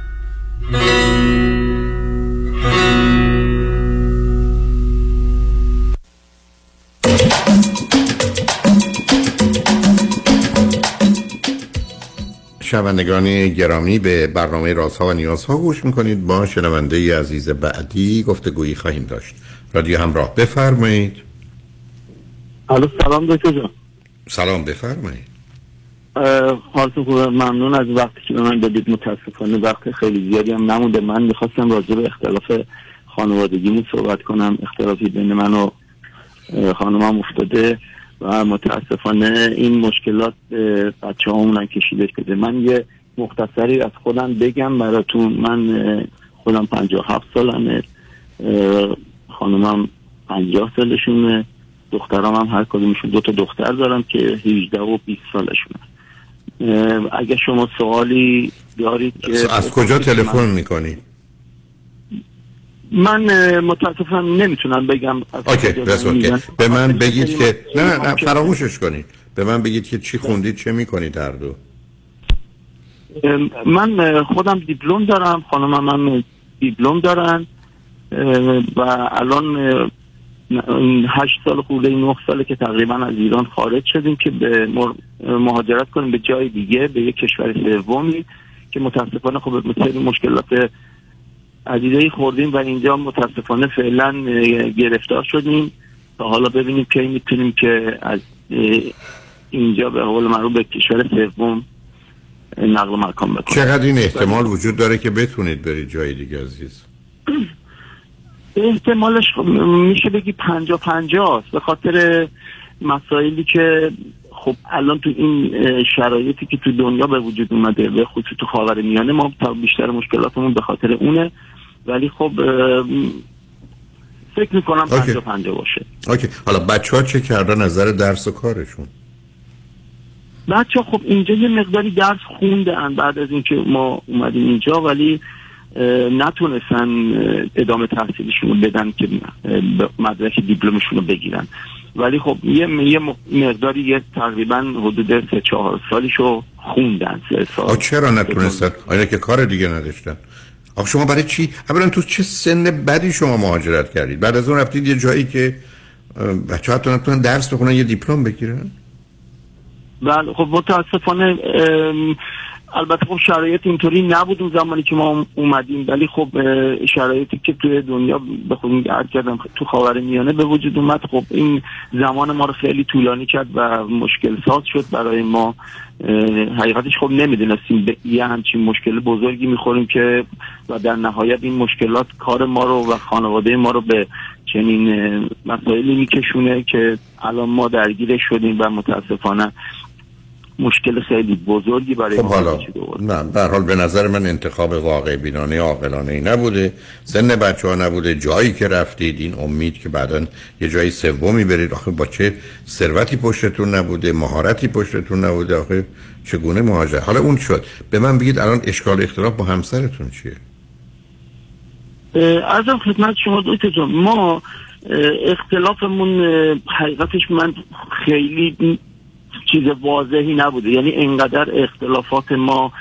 S9: شنوندگان گرامی، به برنامه رازها و نیازها گوش میکنید. با شنونده عزیز بعدی گفتگویی خواهیم داشت. رادیو همراه، بفرمایید.
S24: الو، سلام دکتر جان.
S9: سلام، بفرمایید.
S24: حالتون خوبه؟ ممنون از وقتی که به من دادید. متاسفانه وقت خیلی زیادی هم نمونده. من میخواستم راجع به اختلاف خانوادگیمون صحبت کنم. اختلافی بین من و خانمم افتاده و متاسفانه این مشکلات بچه‌هامون هم کشیده شده. من یه مختصری از خودم بگم براتون. من خودم 57 سالمه، خانمم 50 سالشونه، دخترام هم هر کدومشون 2 تا دختر دارم که 18 و 20 سالشونه. اگه شما سوالی دارید که
S9: از کجا تلفن میکنی؟
S24: من متاسفم نمیتونم بگم.
S9: اوکی، بس اوکی. به من بگید که نه فراموشش کنید. به من بگید که چی خوندید، چه میکنید هر دو.
S24: من خودم دیپلم دارم، خانمم هم دیپلم دارن و الان 8 سال خورده 9 ساله که تقریبا از ایران خارج شدیم که به مهاجرت کنیم به جای دیگه، به یک کشور سومی که متاسفانه خب مثل مشکلات عدیده‌ای خوردیم و اینجا متاسفانه فعلا گرفتار شدیم تا حالا ببینیم کی میتونیم که از اینجا به قول معروف به کشور سوم نقل مکان بکنیم.
S9: چقدر این احتمال وجود داره که بتونید برید جای دیگه عزیز؟
S24: احتمالش میشه بگی 50-50 است، به خاطر مسائلی که خب الان تو این شرایطی که تو دنیا به وجود اومده، به خصوص تو خاورمیانه، ما بیشتر مشکلاتمون به خاطر اونه. ولی خب فکر میکنم 50-50 باشه.
S9: اوکی. حالا بچه‌ها چه کردن نظر درس و کارشون؟
S24: بچه‌ها خب اینجا یه مقداری درس خوندن بعد از اینکه ما اومدیم اینجا، ولی نتونستن ادامه تحصیلشون رو بدن که مدرک دیپلمشون رو بگیرن. ولی خب یه مقداری تقریبا حدود 3-4 سالیشو خوندن. 3 سال.
S9: چرا نتونستن؟ آیا که کار دیگه نداشتن؟ آخه شما برای چی؟ اولا تو چه سن بدی شما مهاجرت کردید؟ بعد از اون رفتید یه جایی که بچه‌ها حتی نتونن درس بخونن، یه دیپلم بگیرن؟
S24: بله خب متاسفانه البته خب شرایط اینطوری نبود اون زمانی که ما اومدیم، ولی خب شرایطی که توی دنیا بخوام عرض کردم تو خاورمیانه به وجود اومد، خب این زمان ما رو خیلی طولانی کرد و مشکل ساز شد برای ما. حقیقتش خب نمیدونستیم به یه همچین مشکل بزرگی میخوریم که و در نهایت این مشکلات کار ما رو و خانواده ما رو به چنین مسائلی میکشونه که الان ما درگیر شدیم و متاسفانه مشکل خیلی بزرگی برای
S9: خب حالا نه، به هر حال به نظر من انتخاب واقع بینانه عاقلانه ای نبوده. سن بچه‌ها نبوده، جایی که رفتید، این امید که بعداً یه جایی سومی برید. آخه با چه ثروتی پشتتون نبوده، مهارتی پشتتون نبوده، آخه چگونه مهاجرت؟ حالا اون شد. به من بگید الان اشکال اختلاف با همسرتون چیه؟
S24: عرضم خدمت شما دکتر جان، ما اختلافمون حقیقتش من خیلی چیز واضحی نبوده، یعنی اینقدر اختلافات ما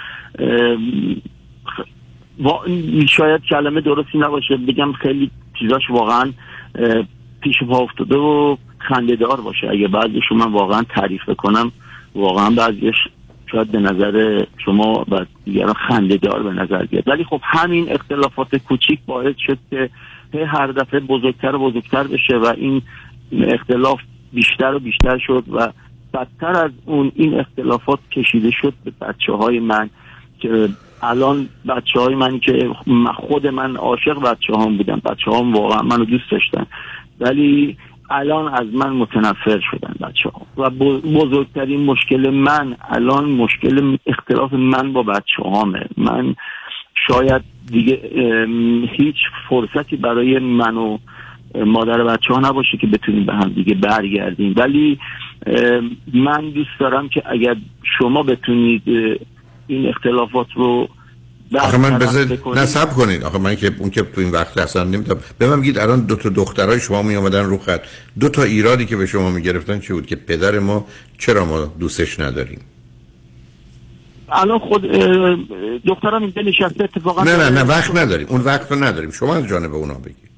S24: شاید کلمه درستی نباشه بگم خیلی چیزاش واقعا پیش پا افتاده و خنده‌دار باشه. اگه بعضیشو من واقعا تعریف کنم واقعا بعضیش شاید به نظر شما و دیگران خنده‌دار به نظر بیاد، ولی خب همین اختلافات کوچیک باعث شد که هر دفعه بزرگتر و بزرگتر بشه و این اختلاف بیشتر و بیشتر شد و بدتر از اون این اختلافات کشیده شد به بچه‌های من که الان بچه‌های من که خود من عاشق بچه‌هام بودم، بچه‌هام واقعا منو دوست داشتن، ولی الان از من متنفر شدن بچه‌ها. و بزرگترین مشکل من الان مشکل اختلاف من با بچه‌هامه. من شاید دیگه هیچ فرصتی برای من و مادر بچه‌ها نباشه که بتونیم به هم دیگه برگردیم، ولی من دوست دارم که اگر شما بتونید این اختلافات رو
S9: آخه من نصب کنید. آخه من که اون که تو این وقت اصلا نمیتونم به من بگید الان دو تا دخترای شما می اومدن رو خط، دو تا ایرادی که به شما میگرفتن چی بود؟ که پدر ما چرا ما دوستش نداریم؟
S24: الان خود دخترم اینجا نشسته اتفاقا
S9: نه وقت نداریم، اون وقت رو نداریم، شما از جانب اونا بگید.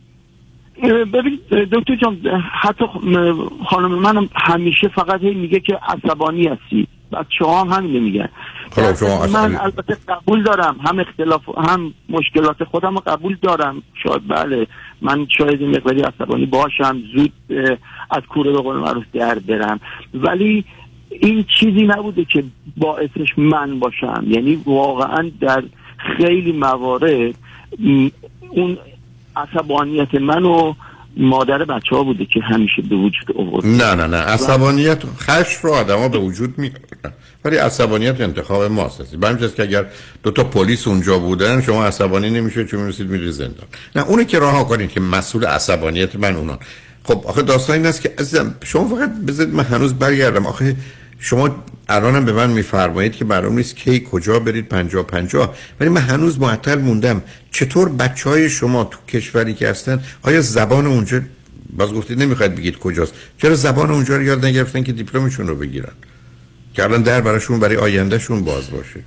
S24: ببینید دکتر جان، حتی خانم منم همیشه فقط هی میگه که عصبانی هستی، بچه‌ها هم همین میگن. من البته قبول دارم هم اختلاف هم مشکلات خودم رو قبول دارم، شاید بله من شاید این مقداری عصبانی باشم، زود از کوره به قول معروف در برم، ولی این چیزی نبوده که باعثش من باشم. یعنی واقعا در خیلی موارد اون عصبانیت من و مادر بچه ها بوده که همیشه به وجود آورد.
S9: نه عصبانیت خشم رو آدم ها به وجود میارن، ولی عصبانیت انتخاب ماست. به همین جاست که اگر دو تا پلیس اونجا بودن شما عصبانی نمیشه چون میرسید میری زندان. نه اونه که راه کنید که مسئول عصبانیت من اونان. خب آخه داستان این است که عزیزم شما فقط بذارید من هنوز برگردم. آخه شما الانم به من میفرمایید که معلوم نیست کی کجا برید 50-50، ولی من هنوز معطل موندم. چطور بچهای شما تو کشوری که هستن آیا زبان اونجا، باز گفتید نمیخواید بگید کجاست، چرا زبان اونجا رو یاد نگرفتن که دیپلمشون رو بگیرن که الان در براشون برای آیندهشون باز باشه؟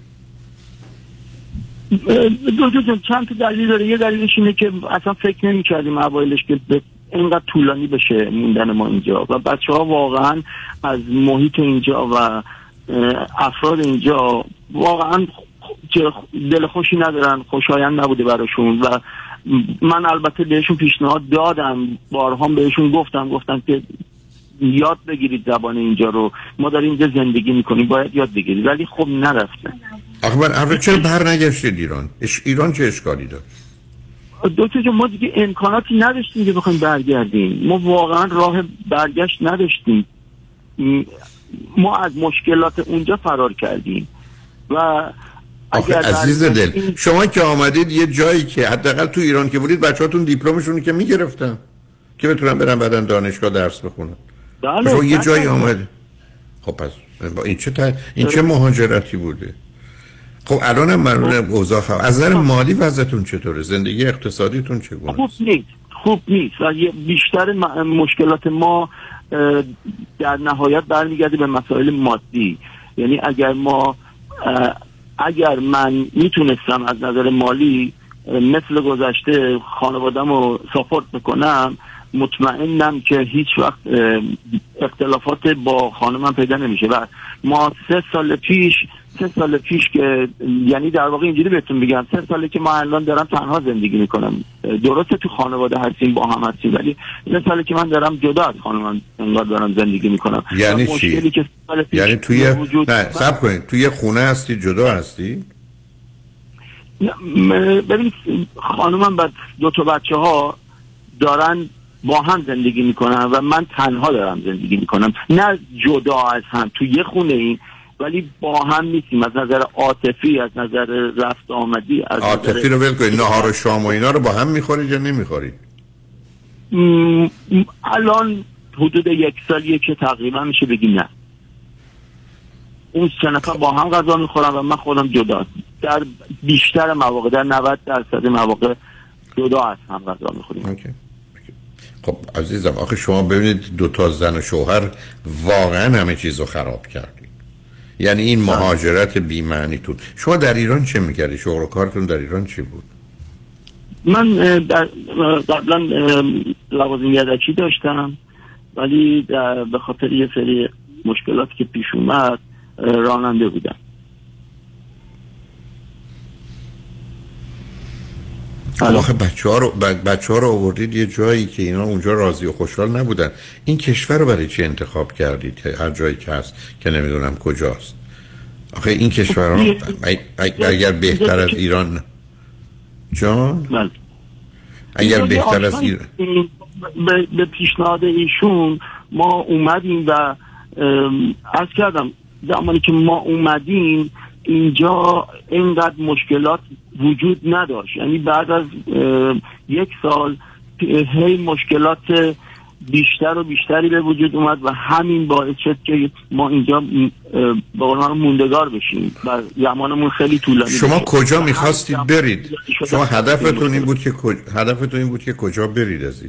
S24: دو چند تا دلیل داره. یه دلیلش اینه که اصلا فکر نمی‌کردیم اوایلش که اینقدر طولانی بشه موندن ما اینجا و بچه‌ها واقعا از محیط اینجا و افراد اینجا واقعا دل خوشی ندارن، خوشایند نبوده براشون و من البته بهشون پیشنهاد دادم، بارها بهشون گفتم که یاد بگیرید زبان اینجا رو، ما داریم اینجا زندگی میکنیم باید یاد بگیرید، ولی خب نرفتن.
S9: آخه چرا برنگشتید ایران؟ ایران چه اشکالی داره؟
S24: دکتر جان ما دیگه امکاناتی نداشتیم که بخوایم برگردیم، ما واقعا راه برگشت نداشتیم، ما از مشکلات اونجا فرار کردیم و
S9: اگر عزیز دل شما که آمدید یه جایی که حداقل تو ایران که بودید بچه‌هاتون دیپلمشون که میگرفتن که بتونن برن بعداً دانشگاه درس بخونن. شما یه جایی آمدید. خب پس این چه مهاجرتی بوده؟ خب الانم معلومه اوضاع از نظر مالی وضعیتون چطوره؟ زندگی اقتصادیتون چگونه؟
S24: خوب نیست و بیشتر مشکلات ما در نهایت برمیگرده به مسائل مادی. یعنی اگر من میتونستم از نظر مالی مثل گذشته خانوادم رو ساپورت بکنم، مطمئنم که هیچ وقت اختلافات با خانمم پیدا نمیشه. و ما 3 سال پیش که یعنی در واقع اینجوری بهتون بگم 3 ساله که ما الان دارم تنها زندگی میکنم. درسته تو خانواده هستیم با هم هستیم، ولی 3 ساله که من دارم جدا از خانمم انگار دارم زندگی میکنم.
S9: یعنی چی؟ یعنی توی صبر کنید توی خونه هستی جدا هستی؟
S24: ببینید خانمم بعد 2 تا بچه‌ها دارن با هم زندگی میکنن و من تنها دارم زندگی میکنم، نه جدا از هم تو یه خونه این، ولی با هم نیستیم. از نظر عاطفی، از نظر رفت آمدی،
S9: عاطفی رو ول کنید، نهار و شام و اینا رو با هم میخورید یا نمیخورید؟
S24: الان حدود 1 سالیه که تقریبا میشه بگیم نه. اون 3 نفر با هم غذا میخورن و من خودم جدا. در بیشتر مواقع، در 90% مواقع جدا از هم غذا میخوریم.
S9: خب عزیزم آخه شما ببینید 2 زن و شوهر واقعا همه چیز رو خراب کردید. یعنی این مهاجرت بی‌معنیتون. شما در ایران چه میکردی؟ شغل و کارتون در ایران چی بود؟
S24: من قبلا لوازم یدکی داشتم، ولی به خاطر یه سری مشکلاتی که پیش اومد راننده بودم.
S9: آخه بچه ها رو آوردید یه جایی که اینا اونجا راضی و خوشحال نبودن. این کشور رو برای چی انتخاب کردید؟ هر جایی که هست که نمیدونم کجاست. آخه این کشور رو اگر بهتر از ایران جان اگر بهتر از ایران
S24: به پیشنهاد ایشون ما اومدیم و عرض کردم زمانی که ما اومدیم اینجا اینقدر مشکلات وجود نداشت. یعنی بعد از 1 سال هی مشکلات بیشتر و بیشتری به وجود اومد و همین باعث شد که ما اینجا با اونها موندگار بشیم و زمانمون خیلی طولانی.
S9: شما کجا میخواستید برید؟ شما هدفتون این بود که کجا برید عزیز؟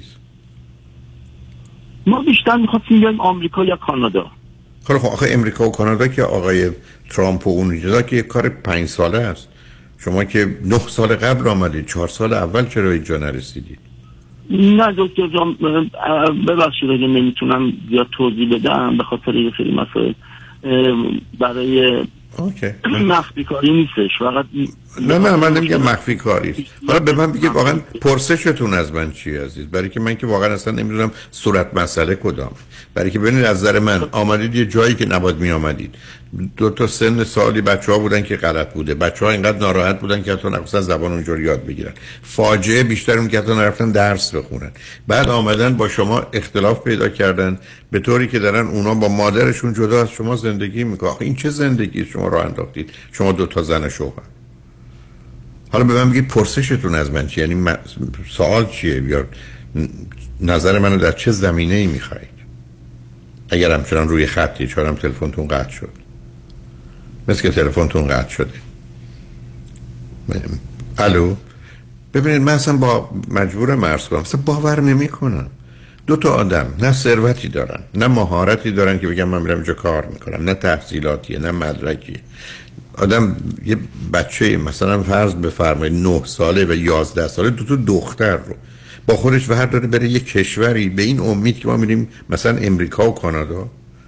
S24: ما بیشتر میخواستیم بریم آمریکا یا کانادا.
S9: خب آخه امریکا و کانادا که آقای ترامپ و اون که کار 5 ساله است. شما که 9 سال قبل آمدید، 4 سال اول چرا اینجا نرسیدید؟
S24: نه دکتر جان ببخشید اگه نمیتونم زیاد توضیح بدم به خاطر یه سری مسائل برای مخفی کاری نیستش. فقط
S9: نه من نمیگم مخفی کاری است. حالا به من بگید واقعا پرسشتون از من چیه عزیز؟ برای که من که واقعا اصلا نمیدونم صورت مسئله کدام. برای که ببینید از نظر من آمدید یه جایی که نباید می آمدید. 2 سن سالی بچه‌ها بودن که غلط بوده. بچه‌ها اینقدر ناراحت بودن که حتی نخواستن زبان اونجوری یاد بگیرن. فاجعه بیشتر اون که حتی نرفتن درس بخونن. بعد آمدن با شما اختلاف پیدا کردن به طوری که دارن اونا با مادرشون جدا از شما زندگی میکنن. این چه زندگی شما راه انداختید؟ شما 2 زن و شوهر. حالا به من بگید پرسشتون از من چیه؟ یعنی سوال چیه؟ یا نظر منو در چه زمینه‌ای میخواید؟ اگر همچنان روی خطی چون تلفنتون قطع شد مثل که تلفنتون قطع شده. الو ببینید من اصلا مجبورم عرض کنم اصلا باور نمی کنم 2 آدم نه ثروتی دارن نه مهارتی دارن که بگم من میرم اینجا کار میکنم، نه تحصیلاتیه نه مدرکیه. آدم یه بچه مثلا فرض بفرمایید 9 ساله و 11 ساله 2 دختر رو با خودش ورداره بره یه کشوری به این امید که ما میریم مثلا امریکا و کانادا.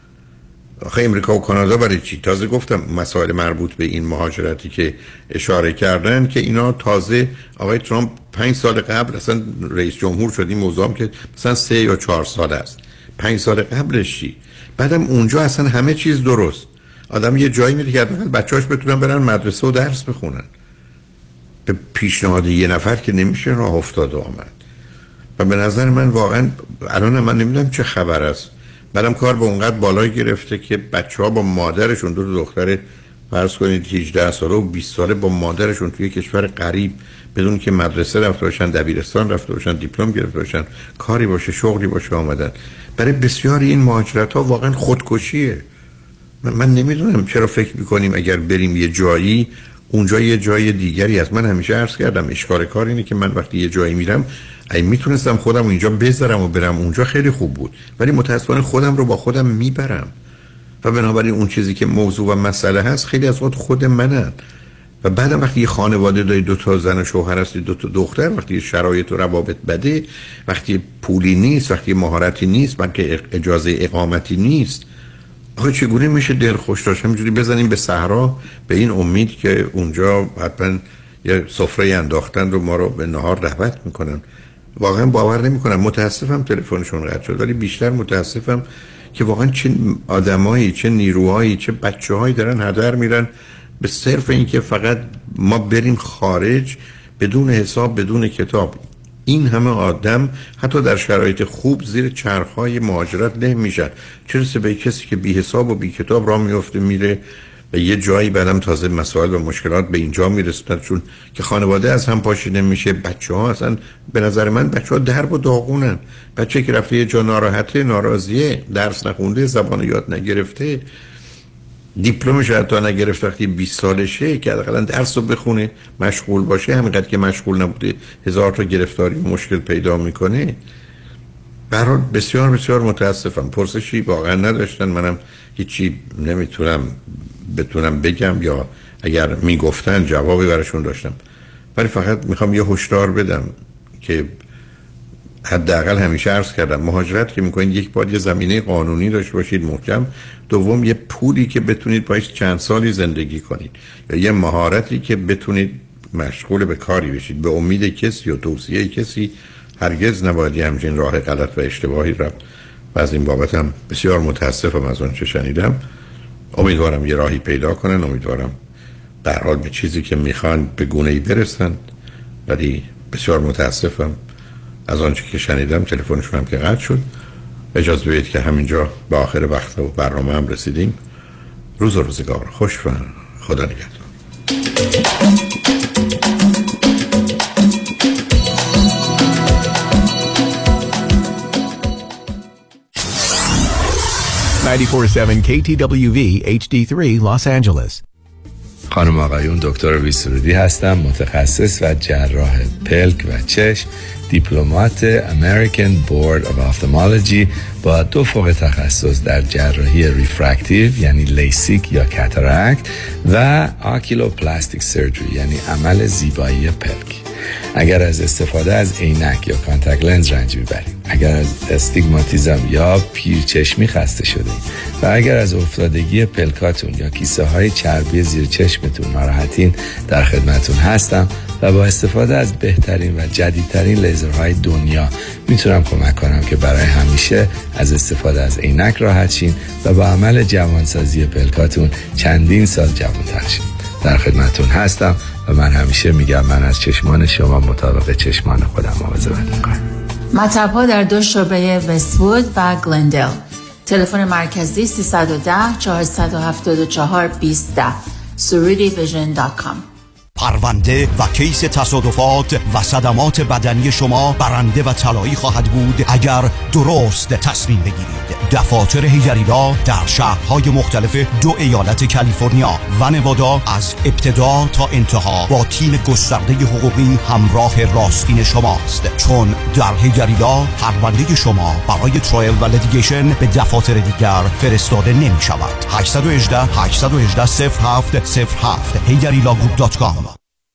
S9: آخه امریکا و کانادا برای چی؟ تازه گفتم مسائل مربوط به این مهاجرتی که اشاره کردن که اینا تازه آقای ترامپ 5 سال قبل اصلا رئیس جمهور شد. این موضوع هم که مثلا 3 یا 4 سال است. 5 سال قبلش چی؟ بعدم اونجا اصلا همه چیز درست. آدم یه جایی میره که بچه‌هاش بتونن برن مدرسه و درس بخونن. به پیشنهاد یه نفر که نمیشه راه افتاد و آمد. و به نظر من واقعا الان من نمیدونم چه خبر است. بعدم کار به اونقدر بالای گرفته که بچه‌ها با مادرشون 2 دختر فرض کنید 18 ساله و 20 ساله با مادرشون توی کشور غریب بدون که مدرسه رفته باشن، دبیرستان رفته باشن، دیپلم گرفته باشن، کاری باشه، شغلی باشه آمدن. برای بسیاری این مهاجرت‌ها واقعا خودکشیه. من نمیدونم چرا فکر می‌کنیم اگر بریم یه جایی اونجا یه جای دیگری است. من همیشه عرض کردم اشکال کار اینه که من وقتی یه جایی میرم اگه میتونستم خودم اینجا بذارم و برم اونجا خیلی خوب بود، ولی متاسفانه خودم رو با خودم میبرم و بنابراین اون چیزی که موضوع و مسئله هست خیلی از خود منن. و بعدم وقتی یه خانواده داری 2 زن و شوهر هستی 2 دختر، وقتی شرایط و روابط بده، وقتی پولی نیست، وقتی مهارتی نیست، وقتی اجازه اقامتی نیست، آخه چگونه میشه دلخوش داشت همینجوری بزنیم به صحرا به این امید که اونجا حتما یه سفره انداختن رو ما رو به نهار دعوت میکنن؟ واقعا باور نمیکنم. متاسفم تلفنشون قطع شد، ولی بیشتر متاسفم که واقعا چه آدمایی، چه نیروهایی، چه بچه‌هایی دارن هدر میرن به صرف اینکه فقط ما بریم خارج بدون حساب، بدون کتاب. این همه آدم حتی در شرایط خوب زیر چرخهای مهاجرت له میشن، چه رسه به کسی که بی حساب و بی کتاب راه میفته میره به یه جایی، بعدم تازه مسائل و مشکلات به اینجا میرسن چون که خانواده از هم پاشیده میشه. بچه‌ها اصلا به نظر من بچه‌ها درب و داغونن. بچه که رفته یه جا ناراحته، ناراضیه، درس نخونده، زبان یاد نگرفته، دیپلمش حتی نگرفت وقتی 20 سالشه که حداقل درس رو بخونه، مشغول باشه، همینقدر که مشغول نبوده 1000 تا گرفتاری مشکل پیدا میکنه. برای بسیار بسیار متاسفم. پرسشی واقعا نداشتن، منم هیچی بتونم بگم یا اگر میگفتن جوابی براشون داشتم، ولی فقط میخوام یه هشدار بدم که حداقل همیشه عرض کردم مهاجرت که میکنید یک بار یه زمینه قانونی داشته باشید محکم، دوم یه پولی که بتونید باش چند سالی زندگی کنید یا یه مهارتی که بتونید مشغول به کاری بشید. به امید کسی و توصیه کسی هرگز نباید همچین راه غلط و اشتباهی رفت و از این بابت هم بسیار متاسفم از اون چه شنیدم. امیدوارم یه راهی پیدا کنن، امیدوارم در حال به چیزی که میخوان به گونه‌ای برسن، ولی بسیار متاسفم از آنچه که شنیدم. تلفنشون هم که قطع شد. اجازه بدید که همینجا به آخر وقت و برنامه هم رسیدیم. روز و روزگار خوش و خدا نگهدار.
S3: 94.7 KTWV HD3 Los Angeles.
S12: خانم آقایون، دکتر ویسرودی هستم، متخصص و جراح پلک و چشم، دیپلمات American Board of Ophthalmology با 2 فوق تخصص در جراحی ریفرکتیو یعنی لیسیک یا کاتاراکت و آکیلوپلاستیک سرجری یعنی عمل زیبایی پلک. اگر از استفاده از عینک یا کانتاکت لنز رنج میبرید، اگر از استیگماتیزم یا پیرچشمی خسته شده و اگر از افتادگی پلکاتون یا کیسه های چربی زیر چشمتون ناراحتین، در خدمتون هستم و با استفاده از بهترین و جدیدترین لیزرهای دنیا میتونم کمک کنم که برای همیشه از استفاده از عینک راحت شین و با عمل جوانسازی پلکاتون چندین سال جوان‌تر شین. در خدمتون هستم و من همیشه میگم من از چشمان شما مطابق چشمان خودم مواظبت میکنم.
S15: مطب‌ها در 2 شعبه وست‌وود و گلندل. تلفن مرکزی 310 474 2010 surudivision.com.
S5: پرونده و کیس تصادفات و صدمات بدنی شما برنده و طلایی خواهد بود اگر درست تصمیم بگیرید. دفاتر هیجریلا در شهرهای مختلف 2 ایالت کالیفرنیا و نوادا از ابتدا تا انتها با تیم گسترده حقوقی همراه راستین شماست، چون در هیجریلا پرونده شما برای ترایل و لیتیگیشن به دفاتر دیگر فرستاده نمی شود. 818 818 0707 hijarilagroup.com.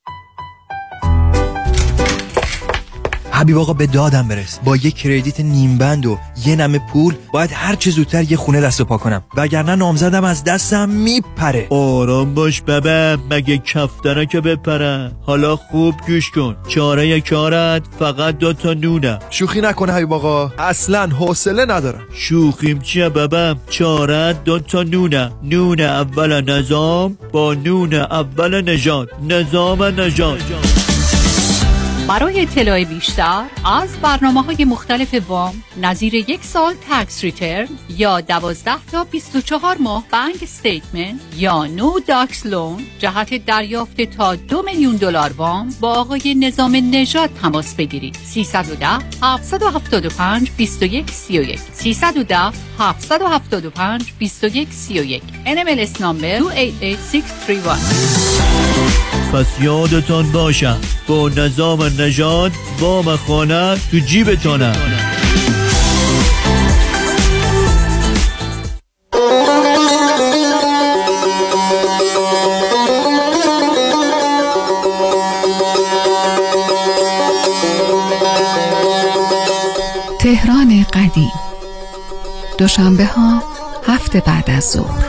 S16: حبیب آقا به دادم برس. با یک کردیت نیم بند و یه نمه پول باید هر چه زودتر یه خونه دست و پا کنم، وگرنه نامزدم از دستم میپره.
S17: آرام باش بابا، مگه کفتره که بپره. حالا خوب گوش کن، چاره کارت فقط 2 تا نونه.
S16: شوخی نکنه حبیب آقا، اصلا حوصله ندارم.
S17: شوخیم چیه بابا؟ چاره 2 تا نونه. نون اول نظام با نون اول نژاد. نظام نژاد.
S21: برای اطلاع بیشتر از برنامه‌های مختلف وام نظیر 1 سال تکس ریترن یا 12 تا 24 ماه بانک استیتمنت یا نو داکس لون جهت دریافت تا $2 میلیون وام با آقای نظام نژاد تماس بگیرید. 310 775 2131 310 775 2131 NMLS نمبر 288631.
S17: پس یادتان باشم با نظام نژاد وام خانه تو جیبتانه.
S2: تهران قدیم، دوشنبه ها 7 بعد از ظهر.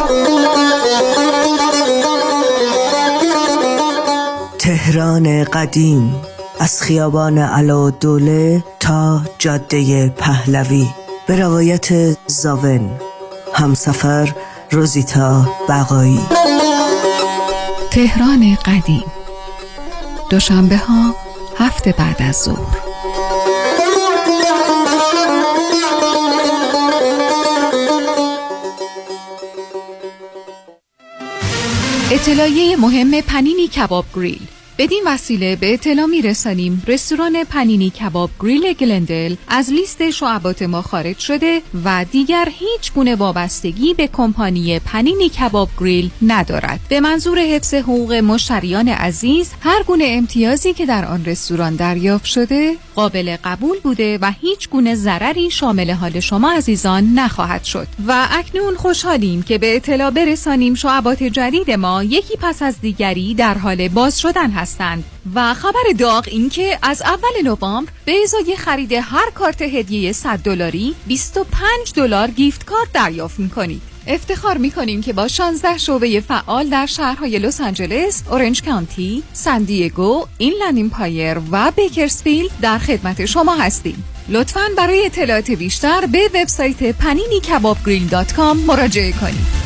S25: تهران قدیم، از خیابان علاءالدوله تا جاده پهلوی، به روایت زاون، همسفر روزیتا بقایی.
S2: تهران قدیم، دوشنبه ها 7 بعد از ظهر. اطلاعیه مهم پنینی کباب گریل. بدین وسیله به اطلاع میرسانیم رستوران پنینی کباب گریل گلندل از لیست شعبات ما خارج شده و دیگر هیچ گونه وابستگی به کمپانی پنینی کباب گریل ندارد. به منظور حفظ حقوق مشتریان عزیز، هر گونه امتیازی که در آن رستوران دریافت شده قابل قبول بوده و هیچ گونه ضرری شامل حال شما عزیزان نخواهد شد. و اکنون خوشحالیم که به اطلاع برسانیم شعبات جدید ما یکی پس از دیگری در حال باز شدن هستند و خبر داغ این که از اول نوامبر به ازای خرید هر کارت هدیه $100 $25 گیفت کارت دریافت می‌کنید. افتخار می‌کنیم که با 16 شعبه فعال در شهرهای لس آنجلس، اورنج کانتی، سان دیگو، اینلند امپایر و بیکرزفیلد در خدمت شما هستیم. لطفاً برای اطلاعات بیشتر به وبسایت paninikabbgrill.com مراجعه کنید.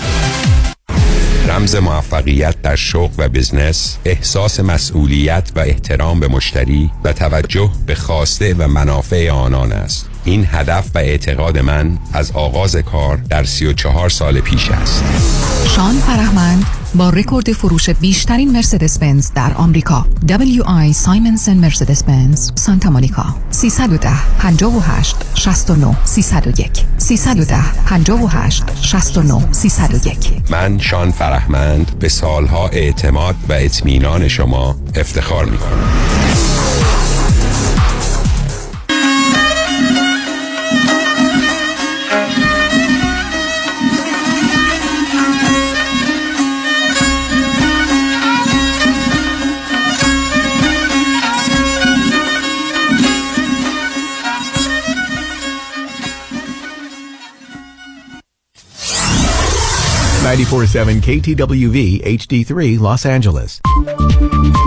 S1: رمز موفقیت در شغل و بزنس، احساس مسئولیت و احترام به مشتری و توجه به خواسته و منافع آنان است. این هدف و اعتقاد من از آغاز کار در 34 سال پیش است.
S2: شان فرهمند با رکورد فروش بیشترین مرسدس بنز در آمریکا، WI سایمنز اند مرسدس بنز سانتا مونیکا، 310 58 69 301 310 58 69 301.
S1: من شان فرهمند به سالها اعتماد و اطمینان شما افتخار می‌کنم.
S3: $94.7 KTWV HD3 Los Angeles.